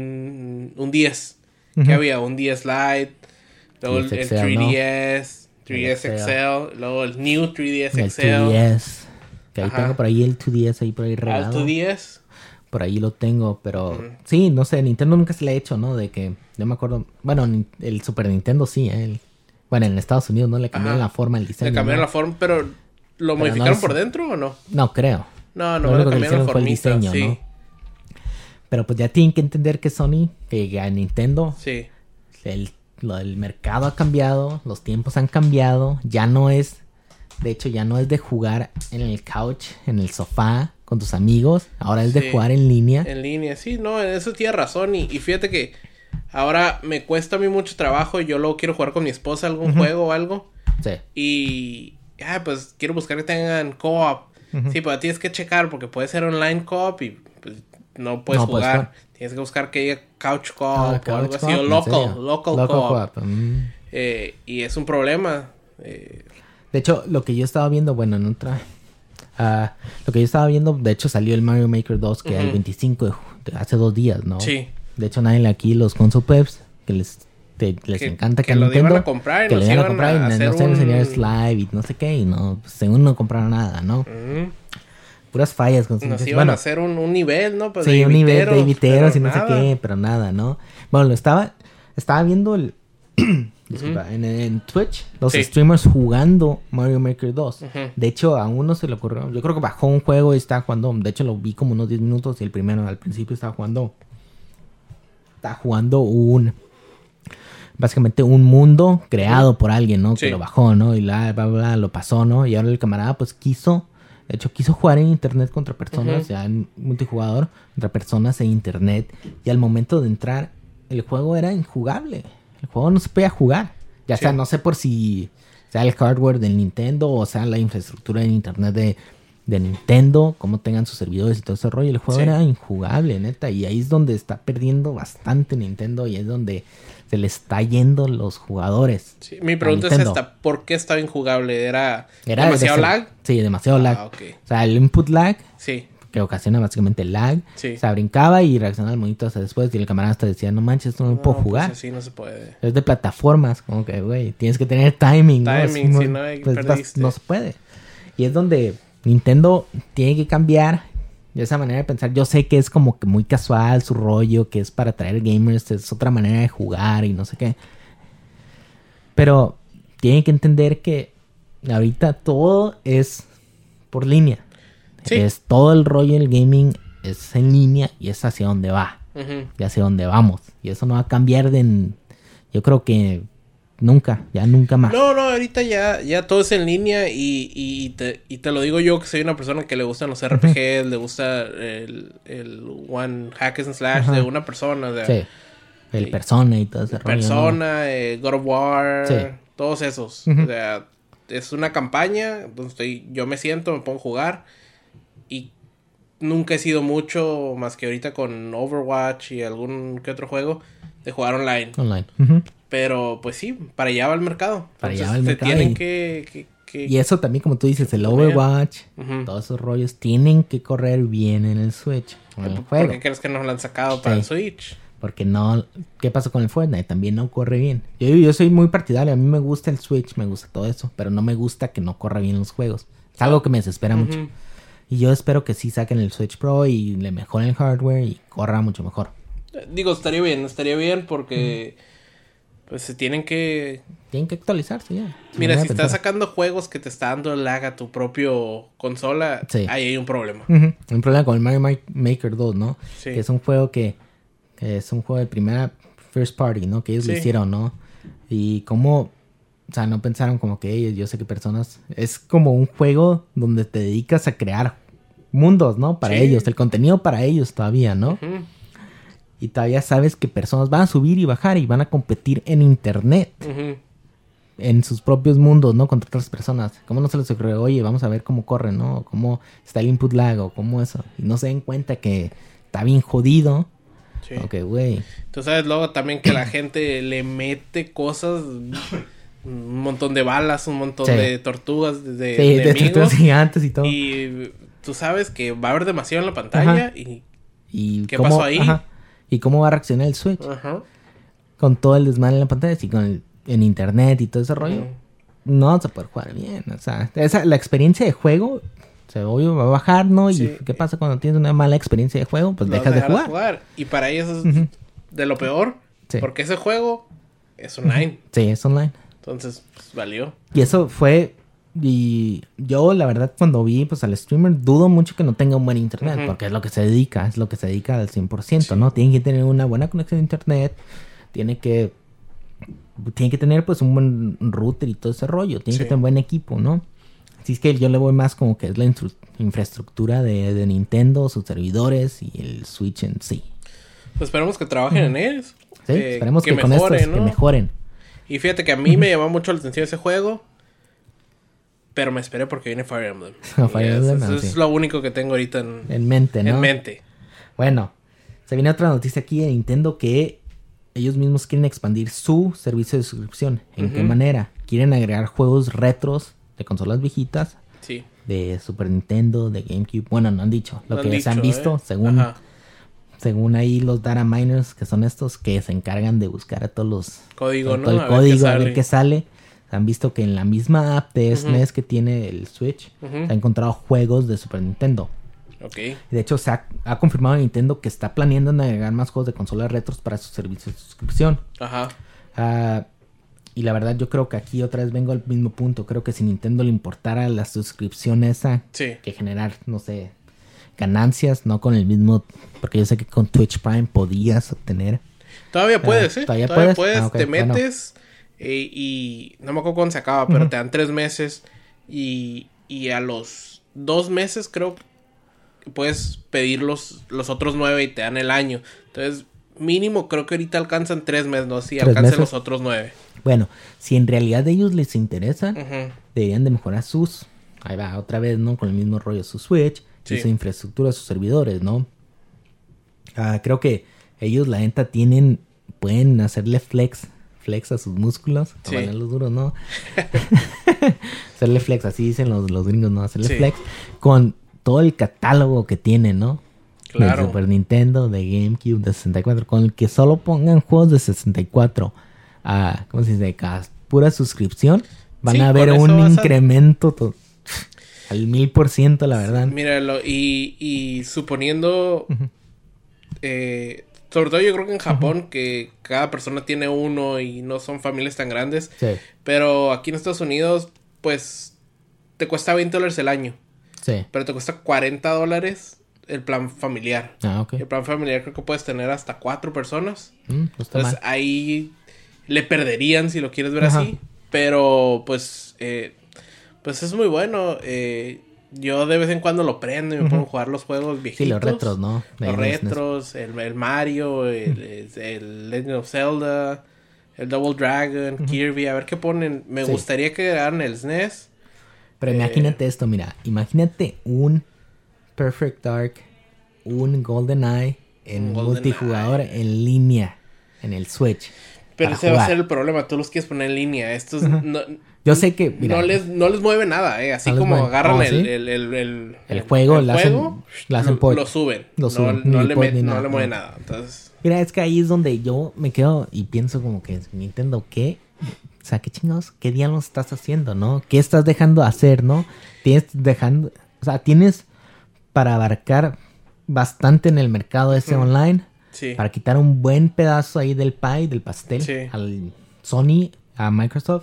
B: un, un diez. Uh-huh. Que había un diez Lite, luego el, el tres D S... ¿no? tres D S X L, luego el New tres D S X L.
A: El dos D S. Que ahí Ajá. tengo por ahí el dos D S ahí por ahí regalado.
B: ¿El dos D S?
A: Por ahí lo tengo, pero... Uh-huh. Sí, no sé, Nintendo nunca se le ha hecho, ¿no? De que... Yo me acuerdo... Bueno, el Super Nintendo sí, ¿eh? El, bueno, en Estados Unidos, ¿no? Le cambiaron Ajá. la forma, el diseño.
B: Le cambiaron
A: ¿no?
B: la forma, pero... ¿Lo pero modificaron no por dentro o no?
A: No, creo.
B: No, no, le cambiaron la formita, diseño, sí. ¿no?
A: Pero pues ya tienen que entender que Sony, que a Nintendo...
B: Sí.
A: El... Lo, el mercado ha cambiado, los tiempos han cambiado, ya no es, de hecho ya no es de jugar en el couch, en el sofá, con tus amigos, ahora es sí, de jugar en línea.
B: En línea, sí, no, eso tiene razón y, y fíjate que ahora me cuesta a mí mucho trabajo, yo luego quiero jugar con mi esposa algún uh-huh. juego o algo.
A: Sí.
B: Y, ah, pues quiero buscar que tengan co-op. Uh-huh. Sí, pero tienes que checar porque puede ser online co-op y pues no puedes no, jugar. Pues, Tienes que buscar que haya couch co-op ah, o algo así, o local, local, local co-op. co-op. Mm. Eh, y es un problema. Eh.
A: De hecho, lo que yo estaba viendo, bueno, en otra... Uh, lo que yo estaba viendo, de hecho, salió el Mario Maker dos, que uh-huh. el veinticinco de, de hace dos días, ¿no?
B: Sí.
A: De hecho, nadie aquí, los console peps, que les, te, les
B: que,
A: encanta que,
B: que lo
A: Nintendo,
B: iban a comprar y
A: que
B: nos
A: lo iban a comprar
B: a
A: y no se un... enseñar Slide y no sé qué, y no, pues, según no compraron nada, ¿no?
B: Uh-huh.
A: Puras fallas con
B: Nos iban bueno, a hacer un, un nivel, ¿no? Pues
A: sí,
B: de
A: un nivel de inviteros y no
B: nada.
A: sé qué, pero nada, ¿no? Bueno, lo estaba, estaba viendo el... disculpa, uh-huh. en, en Twitch, los sí. streamers jugando Mario Maker dos. Uh-huh. De hecho, a uno se le ocurrió... Yo creo que bajó un juego y estaba jugando... De hecho, lo vi como unos diez minutos y el primero al principio estaba jugando... Estaba jugando un... Básicamente un mundo creado uh-huh. por alguien, ¿no? Sí. Que lo bajó, ¿no? Y la, bla, bla, bla, lo pasó, ¿no? Y ahora el camarada pues quiso... De hecho, quiso jugar en internet contra personas, uh-huh. ya en multijugador, contra personas en internet. Y al momento de entrar, el juego era injugable. El juego no se podía jugar. Ya sí. sea, no sé por si sea el hardware del Nintendo o sea la infraestructura en internet de, de Nintendo, cómo tengan sus servidores y todo ese rollo. El juego sí. era injugable, neta. Y ahí es donde está perdiendo bastante Nintendo y es donde se le está yendo los jugadores.
B: Sí, mi pregunta es esta, ¿por qué estaba injugable? ¿Era, ¿Era demasiado de lag?
A: Sí, demasiado
B: ah,
A: lag.
B: Okay.
A: O sea, el input lag,
B: sí.
A: que ocasiona básicamente lag,
B: sí.
A: o sea, brincaba y reaccionaba al monitor hasta después y el camarada hasta decía, no manches, esto no, no lo puedo jugar.
B: Pues así no se puede.
A: Es de plataformas, como que, güey, tienes que tener timing.
B: Timing,
A: ¿no?
B: si no, hay,
A: pues,
B: perdiste.
A: No se puede. Y es donde Nintendo tiene que cambiar de esa manera de pensar. Yo sé que es como que muy casual su rollo, que es para atraer gamers, es otra manera de jugar y no sé qué. Pero tienen que entender que ahorita todo es por línea. Sí. Es todo el rollo del gaming es en línea y es hacia donde va. Uh-huh. Y hacia donde vamos. Y eso no va a cambiar de... Yo creo que nunca, ya nunca más.
B: No, no, ahorita ya, ya todo es en línea y, y, te, y te lo digo yo que soy una persona que le gustan los R P Gs, uh-huh. le gusta el, el one hack and slash uh-huh. de una persona. De,
A: sí. El
B: y,
A: Persona y todo ese rollo.
B: Persona,
A: ¿no?
B: eh, God of War,
A: sí.
B: todos esos.
A: Uh-huh.
B: O sea, es una campaña donde estoy, yo me siento, me pongo a jugar y nunca he sido mucho más que ahorita con Overwatch y algún que otro juego de jugar online.
A: Online. Uh-huh.
B: Pero pues sí, para allá va el mercado.
A: Para
B: Entonces,
A: allá va el mercado.
B: Tienen
A: y,
B: que, que, que...
A: y eso también, como tú dices, el Overwatch,
B: uh-huh.
A: todos esos rollos tienen que correr bien en el Switch. En el
B: ¿Por
A: juego.
B: qué crees que no lo han sacado para sí. el Switch?
A: Porque no... ¿Qué pasó con el Fortnite? También no corre bien. Yo, yo soy muy partidario. A mí me gusta el Switch, me gusta todo eso. Pero no me gusta que no corra bien los juegos. Es algo que me desespera uh-huh. mucho. Y yo espero que sí saquen el Switch Pro y le mejoren el hardware y corra mucho mejor.
B: Digo, estaría bien. Estaría bien porque... Uh-huh. pues se tienen que...
A: Tienen que actualizarse ya.
B: Mira, si estás sacando juegos que te está dando lag a tu propio consola, sí. ahí hay un problema.
A: Uh-huh. Un problema con el Mario Maker dos, ¿no? Sí. Que es un juego que, que es un juego de primera first party, ¿no? Que ellos sí. lo hicieron, ¿no? Y cómo, o sea, no pensaron como que ellos, yo sé que personas, es como un juego donde te dedicas a crear mundos, ¿no? Para sí. ellos, el contenido para ellos todavía, ¿no? Uh-huh. Y todavía sabes que personas van a subir y bajar y van a competir en internet. Uh-huh. En sus propios mundos, ¿no? Contra otras personas. ¿Cómo no se les ocurre? Oye, vamos a ver cómo corre, ¿no? Cómo está el input lag o cómo eso. Y no se den cuenta que está bien jodido. Sí. Ok, güey.
B: Tú sabes luego también que la gente le mete cosas... Un montón de balas, un montón sí. de tortugas, de,
A: sí,
B: de enemigos.
A: De tortugas gigantes y todo.
B: Y tú sabes que va a haber demasiado en la pantalla. Ajá. Y,
A: ¿Y
B: ¿qué
A: cómo,
B: pasó ahí?
A: Ajá. ¿Y cómo va a reaccionar el Switch? Ajá. Con todo el desmadre en la pantalla, así con el... en internet y todo ese rollo, mm. no se puede jugar bien. O sea, esa, la experiencia de juego, se obvio va a bajar, ¿no? Sí. ¿Y qué pasa cuando tienes una mala experiencia de juego? Pues dejas de jugar. de jugar.
B: Y para ellos es uh-huh. de lo peor, sí. porque ese juego es online.
A: Sí, es online.
B: Entonces, pues, valió.
A: Y eso fue... Y yo, la verdad, cuando vi pues al streamer, dudo mucho que no tenga un buen internet, uh-huh. porque es lo que se dedica, es lo que se dedica al cien por ciento, sí. ¿no? Tiene que tener una buena conexión a internet, tiene que... Tiene que tener pues un buen router y todo ese rollo. Tiene sí. que tener un buen equipo, ¿no? Así es que yo le voy más como que es la infra- infraestructura de, de Nintendo, sus servidores y el Switch en sí.
B: Pues esperemos que trabajen mm. en ellos.
A: Sí, eh, esperemos que, que con mejoren, estos, ¿no? que mejoren.
B: Y fíjate que a mí mm. me llamó mucho la atención ese juego. Pero me esperé porque viene Fire Emblem. Fire Emblem eso, eso sí. es lo único que tengo ahorita en,
A: en mente, ¿no?
B: En mente.
A: Bueno, se viene otra noticia aquí de Nintendo que... Ellos mismos quieren expandir su servicio de suscripción. ¿En uh-huh. qué manera? Quieren agregar juegos retros de consolas viejitas.
B: Sí.
A: De Super Nintendo, de GameCube. Bueno, no han dicho. Lo
B: no
A: que
B: han
A: se
B: dicho,
A: han visto,
B: eh.
A: según según ahí los data miners, que son estos que se encargan de buscar a todos los...
B: Código,
A: todo
B: ¿no?
A: el a código, ver a ver qué sale. Han visto que en la misma app de S N E S uh-huh. que tiene el Switch, uh-huh. se han encontrado juegos de Super Nintendo.
B: Okay.
A: De hecho, se ha, ha confirmado Nintendo que está planeando en agregar más juegos de consolas retros para su servicio de suscripción.
B: Ajá.
A: Uh, y la verdad, yo creo que aquí otra vez vengo al mismo punto. Creo que si Nintendo le importara la suscripción esa,
B: sí.
A: que generar, no sé, ganancias, no con el mismo... Porque yo sé que con Twitch Prime podías obtener...
B: Todavía puedes, uh, ¿eh?
A: Todavía,
B: Todavía
A: puedes,
B: puedes
A: ah, okay,
B: te metes bueno. eh, y... No me acuerdo cuándo se acaba, pero uh-huh. te dan tres meses. Y, y a los dos meses creo... puedes pedir los, los otros nueve y te dan el año. Entonces, mínimo creo que ahorita alcanzan tres meses, no si alcancen los otros nueve.
A: Bueno, si en realidad a ellos les interesa,
B: uh-huh.
A: deberían de mejorar sus... Ahí va, otra vez, ¿no? Con el mismo rollo, su Switch, sí. y su infraestructura, sus servidores, ¿no? Uh, creo que ellos, la neta, tienen... Pueden hacerle flex... Flex a sus músculos. Sí. A los duros, ¿no? Hacerle flex, así dicen los, los gringos, ¿no? Hacerle sí. flex con... todo el catálogo que tiene, ¿no?
B: Claro.
A: De Super Nintendo, de GameCube, de sesenta y cuatro, con el que solo pongan juegos de sesenta y cuatro a, ¿cómo se dice? A pura suscripción, van sí, a ver un incremento a... to- al mil por ciento, la verdad.
B: Sí, míralo, y, y suponiendo, uh-huh. eh, sobre todo yo creo que en Japón, uh-huh. que cada persona tiene uno y no son familias tan grandes,
A: sí.
B: pero aquí en Estados Unidos, pues, te cuesta veinte dólares el año.
A: Sí.
B: Pero te cuesta cuarenta dólares el plan familiar.
A: Ah, ok.
B: El plan familiar creo que puedes tener hasta cuatro personas.
A: Mm, no está
B: Entonces
A: mal.
B: ahí le perderían si lo quieres ver
A: Ajá.
B: así. Pero pues eh, pues es muy bueno. Eh, yo de vez en cuando lo prendo y me uh-huh. pongo a jugar los juegos viejitos.
A: Sí, los retros, ¿no?
B: Los retros, el, el Mario, el, el, el Legend of Zelda, el Double Dragon, uh-huh. Kirby. A ver qué ponen. Me sí. gustaría que hagan el S N E S.
A: Pero imagínate eh, esto, mira, imagínate un Perfect Dark, un GoldenEye en Golden multijugador Eye. En línea, en el Switch.
B: Pero ese jugar. Va a ser el problema, tú los quieres poner en línea. Estos uh-huh. no,
A: yo sé que mira,
B: no les no les mueve nada, eh, así no como agarran oh, el, ¿sí? el, el, el,
A: el juego,
B: el
A: lo,
B: juego
A: hacen, lo, hacen por,
B: lo suben,
A: lo suben,
B: no, no le met,
A: nada,
B: no le mueve
A: no.
B: nada. Entonces,
A: mira, es que ahí es donde yo me quedo y pienso como que Nintendo, ¿qué? O sea, ¿qué chingados? ¿Qué diablos estás haciendo, no? ¿Qué estás dejando hacer, no? Tienes dejando... O sea, tienes para abarcar bastante en el mercado ese mm. online.
B: Sí.
A: Para quitar un buen pedazo ahí del pie, del pastel.
B: Sí.
A: Al Sony a Microsoft.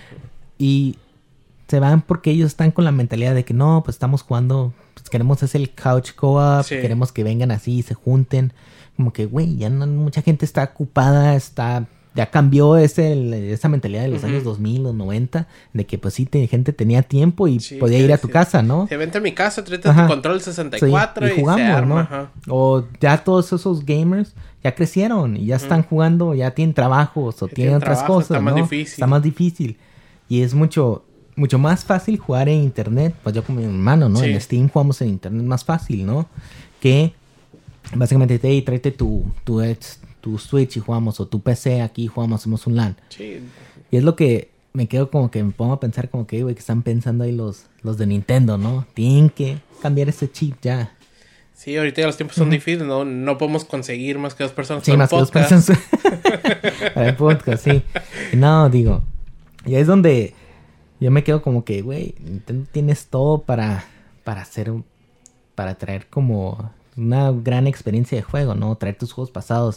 A: Y se van porque ellos están con la mentalidad de que no, pues estamos jugando, pues queremos hacer el couch co-op, sí. queremos que vengan así y se junten. Como que, güey, ya no, mucha gente está ocupada, está... Ya cambió ese, esa mentalidad de los uh-huh. años dos mil, los noventa, de que pues sí, te, gente tenía tiempo y sí, podía ir a tu sí. casa, ¿no?
B: Se vente a mi casa, tráete tu control sesenta y cuatro sí, y, y jugamos, se arma, ¿no? Ajá.
A: O ya todos esos gamers ya crecieron y ya uh-huh. están jugando, ya tienen trabajos o tienen, tienen otras trabajo, cosas, está ¿no? más difícil. Está más difícil. Y es mucho, mucho más fácil jugar en internet, pues yo con mi hermano, ¿no? Sí. En Steam jugamos en internet más fácil, ¿no? Que básicamente, hey, tráete tu, tu ex... tu Switch y jugamos, o tu P C aquí jugamos, hacemos un LAN. Sí. Y es lo que me quedo como que me pongo a pensar como que, güey, que están pensando ahí los, los de Nintendo, ¿no? Tienen que cambiar ese chip ya.
B: Sí, ahorita ya los tiempos son uh-huh. difíciles, ¿no? No podemos conseguir más que dos personas
A: sí, más podcast. que dos personas. Para el podcast, sí. Y no, digo, y es donde yo me quedo como que, güey, Nintendo tienes todo para, para hacer, para traer como... una gran experiencia de juego, ¿no? Traer tus juegos pasados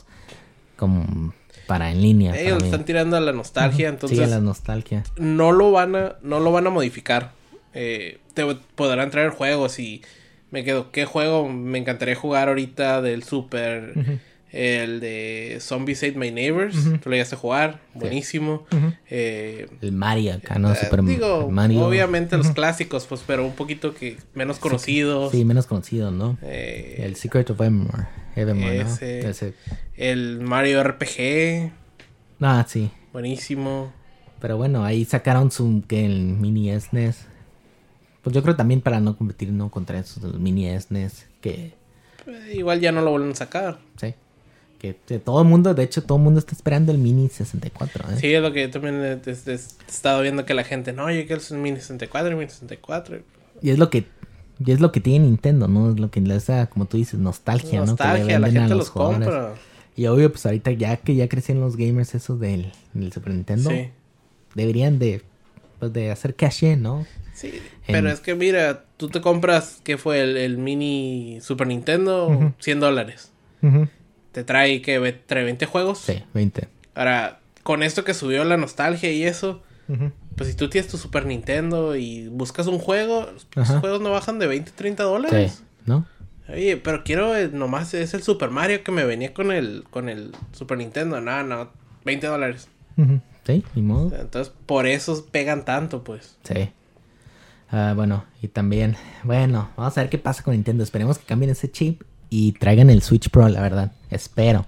A: como para en línea.
B: Ellos están tirando a la nostalgia, uh-huh. entonces...
A: Sí, a la nostalgia.
B: No lo van a, no lo van a modificar. Eh, te podrán traer juegos y me quedo... ¿Qué juego me encantaría jugar ahorita del Super? Uh-huh. El de Zombies Ate My Neighbors. Uh-huh. Tú lo llegaste a jugar. Sí. Buenísimo. Uh-huh. Eh,
A: el Mario acá, ¿no? Uh, Super
B: digo,
A: Mario.
B: Obviamente uh-huh. los clásicos, pues, pero un poquito que menos conocidos.
A: Sí, sí menos conocidos, ¿no? Eh, el Secret of Evermore. Evermore
B: ese,
A: ¿no? Ese.
B: El Mario R P G.
A: Ah, sí.
B: Buenísimo.
A: Pero bueno, ahí sacaron su, que el mini S N E S. Pues yo creo también para no competir, ¿no? Contra esos del mini S N E S. Que...
B: Pues, igual ya no lo vuelven a sacar.
A: Sí. Que todo el mundo, de hecho, todo el mundo está esperando el Mini sesenta y cuatro, ¿eh?
B: Sí, es lo que yo también he, he, he estado viendo que la gente, no, yo quiero el Mini sesenta y cuatro, el Mini sesenta y cuatro.
A: Y es lo que, y es lo que tiene Nintendo, ¿no? Es lo que les da, como tú dices, nostalgia,
B: nostalgia
A: ¿no? Que
B: la gente los, los compra.
A: Y obvio, pues ahorita ya que ya crecen los gamers esos del, del Super Nintendo, sí. deberían de, pues, de hacer caché, ¿no?
B: Sí, en... pero es que mira, tú te compras, ¿qué fue? El, el Mini Super Nintendo, uh-huh. cien dólares. Uh-huh. Te trae, ¿qué? ¿Trae veinte juegos?
A: Sí, veinte.
B: Ahora, con esto que subió la nostalgia y eso, uh-huh. pues si tú tienes tu Super Nintendo y buscas un juego, los uh-huh. juegos no bajan de veinte, treinta dólares.
A: Sí, ¿no?
B: Oye, pero quiero, eh, nomás es el Super Mario que me venía con el con el Super Nintendo. No, no, veinte dólares.
A: Uh-huh. Sí, ni modo.
B: Entonces, por eso pegan tanto, pues.
A: Sí. Uh, bueno, y también, bueno, vamos a ver qué pasa con Nintendo. Esperemos que cambien ese chip y traigan el Switch Pro, la verdad. Espero.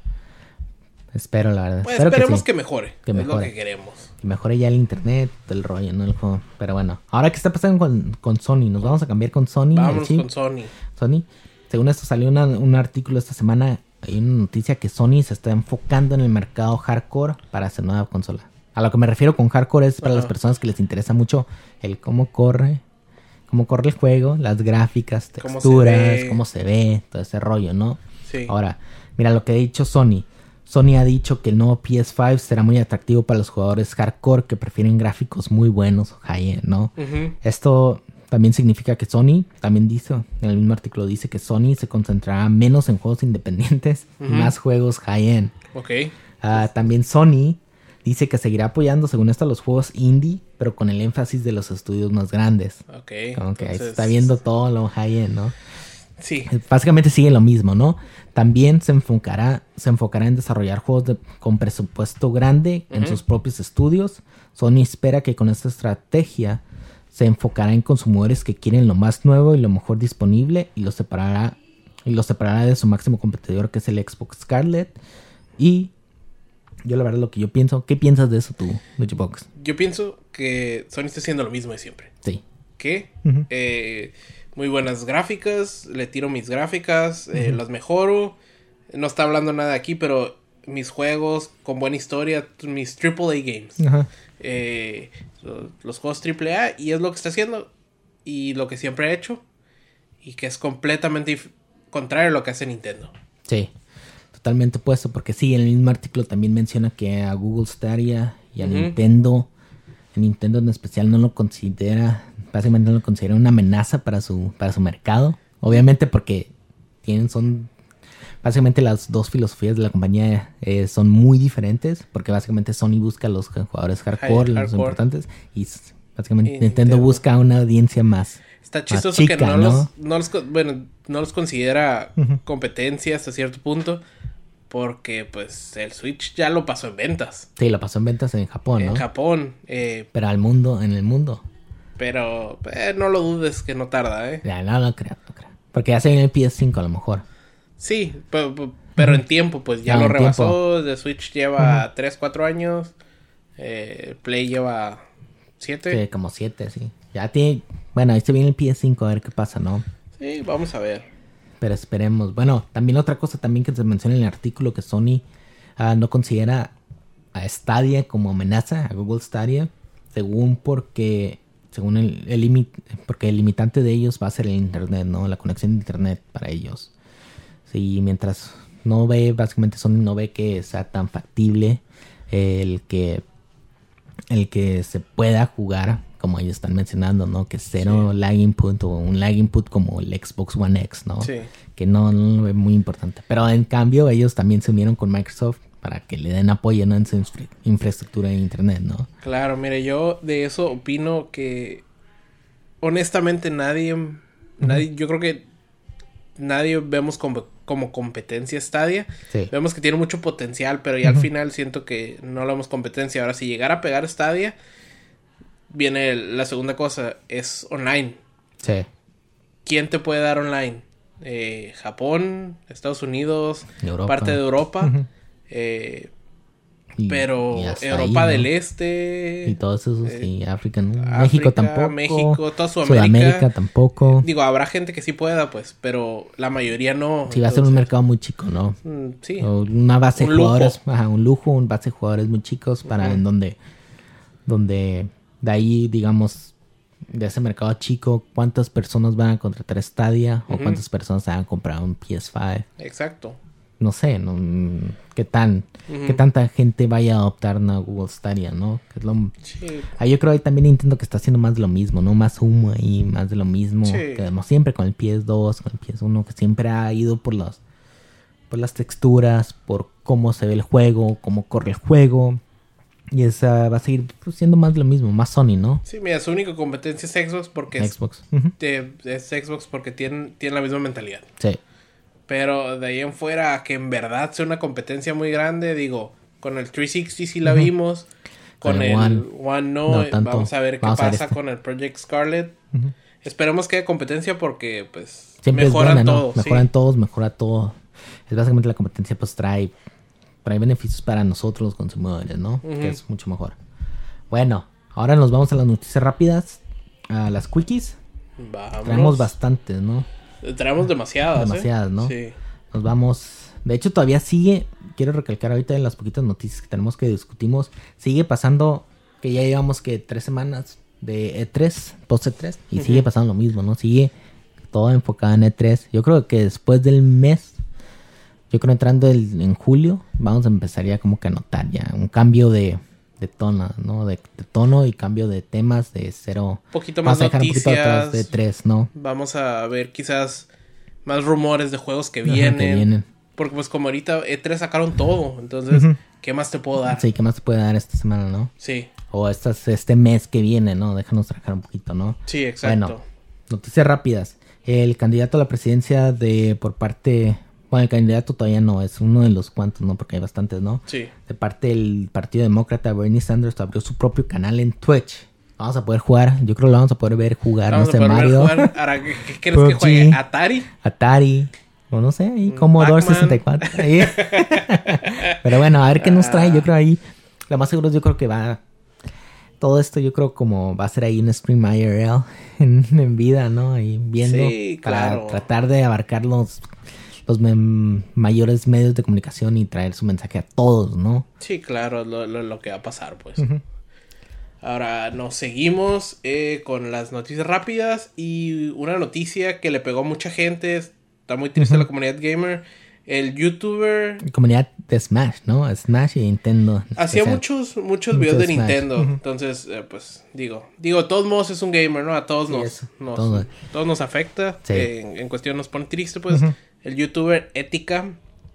A: Espero, la verdad.
B: Pues
A: Espero
B: esperemos que,
A: que,
B: sí. que mejore.
A: Que mejore.
B: Es lo que queremos.
A: Que mejore ya el internet, el rollo, ¿no? El juego. Pero bueno, ahora qué está pasando con, con Sony. Nos vamos a cambiar con Sony.
B: Vamos con Sony.
A: Sony. Según esto salió una, un artículo esta semana. Hay una noticia que Sony se está enfocando en el mercado hardcore para hacer nueva consola. A lo que me refiero con hardcore es para uh-huh. las personas que les interesa mucho el cómo corre. Cómo corre el juego, las gráficas, texturas, cómo se, cómo se ve, todo ese rollo, ¿no?
B: Sí.
A: Ahora, mira lo que ha dicho Sony. Sony ha dicho que el nuevo P S cinco será muy atractivo para los jugadores hardcore que prefieren gráficos muy buenos o high-end, ¿no? Uh-huh. Esto también significa que Sony, también dice, en el mismo artículo dice que Sony se concentrará menos en juegos independientes uh-huh. y más juegos high-end.
B: Ok.
A: Uh, también Sony dice que seguirá apoyando, según esto, los juegos indie, pero con el énfasis de los estudios más grandes.
B: Ok.
A: Como que entonces... ahí se está viendo todo lo high-end, ¿no?
B: Sí.
A: Básicamente sigue lo mismo, ¿no? También se enfocará, se enfocará en desarrollar juegos de, con presupuesto grande en uh-huh. sus propios estudios. Sony espera que con esta estrategia se enfocará en consumidores que quieren lo más nuevo y lo mejor disponible y los separará, y los separará de su máximo competidor, que es el Xbox Scarlett. Y yo la verdad lo que yo pienso, ¿qué piensas de eso tú, Luchibox?
B: Yo pienso que Sony está haciendo lo mismo de siempre.
A: Sí.
B: ¿Qué? Uh-huh. Eh, muy buenas gráficas, le tiro mis gráficas, eh, uh-huh. las mejoro. No está hablando nada aquí, pero mis juegos con buena historia, mis triple A games. Uh-huh. Eh, los, los juegos triple A, y es lo que está haciendo y lo que siempre ha hecho y que es completamente if- contrario a lo que hace Nintendo.
A: Sí. Totalmente opuesto, porque sí, en el mismo artículo también menciona que a Google Stadia y a uh-huh. Nintendo, a Nintendo en especial no lo considera, básicamente no lo considera una amenaza para su para su mercado. Obviamente porque tienen, son, básicamente las dos filosofías de la compañía eh, son muy diferentes, porque básicamente Sony busca a los jugadores hardcore, los hardcore. importantes, y básicamente y Nintendo, Nintendo busca una audiencia más
B: Está chistoso más chica, que no, ¿no? Los, no los, bueno, no los considera uh-huh. competencia hasta cierto punto, porque pues el Switch ya lo pasó en ventas.
A: Sí, lo pasó en ventas en Japón,
B: en
A: ¿no?
B: En Japón. Eh,
A: pero al mundo, en el mundo.
B: Pero eh, no lo dudes que no tarda, ¿eh?
A: Ya, no, no creo, no creo. Porque ya se viene el P S cinco a lo mejor.
B: Sí, pero, pero uh-huh. en tiempo, pues ya ah, lo rebasó. The Switch lleva uh-huh. tres, cuatro años. Eh, Play lleva siete.
A: Sí, como siete, sí. Ya tiene... Bueno, ahí se viene el P S cinco a ver qué pasa, ¿no?
B: Sí, vamos a ver.
A: Pero esperemos. Bueno, también otra cosa también que se menciona en el artículo, que Sony uh, no considera a Stadia como amenaza, a Google Stadia, según porque... Según el, el limit, porque el limitante de ellos va a ser el internet, ¿no? La conexión de internet para ellos. Sí, mientras no ve, básicamente Sony no ve que sea tan factible el que el que se pueda jugar, como ellos están mencionando, ¿no? Que cero sí. lag input o un lag input como el Xbox One X, ¿no?
B: Sí.
A: Que no, no lo ve muy importante. Pero en cambio ellos también se unieron con Microsoft para que le den apoyo, ¿no? En su infra- infraestructura de internet, ¿no?
B: Claro, mire, yo de eso opino que honestamente nadie, uh-huh. nadie, yo creo que nadie vemos como, como competencia Stadia.
A: Sí.
B: Vemos que tiene mucho potencial, pero ya uh-huh. al final siento que no lo vemos competencia. Ahora, si llegara a pegar Stadia, viene la segunda cosa, es online.
A: Sí.
B: ¿Quién te puede dar online? Eh, Japón, Estados Unidos,
A: Europa.
B: parte de Europa. Uh-huh. Eh, y, pero y Europa ahí, del ¿no? Este
A: y todos esos eh, y África, ¿no?
B: África,
A: México tampoco,
B: México, toda Sudamérica,
A: Sudamérica tampoco.
B: Digo, habrá gente que sí pueda, pues, pero la mayoría no.
A: Sí, va a ser un mercado muy chico, ¿no?
B: Mm, sí.
A: O una base un de jugadores, ajá, un lujo, un base de jugadores muy chicos para uh-huh. en donde, donde de ahí, digamos, de ese mercado chico, ¿cuántas personas van a contratar Stadia uh-huh. o cuántas personas van a comprar un P S cinco?
B: Exacto.
A: No sé, no, qué tan, uh-huh. qué tanta gente vaya a adoptar una Google Stadia, ¿no? Que es lo,
B: sí.
A: Ahí yo creo que también Nintendo que está haciendo más de lo mismo, ¿no? Más humo ahí, más de lo mismo.
B: Sí.
A: Que vemos siempre con el P S dos, con el P S uno, que siempre ha ido por los, por las texturas, por cómo se ve el juego, cómo corre el juego. Y esa va a seguir pues, siendo más de lo mismo, más Sony, ¿no?
B: Sí, mira, su única competencia es Xbox porque
A: Xbox.
B: es,
A: Uh-huh.
B: de, es Xbox porque tienen, tienen la misma mentalidad.
A: Sí.
B: Pero de ahí en fuera, que en verdad sea una competencia muy grande, digo, con el trescientos sesenta sí la uh-huh. vimos, con, con el, el One, One no, no tanto. Vamos a ver qué vamos pasa este. con el Project Scarlet. Uh-huh. Esperemos que haya competencia porque, pues,
A: siempre
B: mejoran
A: es buena,
B: todo.
A: ¿no? Mejoran
B: sí.
A: todos, mejora todo. Es básicamente la competencia, pues, trae, trae beneficios para nosotros los consumidores, ¿no? Uh-huh. Que es mucho mejor. Bueno, ahora nos vamos a las noticias rápidas, a las quickies.
B: Vámonos.
A: Traemos bastantes, ¿no?
B: Traemos demasiadas,
A: Demasiadas,
B: ¿eh?
A: ¿no?
B: Sí.
A: Nos vamos... De hecho, todavía sigue... Quiero recalcar ahorita en las poquitas noticias que tenemos que discutimos. Sigue pasando que ya llevamos que tres semanas de E tres, post E tres. Y uh-huh. sigue pasando lo mismo, ¿no? Sigue todo enfocado en E tres. Yo creo que después del mes... Yo creo entrando el, en julio... Vamos a empezar ya como que a notar ya un cambio de... de tono, ¿no? De, de tono y cambio de temas de cero.
B: Un poquito más
A: vamos a
B: noticias.
A: Un poquito atrás de tres, ¿no?
B: Vamos a ver quizás más rumores de juegos que vienen.
A: Ajá, que vienen.
B: Porque pues como ahorita E tres sacaron todo. Entonces, uh-huh. ¿qué más te puedo dar?
A: Sí, ¿qué más te puede dar esta semana, no?
B: Sí.
A: O estas, este mes que viene, ¿no? Déjanos trabajar un poquito, ¿no?
B: Sí, exacto.
A: Bueno, noticias rápidas. El candidato a la presidencia de por parte... Bueno, el candidato todavía no, es uno de los cuantos, ¿no? Porque hay bastantes, ¿no?
B: Sí.
A: De parte del Partido Demócrata, Bernie Sanders abrió su propio canal en Twitch. Vamos a poder jugar, yo creo que lo vamos a poder ver jugar,
B: vamos
A: no sé,
B: a poder
A: Mario.
B: Ver jugar. Ahora, ¿qué, qué quieres que juegue? ¿Atari?
A: Atari, o no sé, ahí Commodore sesenta y cuatro. Ahí. Pero bueno, a ver qué nos trae, yo creo ahí. Lo más seguro yo creo que va... Todo esto yo creo como va a ser ahí un stream I R L en, en vida, ¿no? Ahí viendo
B: sí, claro.
A: Para tratar de abarcar los... los me- mayores medios de comunicación y traer su mensaje a todos, ¿no?
B: Sí, claro, lo, lo, lo que va a pasar, pues.
A: Uh-huh.
B: Ahora nos seguimos eh, con las noticias rápidas y una noticia que le pegó a mucha gente, está muy triste uh-huh. la comunidad gamer. El youtuber...
A: Comunidad de Smash, ¿no? Smash y Nintendo.
B: Hacía muchos, muchos videos de, de Nintendo. Uh-huh. Entonces, eh, pues, digo... Digo, de todos modos es un gamer, ¿no? A todos, sí, nos, nos, todo. todos nos afecta. Sí. Eh, en, en cuestión nos pone triste, pues. Uh-huh. El youtuber Ética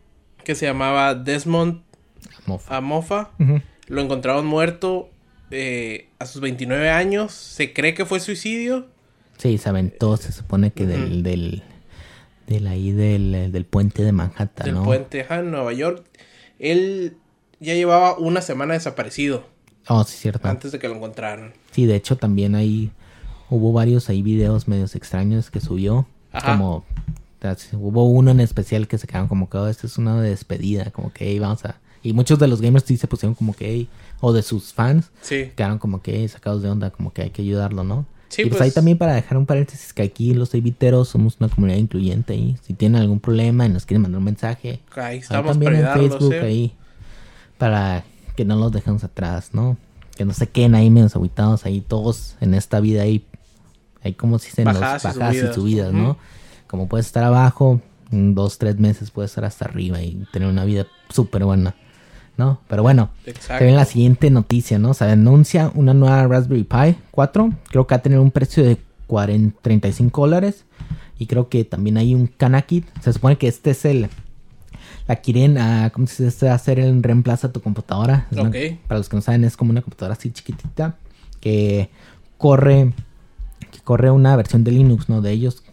B: que se llamaba Desmond Amofa. Amofa. Uh-huh. Lo encontraron muerto eh, a sus veintinueve años. Se cree que fue suicidio.
A: Sí, se aventó, se supone que uh-huh. del, del, del ahí del, del puente de Manhattan,
B: del
A: ¿no?
B: Del puente, ajá, en Nueva York. Él ya llevaba una semana desaparecido.
A: Oh, sí, cierto.
B: Antes de que lo encontraran.
A: Sí, de hecho también ahí hubo varios ahí videos medios extraños que subió. Ajá. Como, hubo uno en especial que se quedaron como que, oh, esto es una despedida, como que, hey, vamos a... Y muchos de los gamers sí se pusieron como que, hey, o de sus fans,
B: sí.
A: quedaron como que, hey, sacados de onda, como que hay que ayudarlo, ¿no?
B: Sí,
A: y pues,
B: pues
A: ahí también para dejar un paréntesis que aquí los Daviteros somos una comunidad incluyente ahí. Si tienen algún problema y nos quieren mandar un mensaje,
B: ahí estamos
A: ahí también
B: para
A: en Facebook,
B: ¿eh?
A: ahí, para que no los dejemos atrás, ¿no? Que no se queden ahí medio aguitados ahí todos en esta vida ahí. Hay como si se nos
B: bajadas
A: bajas
B: y subidas,
A: y subidas,
B: uh-huh.
A: ¿no? Como puedes estar abajo, en dos, tres meses puedes estar hasta arriba y tener una vida súper buena, ¿no? Pero bueno,
B: exacto.
A: Se ve en la siguiente noticia, ¿no? Se anuncia una nueva Raspberry Pi cuatro. Creo que va a tener un precio de cuarenta, treinta y cinco dólares. Y creo que también hay un Kanakit. Se supone que este es el... La quieren, uh, ¿cómo se dice? Hacer el reemplazo a tu computadora. Es
B: okay.
A: una, para los que no saben, es como una computadora así chiquitita. Que corre... Que corre una versión de Linux, ¿no? De ellos.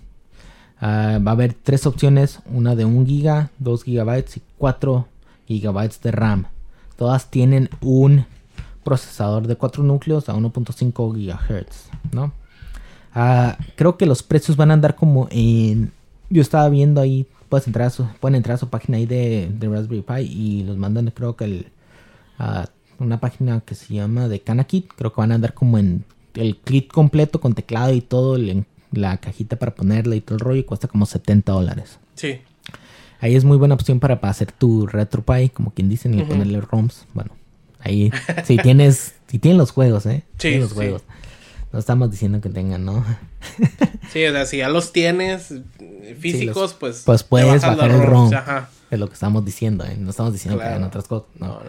A: Uh, va a haber tres opciones. Una de un giga, dos gigabytes y cuatro gigabytes de RAM. Todas tienen un procesador de cuatro núcleos a uno punto cinco gigahertz, ¿no? Uh, creo que los precios van a andar como en... Yo estaba viendo ahí, puedes entrar a su, pueden entrar a su página ahí de, de Raspberry Pi y los mandan, creo que el, uh, una página que se llama de Kanakit. Creo que van a andar como en el kit completo con teclado y todo, el, la cajita para ponerla y todo el rollo, y cuesta como setenta dólares.
B: Sí.
A: Ahí es muy buena opción para, para hacer tu RetroPie, como quien dice, y uh-huh. ponerle ROMs. Bueno, ahí, si tienes, si tienen los juegos, ¿eh?
B: Sí,
A: tienen los
B: sí.
A: juegos. No estamos diciendo que tengan, ¿no?
B: Sí, o sea, si ya los tienes físicos, sí, los, pues...
A: Pues puedes bajar el ROM.
B: Ajá.
A: Es lo que estamos diciendo, ¿eh? No estamos diciendo
B: claro.
A: que hagan otras cosas. No,
B: no,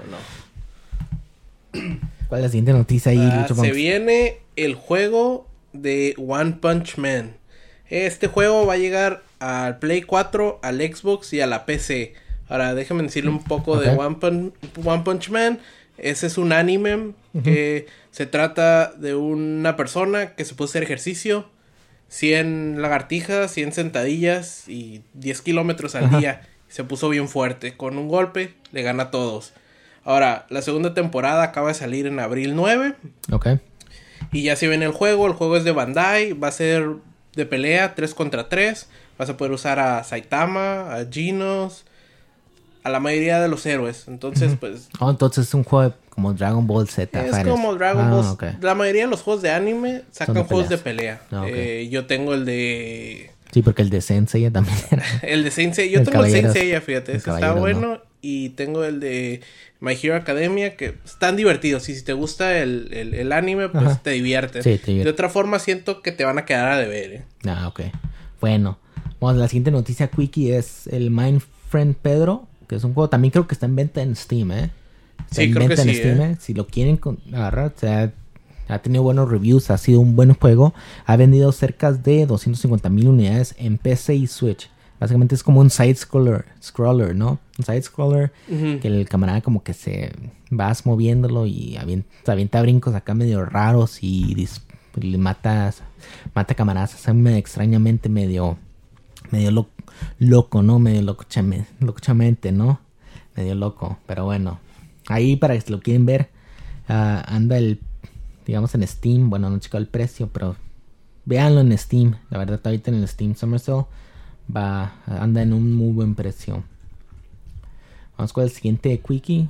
B: no. no.
A: ¿Cuál es la siguiente noticia ahí,
B: uh,
A: Lucho?
B: Se viene el juego de One Punch Man. Este juego va a llegar al Play cuatro, al Xbox y a la P C. Ahora, déjame decirle un poco okay. de One, Pun- One Punch Man. Ese es un anime uh-huh. que se trata de una persona que se puede hacer ejercicio. cien lagartijas, cien sentadillas y diez kilómetros al uh-huh. día. Se puso bien fuerte. Con un golpe le gana a todos. Ahora, la segunda temporada acaba de salir en abril nueve.
A: Ok.
B: Y ya se viene el juego. El juego es de Bandai. Va a ser de pelea tres contra tres. Vas a poder usar a Saitama, a Genos, a la mayoría de los héroes. Entonces, uh-huh. pues...
A: Oh, entonces es un juego como Dragon Ball Z.
B: Es
A: Fighters.
B: como Dragon
A: ah,
B: Ball...
A: Okay.
B: La mayoría de los juegos de anime sacan
A: de
B: juegos de pelea.
A: Ah, okay.
B: eh, yo tengo el de...
A: Sí, porque el de Sensei también era.
B: El de Sensei. Yo el tengo el Sensei, fíjate. Ese está bueno. ¿No? Y tengo el de My Hero Academia, que están divertidos. Y si te gusta el, el, el anime, pues Ajá. te diviertes.
A: Sí, te divierte.
B: De otra forma, siento que te van a quedar a deber. ¿eh?
A: Ah, ok. Bueno, vamos, la siguiente noticia quickie es el Mindfriend Pedro, que es un juego, también creo que está en venta en Steam, ¿eh? Está
B: sí,
A: en
B: creo
A: venta
B: que
A: en
B: sí,
A: Steam,
B: ¿eh?
A: ¿eh? Si lo quieren con, agarrar, o sea, ha tenido buenos reviews, ha sido un buen juego. Ha vendido cerca de doscientas cincuenta mil unidades en P C y Switch. Básicamente es como un side-scroller, scroller, ¿no? Un side-scroller uh-huh. que el camarada como que se... Vas moviéndolo y avienta, avienta brincos acá medio raros y... Dis, y matas, mata camaradas así medio extrañamente, medio, medio lo, loco, ¿no? Medio locochame, locochamente, ¿no? Medio loco, pero bueno. Ahí para que si lo quieren ver, uh, anda el, digamos en Steam, bueno, no checo el precio, pero véanlo en Steam. La verdad, ahorita en el Steam Summer Sale va, anda en un muy buen precio. Vamos con el siguiente quickie.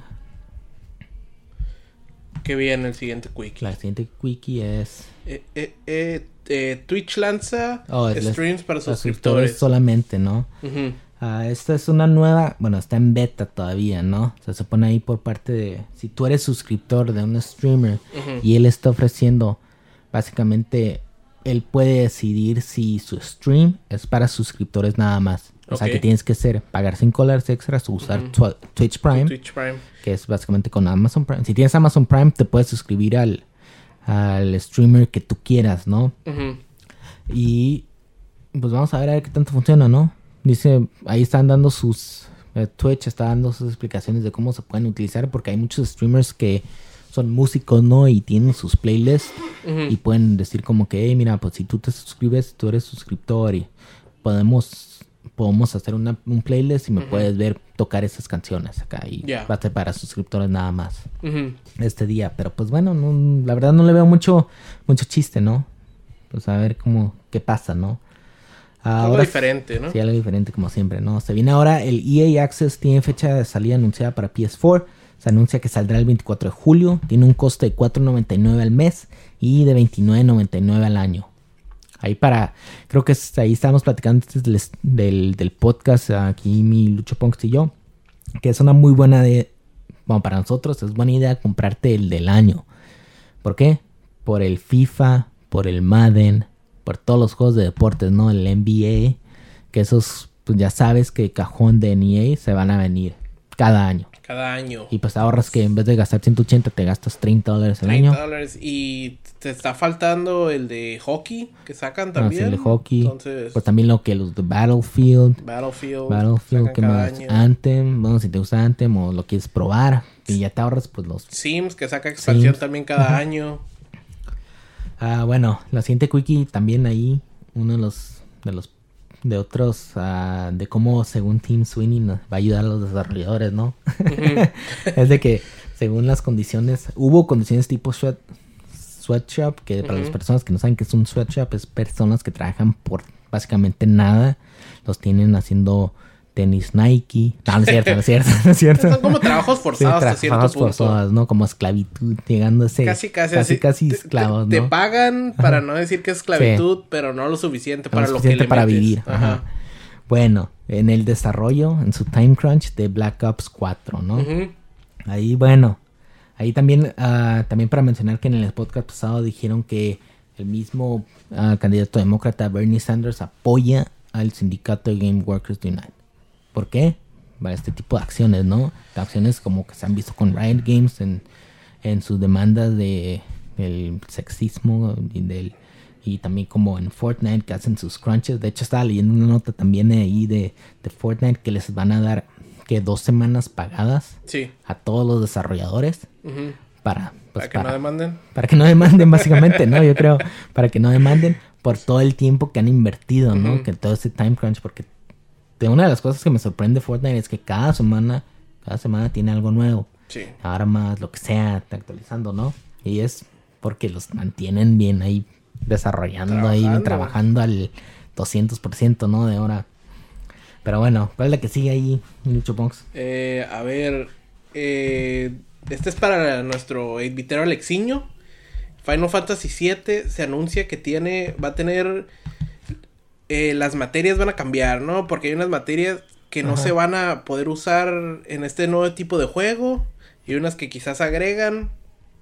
B: ¿Qué viene el siguiente quickie?
A: La siguiente quickie es...
B: Eh, eh, eh, eh, Twitch lanza
A: oh,
B: streams
A: les,
B: para suscriptores.
A: suscriptores solamente, ¿no?
B: Uh-huh.
A: Uh, esta es una nueva... Bueno, está en beta todavía, ¿no? O sea, se pone ahí por parte de... Si tú eres suscriptor de un streamer uh-huh. y él está ofreciendo... Básicamente, él puede decidir si su stream es para suscriptores nada más. O okay. sea, que tienes que ser pagar cinco dólares extras o usar uh-huh. tu, Twitch Prime,
B: Twitch Prime.
A: Que es básicamente con Amazon Prime. Si tienes Amazon Prime, te puedes suscribir al, al streamer que tú quieras, ¿no?
B: Uh-huh.
A: Y pues vamos a ver a ver qué tanto funciona, ¿no? Dice, ahí están dando sus eh, Twitch está dando sus explicaciones de cómo se pueden utilizar, porque hay muchos streamers que son músicos, ¿no? Y tienen sus playlists uh-huh. y pueden decir como que, hey, mira, pues si tú te suscribes, tú eres suscriptor y podemos, podemos hacer una, un playlist y me uh-huh. puedes ver tocar esas canciones acá y yeah. va a ser para suscriptores nada más uh-huh. este día. Pero pues bueno, no, la verdad no le veo mucho, mucho chiste, ¿no? Pues a ver cómo, qué pasa, ¿no? Ahora,
B: algo diferente, ¿no?
A: Sí, algo diferente como siempre, ¿no? Se viene ahora el E A Access, tiene fecha de salida anunciada para P S cuatro. Se anuncia que saldrá el veinticuatro de julio. Tiene un costo de cuatro noventa y nueve al mes y de veintinueve noventa y nueve al año. Ahí para... Creo que es, ahí estábamos platicando antes del, del, del podcast, aquí mi Lucho Punks y yo, que es una muy buena de... Bueno, para nosotros es buena idea comprarte el del año. ¿Por qué? Por el FIFA, por el Madden, por todos los juegos de deportes, ¿no? El N B A, que esos, pues ya sabes que cajón de N E A se van a venir cada año.
B: Cada año.
A: Y pues ahorras que en vez de gastar ciento ochenta te gastas treinta dólares al año.
B: treinta dólares. Y te está faltando el de hockey que sacan también.
A: Ah, sí, el de hockey.
B: Entonces...
A: Pues también lo que los de Battlefield.
B: Battlefield.
A: Battlefield, que más año. Anthem. Bueno, si te gusta Anthem o lo quieres probar. Y ya te ahorras pues los...
B: Sims, que saca expansión Sims. También cada uh-huh. año.
A: Ah, bueno, la siguiente quickie también ahí. Uno de los... De los de otros, uh, de cómo según Tim Sweeney va a ayudar a los desarrolladores, ¿no? Uh-huh. Es de que según las condiciones, hubo condiciones tipo sweat, sweatshop, que uh-huh. para las personas que no saben qué es un sweatshop, es personas que trabajan por básicamente nada, los tienen haciendo tenis Nike. No, no es cierto, no es cierto, no es cierto.
B: Son como trabajos forzados sí, tra- hasta cierto trabajos punto.
A: forzados, ¿no? Como esclavitud, llegando a ese...
B: Casi, casi.
A: Casi, casi esclavos,
B: te,
A: ¿no?
B: Te pagan para Ajá. no decir que es esclavitud, sí. pero no lo suficiente para lo, lo
A: suficiente
B: que le
A: para
B: metes.
A: vivir. Ajá. Ajá. Bueno, en el desarrollo, en su time crunch de Black Ops cuatro, ¿no? Uh-huh. Ahí, bueno, ahí también, uh, también para mencionar que en el podcast pasado dijeron que el mismo uh, candidato demócrata Bernie Sanders apoya al sindicato de Game Workers United. ¿Por qué? Para este tipo de acciones, ¿no? Acciones como que se han visto con Riot Games en, en sus demandas de el sexismo y del y también como en Fortnite que hacen sus crunches. De hecho estaba leyendo una nota también ahí de, de Fortnite que les van a dar que dos semanas pagadas
B: sí.
A: a todos los desarrolladores
B: uh-huh.
A: para
B: para
A: pues,
B: que para, no demanden
A: para que no demanden básicamente, ¿no? Yo creo para que no demanden por todo el tiempo que han invertido, ¿no? Uh-huh. Que todo ese time crunch, porque de una de las cosas que me sorprende Fortnite es que cada semana, cada semana tiene algo nuevo.
B: Sí.
A: Armas, lo que sea, está actualizando, ¿no? Y es porque los mantienen bien ahí desarrollando, trabajando. ahí trabajando al doscientos por ciento, ¿no? De hora. Pero bueno, ¿cuál es la que sigue ahí, Lucho Punks?
B: Eh, a ver, eh, este es para nuestro eight-bitero Alexiño. Final Fantasy siete se anuncia que tiene, va a tener... Eh, las materias van a cambiar, ¿no? Porque hay unas materias que no Ajá. se van a poder usar en este nuevo tipo de juego. Y unas que quizás agregan.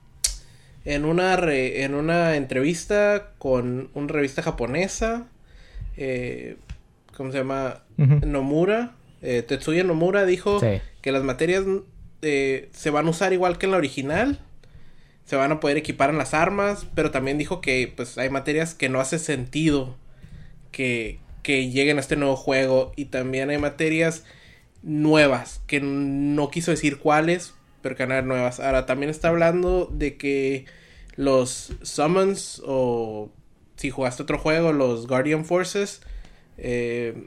B: En una, re, en una entrevista con una revista japonesa. Eh, ¿Cómo se llama? Uh-huh. Nomura. Eh, Tetsuya Nomura dijo sí. que las materias eh, se van a usar igual que en la original. Se van a poder equipar en las armas. Pero también dijo que pues hay materias que no hace sentido Que, que lleguen a este nuevo juego. Y también hay materias nuevas, que no quiso decir cuáles, pero que van a haber nuevas. Ahora también está hablando de que los summons, o si jugaste otro juego, los Guardian Forces, eh,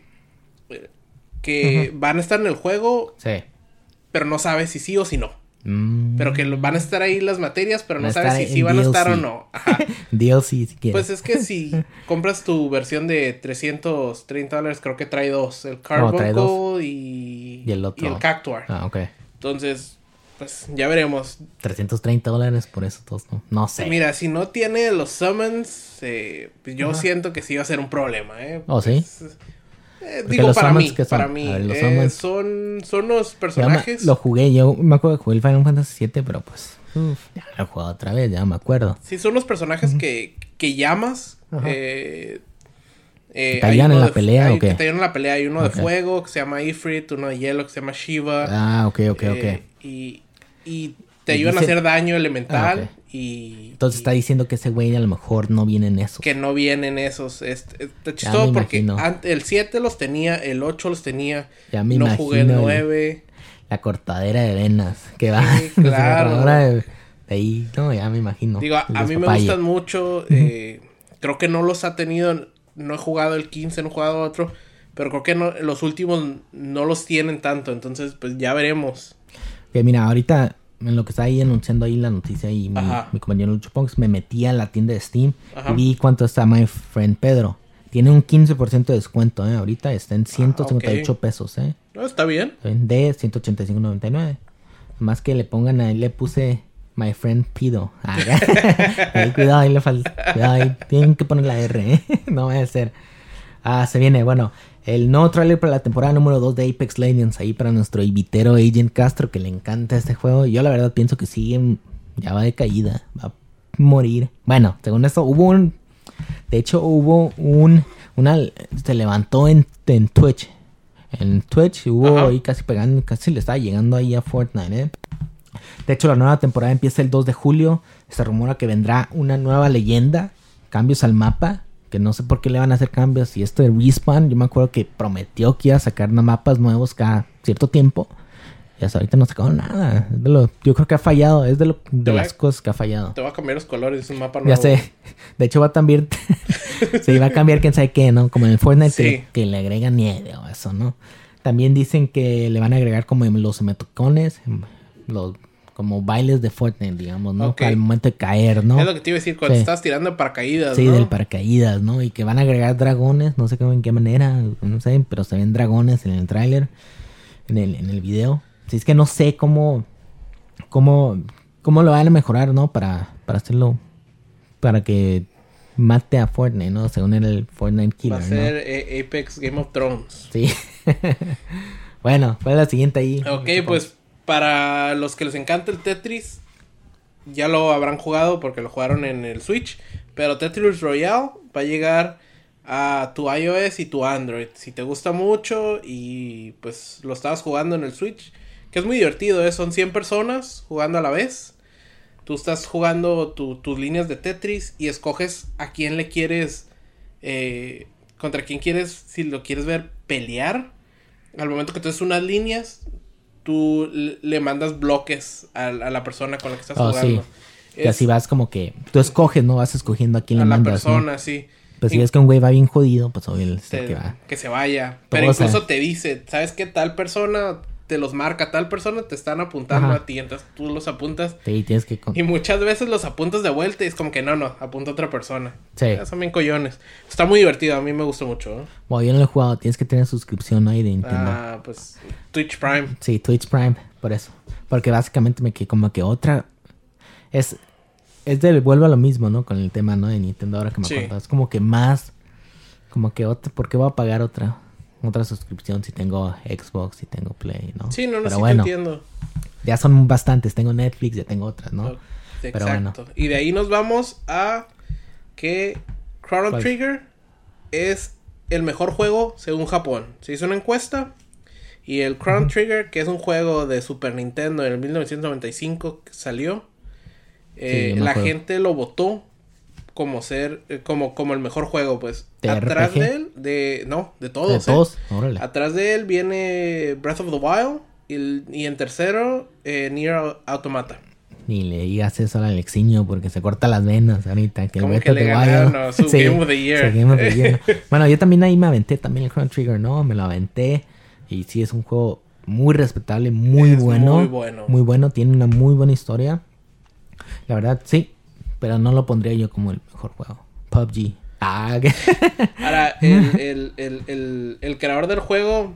B: que uh-huh. van a estar en el juego,
A: sí.
B: pero no sabes si sí o si no.
A: Mm.
B: Pero que van a estar ahí las materias, pero no sabes si sí van a estar o no. Ajá.
A: D L C si quieres.
B: Pues es que si compras tu versión de trescientos treinta dólares, creo que trae dos. El Carbuncle oh, y...
A: y el otro.
B: Y el Cactuar.
A: Ah, ok.
B: Entonces, pues ya veremos.
A: trescientos treinta dólares por eso todos, ¿no? No sé.
B: Mira, si no tiene los summons, eh, pues yo Ajá. siento que sí va a ser un problema, ¿eh?
A: ¿Oh,
B: pues,
A: sí?
B: Eh, digo, para mí, para mí, ver, los eh, son, son los personajes.
A: Me, lo jugué, yo me acuerdo que jugué el Final Fantasy siete, pero pues, uf, ya lo he jugado otra vez, ya me acuerdo.
B: Sí, son los personajes uh-huh. que, que llamas, eh,
A: eh, ¿te ayudan en la de, pelea
B: hay,
A: o qué?
B: Que te ayudan en la pelea, hay uno okay. de fuego que se llama Ifrit, uno de hielo que se llama Shiva.
A: Ah, ok, ok,
B: eh,
A: ok.
B: Y, y te ayudan dice... a hacer daño elemental, ah, okay. Y...
A: Entonces
B: y
A: está diciendo que ese güey a lo mejor no viene en esos.
B: Que no vienen esos. Este, está chistoso porque ante, el siete los tenía, el ocho los tenía.
A: Ya me
B: no
A: imagino
B: jugué el nueve.
A: La cortadera de venas que va.
B: Sí, claro.
A: de, de ahí, no, ya me imagino.
B: Digo, a, a mí me gustan mucho. Eh, uh-huh. Creo que no los ha tenido. No he jugado el quince, no he jugado otro. Pero creo que no, los últimos no los tienen tanto. Entonces, pues ya veremos.
A: Que mira, ahorita en lo que está ahí anunciando ahí la noticia y mi, mi compañero Lucho Ponks, me metí a la tienda de Steam. Ajá. Y vi cuánto está My Friend Pedro. Tiene un quince por ciento de descuento, ¿eh? Ahorita está en ciento cincuenta y ocho ah, okay. pesos, ¿eh?
B: No, está bien.
A: De ciento ochenta y cinco noventa y nueve. Más que le pongan ahí, le puse My Friend Pido. Ah, ahí, cuidado, ahí le falta. Cuidado, ahí tienen que poner la R, ¿eh? No va a ser. Ah, se viene, bueno. El nuevo trailer para la temporada número dos de Apex Legends. Ahí para nuestro ibitero Agent Castro, que le encanta este juego. Yo la verdad pienso que sigue, ya va de caída. Va a morir. Bueno, según esto, hubo un... De hecho, hubo un... Una... Se levantó en, en Twitch. En Twitch hubo Ajá. ahí casi pegando... Casi le estaba llegando ahí a Fortnite, ¿eh? De hecho, la nueva temporada empieza el dos de julio. Se rumora que vendrá una nueva leyenda. Cambios al mapa. Que no sé por qué le van a hacer cambios. Y esto de Respawn, yo me acuerdo que prometió que iba a sacar mapas nuevos cada cierto tiempo. Y hasta ahorita no sacó nada. Es de lo, yo creo que ha fallado. Es de, lo, de las a, cosas que ha fallado.
B: Te va a cambiar los colores. Es un mapa nuevo.
A: Ya sé. De hecho va a cambiar... sí, va a cambiar quién sabe qué, ¿no? Como en el Fortnite sí. que, que le agregan nieve o eso, ¿no? También dicen que le van a agregar como los emoticones. Los... Como bailes de Fortnite, digamos, ¿no? Okay. Al momento de caer, ¿no?
B: Es lo que te iba a decir, cuando sí. estás tirando paracaídas,
A: sí,
B: ¿no?
A: Sí, del paracaídas, ¿no? Y que van a agregar dragones, no sé cómo, en qué manera, no sé, pero se ven dragones en el tráiler, en el, en el video. Así es que no sé cómo, cómo, cómo lo van a mejorar, ¿no? Para, para hacerlo, para que mate a Fortnite, ¿no? Según el Fortnite Killer,
B: va a ser,
A: ¿no?
B: eh, Apex Game of Thrones.
A: Sí. Bueno, ¿cuál es la siguiente ahí?
B: Ok, pues... Para los que les encanta el Tetris, ya lo habrán jugado porque lo jugaron en el Switch. Pero Tetris Royale va a llegar a tu iOS y tu Android. Si te gusta mucho y pues lo estabas jugando en el Switch, que es muy divertido, ¿eh? Son cien personas jugando a la vez. Tú estás jugando tu, tus líneas de Tetris y escoges a quién le quieres, eh, contra quién quieres, si lo quieres ver pelear. Al momento que tú haces unas líneas... Tú le mandas bloques a, a la persona con la que estás oh, jugando.
A: Sí. Y así vas como que... Tú escoges, ¿no? Vas escogiendo a quién le mandas. A la
B: persona,
A: ¿no?
B: sí.
A: Pues si ves que un güey va bien jodido, pues obviamente que va.
B: Que se vaya. Pero Todo incluso sea... te dice, ¿sabes qué? Tal persona te los marca, tal persona te están apuntando Ajá. a ti. Entonces tú los apuntas.
A: Sí, tienes que...
B: Y muchas veces los apuntas de vuelta y es como que no, no, apunta a otra persona.
A: Sí.
B: Ya son bien collones. Está muy divertido, a mí me gustó mucho, ¿no?
A: Bueno, yo no lo he jugado, tienes que tener suscripción ahí de Nintendo.
B: Ah, pues Twitch Prime.
A: Sí, Twitch Prime, por eso. Porque básicamente me quedé como que otra... Es... Es del... Vuelvo a lo mismo, ¿no? Con el tema, ¿no? De Nintendo ahora que me sí. acuerdo. Es como que más... Como que otra... ¿Por qué voy a pagar otra... Otra suscripción si tengo Xbox, si tengo Play, ¿no?
B: Sí, no, no,
A: Pero
B: sí
A: bueno,
B: te entiendo.
A: Ya son bastantes. Tengo Netflix, ya tengo otras, ¿no?
B: Exacto. Pero bueno. Y de ahí nos vamos a que Chrono ¿Cuál? Trigger es el mejor juego según Japón. Se hizo una encuesta y el Chrono uh-huh. Trigger, que es un juego de Super Nintendo en el mil novecientos noventa y cinco que salió, eh, sí, la acuerdo. gente lo votó como ser eh, como como el mejor juego, pues.
A: ¿De
B: atrás
A: R P G?
B: de él, de no, de todos.
A: De todos,
B: eh.
A: órale.
B: Atrás de él viene Breath of the Wild y, y en tercero eh, Nier Automata.
A: Ni le digas eso al Alexiño porque se corta las venas ahorita. Que
B: como que le ganaron no, su
A: sí,
B: Game of the Year.
A: Su Game of the Year. Bueno, yo también ahí me aventé también el Chrono Trigger, ¿no? Me lo aventé y sí es un juego muy respetable, muy
B: es
A: bueno.
B: Muy bueno.
A: Muy bueno, tiene una muy buena historia. La verdad, sí. Pero no lo pondría yo como el mejor juego. P U B G. Ah, ¿qué?
B: Ahora, el, el, el, el, el creador del juego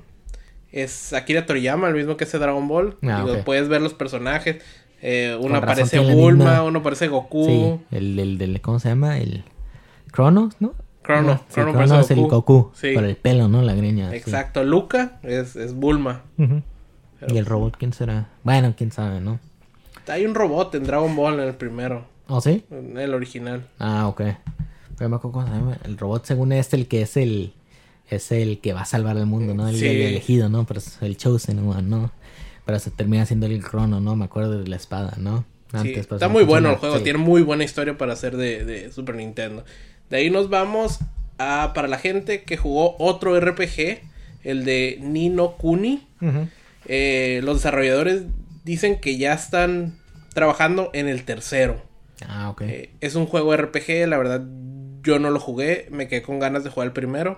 B: es Akira Toriyama, el mismo que hace Dragon Ball.
A: Ah,
B: Digo,
A: okay.
B: Puedes ver los personajes. Eh, uno aparece Bulma, uno aparece Goku.
A: Sí, el, el, el, ¿cómo se llama? El Cronos, ¿no?
B: Crono.
A: No, sí, Crono, Crono es el Goku. Sí. Por el pelo, ¿no? La greña.
B: Exacto. Sí. Luca es, es Bulma.
A: Uh-huh. ¿Y el robot quién será? Bueno, quién sabe, ¿no?
B: Hay un robot en Dragon Ball en el primero.
A: ¿Oh, sí?
B: En el original.
A: Ah, ok. Pero me acuerdo cómo se llama. El robot, según este, el que es el... Es el que va a salvar al mundo, ¿no? El, sí. el elegido, ¿no? Pero es el Chosen One, ¿no? Pero se termina siendo el Crono, ¿no? Me acuerdo de la espada, ¿no? Antes,
B: sí, está muy bueno el juego. Sí. Tiene muy buena historia para ser de, de Super Nintendo. De ahí nos vamos a... Para la gente que jugó otro R P G, el de Ni no Kuni. Uh-huh. Eh, los desarrolladores dicen que ya están trabajando en el tercero.
A: Ah, ok.
B: Eh, es un juego R P G, la verdad yo no lo jugué, me quedé con ganas de jugar el primero.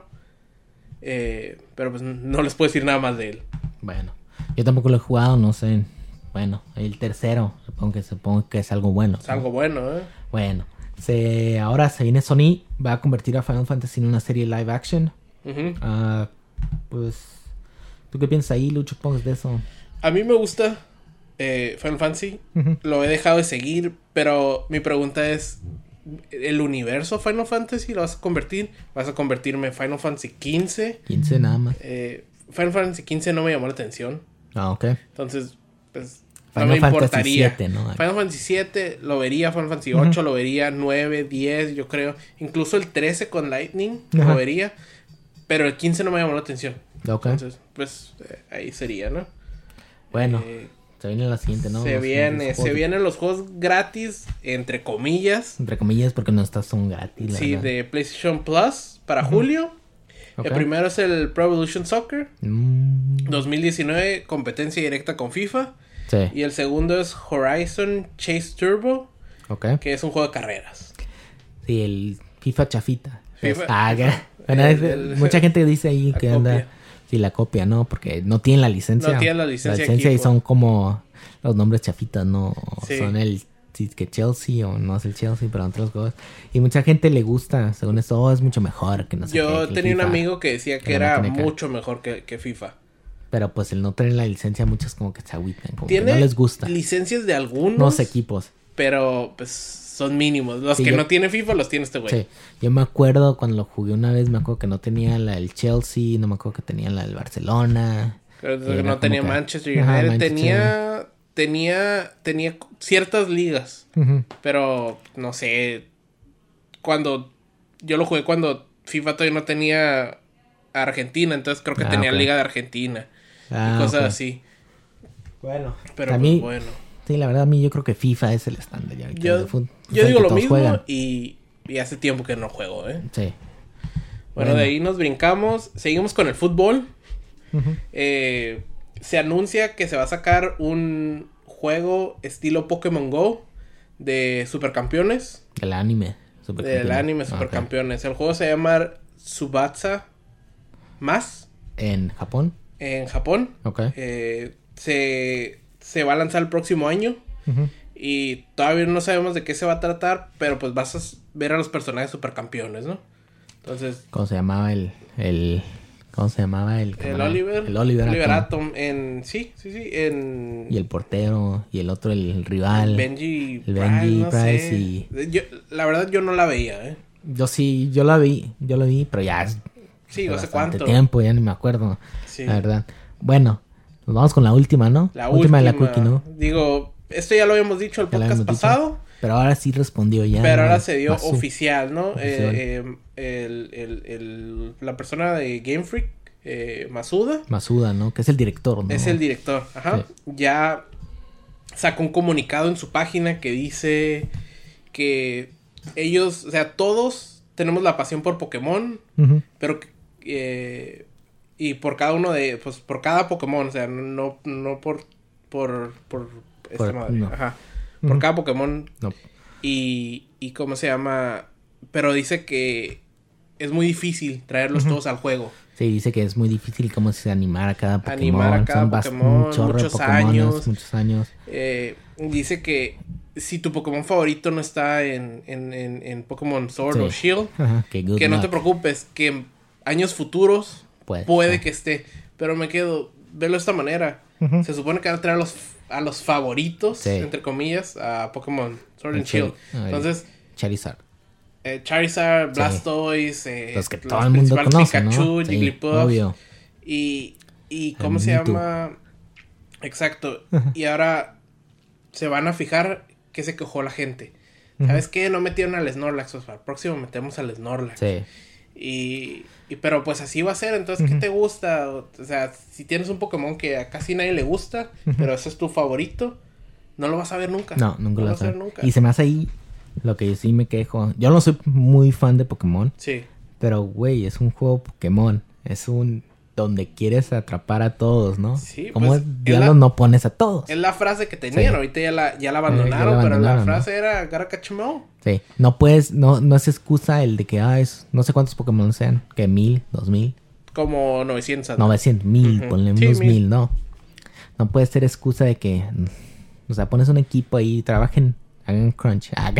B: Eh, pero pues no les puedo decir nada más de él.
A: Bueno, yo tampoco lo he jugado, no sé. Bueno, el tercero, supongo que, supongo que es algo bueno.
B: Es ¿no? algo bueno, ¿eh?
A: Bueno, se, ahora se viene Sony, va a convertir a Final Fantasy en una serie live action. Uh-huh. Uh, pues, ¿tú qué piensas ahí, Lucho Pongs, de eso?
B: A mí me gusta eh, Final Fantasy, uh-huh. Lo he dejado de seguir, pero mi pregunta es, ¿el universo Final Fantasy lo vas a convertir? ¿Vas a convertirme en Final Fantasy quince?
A: quince nada más.
B: Eh, Final Fantasy quince no me llamó la atención.
A: Ah, ok.
B: Entonces, pues,
A: Final
B: no me
A: Fantasy
B: importaría.
A: siete, ¿no?
B: Final Fantasy siete lo vería, Final Fantasy ocho uh-huh. lo vería, nueve, diez, yo creo. Incluso el trece con Lightning uh-huh. lo vería. Pero el quince no me llamó la atención.
A: Ok.
B: Entonces, pues, eh, ahí sería, ¿no?
A: Bueno, eh, se viene la siguiente, ¿no?
B: Se los, viene, los se vienen los juegos gratis, entre comillas.
A: Entre comillas, porque no estas son gratis.
B: Sí, verdad. De PlayStation Plus para uh-huh. julio. Okay. El primero es el Pro Evolution Soccer. Mm. dos mil diecinueve, competencia directa con FIFA.
A: Sí.
B: Y el segundo es Horizon Chase Turbo.
A: Okay.
B: Que es un juego de carreras.
A: Sí, el FIFA chafita. FIFA. Ah, bueno, el, el, mucha gente dice ahí que copia. anda... Sí, la copia, ¿no? Porque no tienen la licencia.
B: No tienen la licencia.
A: La licencia
B: aquí,
A: y son como los nombres chafitas, ¿no?
B: Sí.
A: Son el sí, que Chelsea o no es el Chelsea, pero otros juegos. Y mucha gente le gusta, según esto, oh, es mucho mejor que no sé
B: Yo
A: qué,
B: tenía
A: FIFA,
B: un amigo que decía que, que era mucho mejor que, que FIFA.
A: Pero pues el no tener la licencia, muchos como que se agüitan, como
B: ¿Tiene
A: que no les gusta.
B: Licencias de algunos.
A: Los equipos.
B: Pero pues son mínimos. Los
A: sí,
B: que
A: yo,
B: no tienen FIFA los tiene este güey.
A: Sí, yo me acuerdo cuando lo jugué una vez, me acuerdo que no tenía la del Chelsea, no me acuerdo que tenía la del Barcelona.
B: Pero no tenía que... Manchester United. Ajá, Manchester. Tenía, tenía, tenía ciertas ligas. Uh-huh. Pero no sé, cuando yo lo jugué cuando FIFA todavía no tenía a Argentina, entonces creo que ah, tenía okay. Liga de Argentina ah, y cosas okay. así.
A: Bueno,
B: pero
A: a mí,
B: pues, bueno.
A: Sí, la verdad a mí yo creo que FIFA es el estándar. Ya,
B: yo
A: de fútbol,
B: yo digo lo mismo y, y hace tiempo que no juego, ¿eh?
A: Sí.
B: Bueno, bueno, de ahí nos brincamos, seguimos con el fútbol. Uh-huh. Eh, se anuncia que se va a sacar un juego estilo Pokémon Go de Supercampeones.
A: El anime.
B: Del anime Supercampeones. Okay. El juego se llama Tsubasa Más.
A: ¿En Japón?
B: En Japón.
A: Ok.
B: Eh, se, se va a lanzar el próximo año.
A: Uh-huh.
B: Y todavía no sabemos de qué se va a tratar, pero pues vas a ver a los personajes Supercampeones, ¿no? Entonces...
A: ¿Cómo se llamaba el... el... ¿Cómo se llamaba el...
B: El Oliver.
A: El Oliver,
B: Oliver Atom. Atom en... Sí, sí, sí. En...
A: Y el portero. Y el otro, el, el rival.
B: El Benji.
A: El Benji
B: Price,
A: Price
B: no
A: y...
B: Yo, la verdad yo no la veía, ¿eh?
A: Yo sí, yo la vi. Yo la vi, pero ya es...
B: Sí, no sé cuánto.
A: tiempo, ya ni me acuerdo.
B: Sí.
A: La verdad. Bueno, nos vamos con la última, ¿no?
B: La última.
A: Última de la Quickie, ¿no?
B: Digo, esto ya lo habíamos dicho el podcast pasado.
A: Dicho, pero ahora sí respondió ya.
B: Pero ahora se dio Masu. oficial, ¿no? Oficial. Eh, eh, el, el, el, la persona de Game Freak, eh, Masuda.
A: Masuda, ¿no? Que es el director, ¿no?
B: Es el director, ajá. Sí. Ya sacó un comunicado en su página que dice que ellos, o sea, todos tenemos la pasión por Pokémon, uh-huh. pero eh, y por cada uno de, pues por cada Pokémon, o sea, no, no por, por, por, esta
A: por
B: madre,
A: no.
B: ajá. Por uh-huh. cada Pokémon.
A: No.
B: Y, y cómo se llama, pero dice que es muy difícil traerlos uh-huh. todos al juego.
A: Sí, dice que es muy difícil cómo se animar a cada Pokémon.
B: Animar a cada
A: Son
B: Pokémon, muchos años.
A: Muchos años.
B: Eh, dice que si tu Pokémon favorito no está en, en, en, en Pokémon Sword sí. o Shield,
A: Ajá, que
B: luck. no te preocupes, que en años futuros puede, puede sí. que esté. Pero me quedo, verlo de esta manera. Uh-huh. Se supone que van a traer a los, a los favoritos, sí. entre comillas, a Pokémon Sword and Shield. Entonces,
A: Charizard.
B: Eh, Charizard, Blastoise, sí. eh,
A: los que todo el mundo conoce,
B: Pikachu,
A: ¿no?
B: Jigglypuff,
A: sí, obvio.
B: y y cómo el se Mewtwo. llama, exacto. Y ahora se van a fijar qué se quejó la gente. ¿Sabes uh-huh. qué? No metieron al Snorlax, o sea, al próximo metemos al Snorlax.
A: Sí.
B: Y, y pero pues así va a ser. Entonces, uh-huh. ¿qué te gusta? O, o sea, si tienes un Pokémon que a casi nadie le gusta, uh-huh. pero ese es tu favorito, no lo vas a ver nunca.
A: No, nunca no lo vas a ver nunca. Y se me hace ahí lo que sí me quejo. Yo no soy muy fan de Pokémon.
B: Sí.
A: Pero, güey, es un juego Pokémon. Es un... donde quieres atrapar a todos, ¿no?
B: Sí,
A: ¿Cómo
B: pues,
A: diablos no pones a todos?
B: Es la frase que tenían. Sí. Ahorita ya la, ya la abandonaron, eh, ya la abandonaron, pero la frase ¿no? era gotta catch 'em all.
A: Sí. No puedes... No, no es excusa el de que, ah, es... No sé cuántos Pokémon sean. Que mil, dos mil.
B: Como novecientos.
A: novecientos, mil. Uh-huh. Ponle sí, unos mil. mil, ¿no? No puede ser excusa de que... O sea, pones un equipo ahí, trabajen... Hagan crunch, hagan,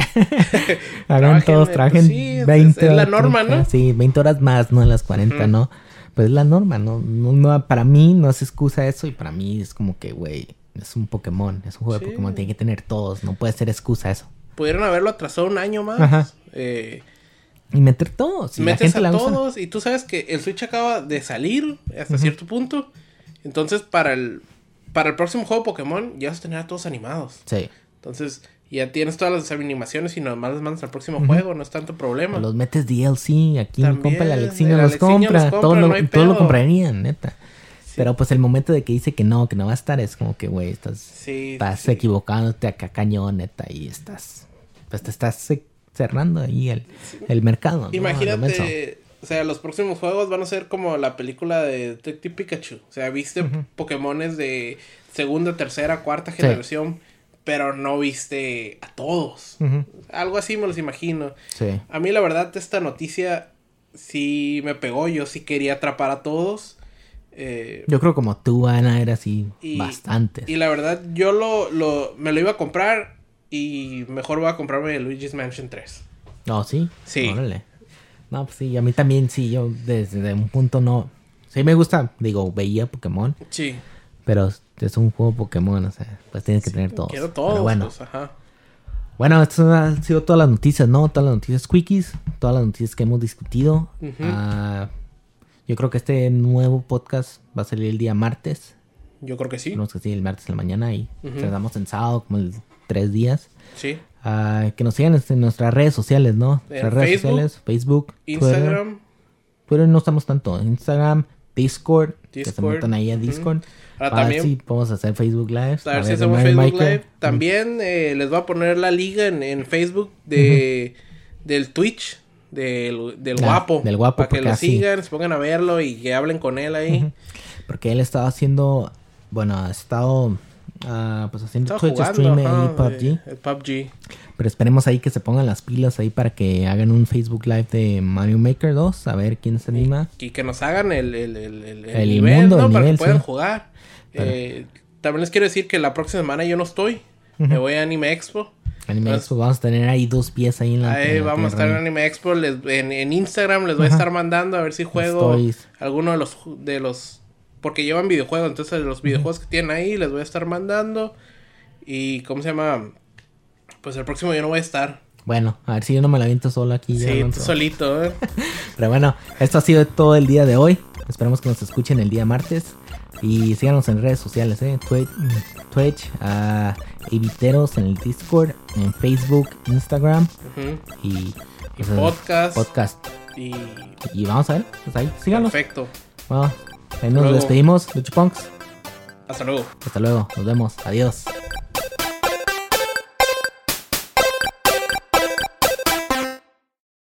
A: hagan todos, trabajen pues sí, veinte
B: es, es la norma,
A: treinta,
B: ¿no?
A: Sí, veinte horas más, no las cuarenta, uh-huh. ¿no? Pues es la norma, ¿no? No, no, para mí no es excusa eso y para mí es como que, güey, es un Pokémon, es un juego sí. de Pokémon, tiene que tener todos, no puede ser excusa eso.
B: Pudieron haberlo atrasado un año más. Ajá. Eh,
A: y meter todos.
B: Y metes a todos usa. Y tú sabes que el Switch acaba de salir hasta uh-huh. cierto punto. Entonces para el, para el próximo juego Pokémon ya vas a tener a todos animados.
A: Sí.
B: Entonces... ya tienes todas las animaciones y nomás las mandas al próximo uh-huh. juego, no es tanto problema.
A: O los metes D L C, aquí mi compa el Alexiño los, los compra, todo lo, no todo lo comprarían, neta. Sí. Pero pues el momento de que dice que no, que no va a estar, es como que, güey, estás, sí, estás sí. equivocándote acá cañón, neta, y estás, pues te estás cerrando ahí el, sí. el mercado.
B: Imagínate, ¿no? O sea, los próximos juegos van a ser como la película de Detective Pikachu. O sea, viste uh-huh. Pokémones de segunda, tercera, cuarta generación. Sí. Pero no viste a todos. Uh-huh. Algo así me los imagino.
A: Sí.
B: A mí la verdad esta noticia sí me pegó. Yo sí quería atrapar a todos. Eh,
A: yo creo como tú, Ana, era así y, bastantes.
B: Y la verdad yo lo, lo me lo iba a comprar y mejor voy a comprarme Luigi's Mansion tres.
A: ¿Oh, sí?
B: Sí.
A: Órale. No, pues sí, a mí también sí. Yo desde un punto no... Sí me gusta, digo, veía Pokémon.
B: Sí.
A: Pero es un juego Pokémon, o sea, pues tienes que sí, tener todos.
B: Quiero todos,
A: pero bueno.
B: Pues, ajá.
A: Bueno, estas han sido todas las noticias, ¿no? Todas las noticias quickies, todas las noticias que hemos discutido. Uh-huh. Uh, yo creo que este nuevo podcast va a salir el día martes.
B: Yo creo que sí.
A: Tenemos que sí, el martes en la mañana y uh-huh. tratamos en sábado, como el tres días.
B: Sí.
A: Uh, que nos sigan en nuestras redes sociales, ¿no? Nuestras redes
B: Facebook,
A: sociales, Facebook,
B: Instagram.
A: Twitter. Twitter no estamos tanto. Instagram, Discord,
B: Discord.
A: Que se metan ahí a Discord. Uh-huh.
B: Ahora,
A: a
B: también,
A: ver si podemos hacer Facebook Live.
B: A ver si hacemos Facebook Michael. Live. También eh, les voy a poner la liga en, en Facebook de uh-huh. del Twitch del, del nah, guapo.
A: Del guapo.
B: Para que lo
A: así...
B: sigan, se pongan a verlo y que hablen con él ahí.
A: Uh-huh. Porque él estaba haciendo... Bueno, ha estado... Uh, pues haciendo
B: estaba
A: Twitch
B: jugando,
A: stream
B: ajá,
A: y P U B G.
B: El P U B G.
A: Pero esperemos ahí que se pongan las pilas ahí para que hagan un Facebook Live de Mario Maker dos. A ver quién se anima.
B: Y, y que nos hagan el, el, el, el, el,
A: el
B: nivel,
A: mundo,
B: ¿no?
A: el
B: Para
A: nivel,
B: que puedan
A: sí.
B: jugar. Eh, también les quiero decir que la próxima semana yo no estoy. Uh-huh. Me voy a Anime Expo.
A: Anime Entonces, Expo, vamos a tener ahí dos pies ahí en la
B: Ahí
A: en la
B: vamos a estar en Anime Expo. Les, en, en Instagram les voy uh-huh. a estar mandando a ver si juego Stories. Alguno de los de los porque llevan videojuegos. Entonces los videojuegos uh-huh. que tienen ahí les voy a estar mandando. Y ¿cómo se llama? Pues el próximo yo no voy a estar.
A: Bueno, a ver si yo no me la aviento solo aquí.
B: Sí, tú solito, ¿eh?
A: Pero bueno, esto ha sido todo el día de hoy. Esperamos que nos escuchen el día martes. Y síganos en redes sociales, ¿eh? Twitch, Twitch uh, Eviteros en el Discord, en Facebook, Instagram.
B: Uh-huh.
A: Y,
B: pues, y podcast.
A: Podcast.
B: Y...
A: y vamos a ver, pues ahí, síganos.
B: Perfecto.
A: Bueno, ahí nos luego. despedimos, Luchopunks.
B: Hasta luego.
A: Hasta luego, nos vemos. Adiós.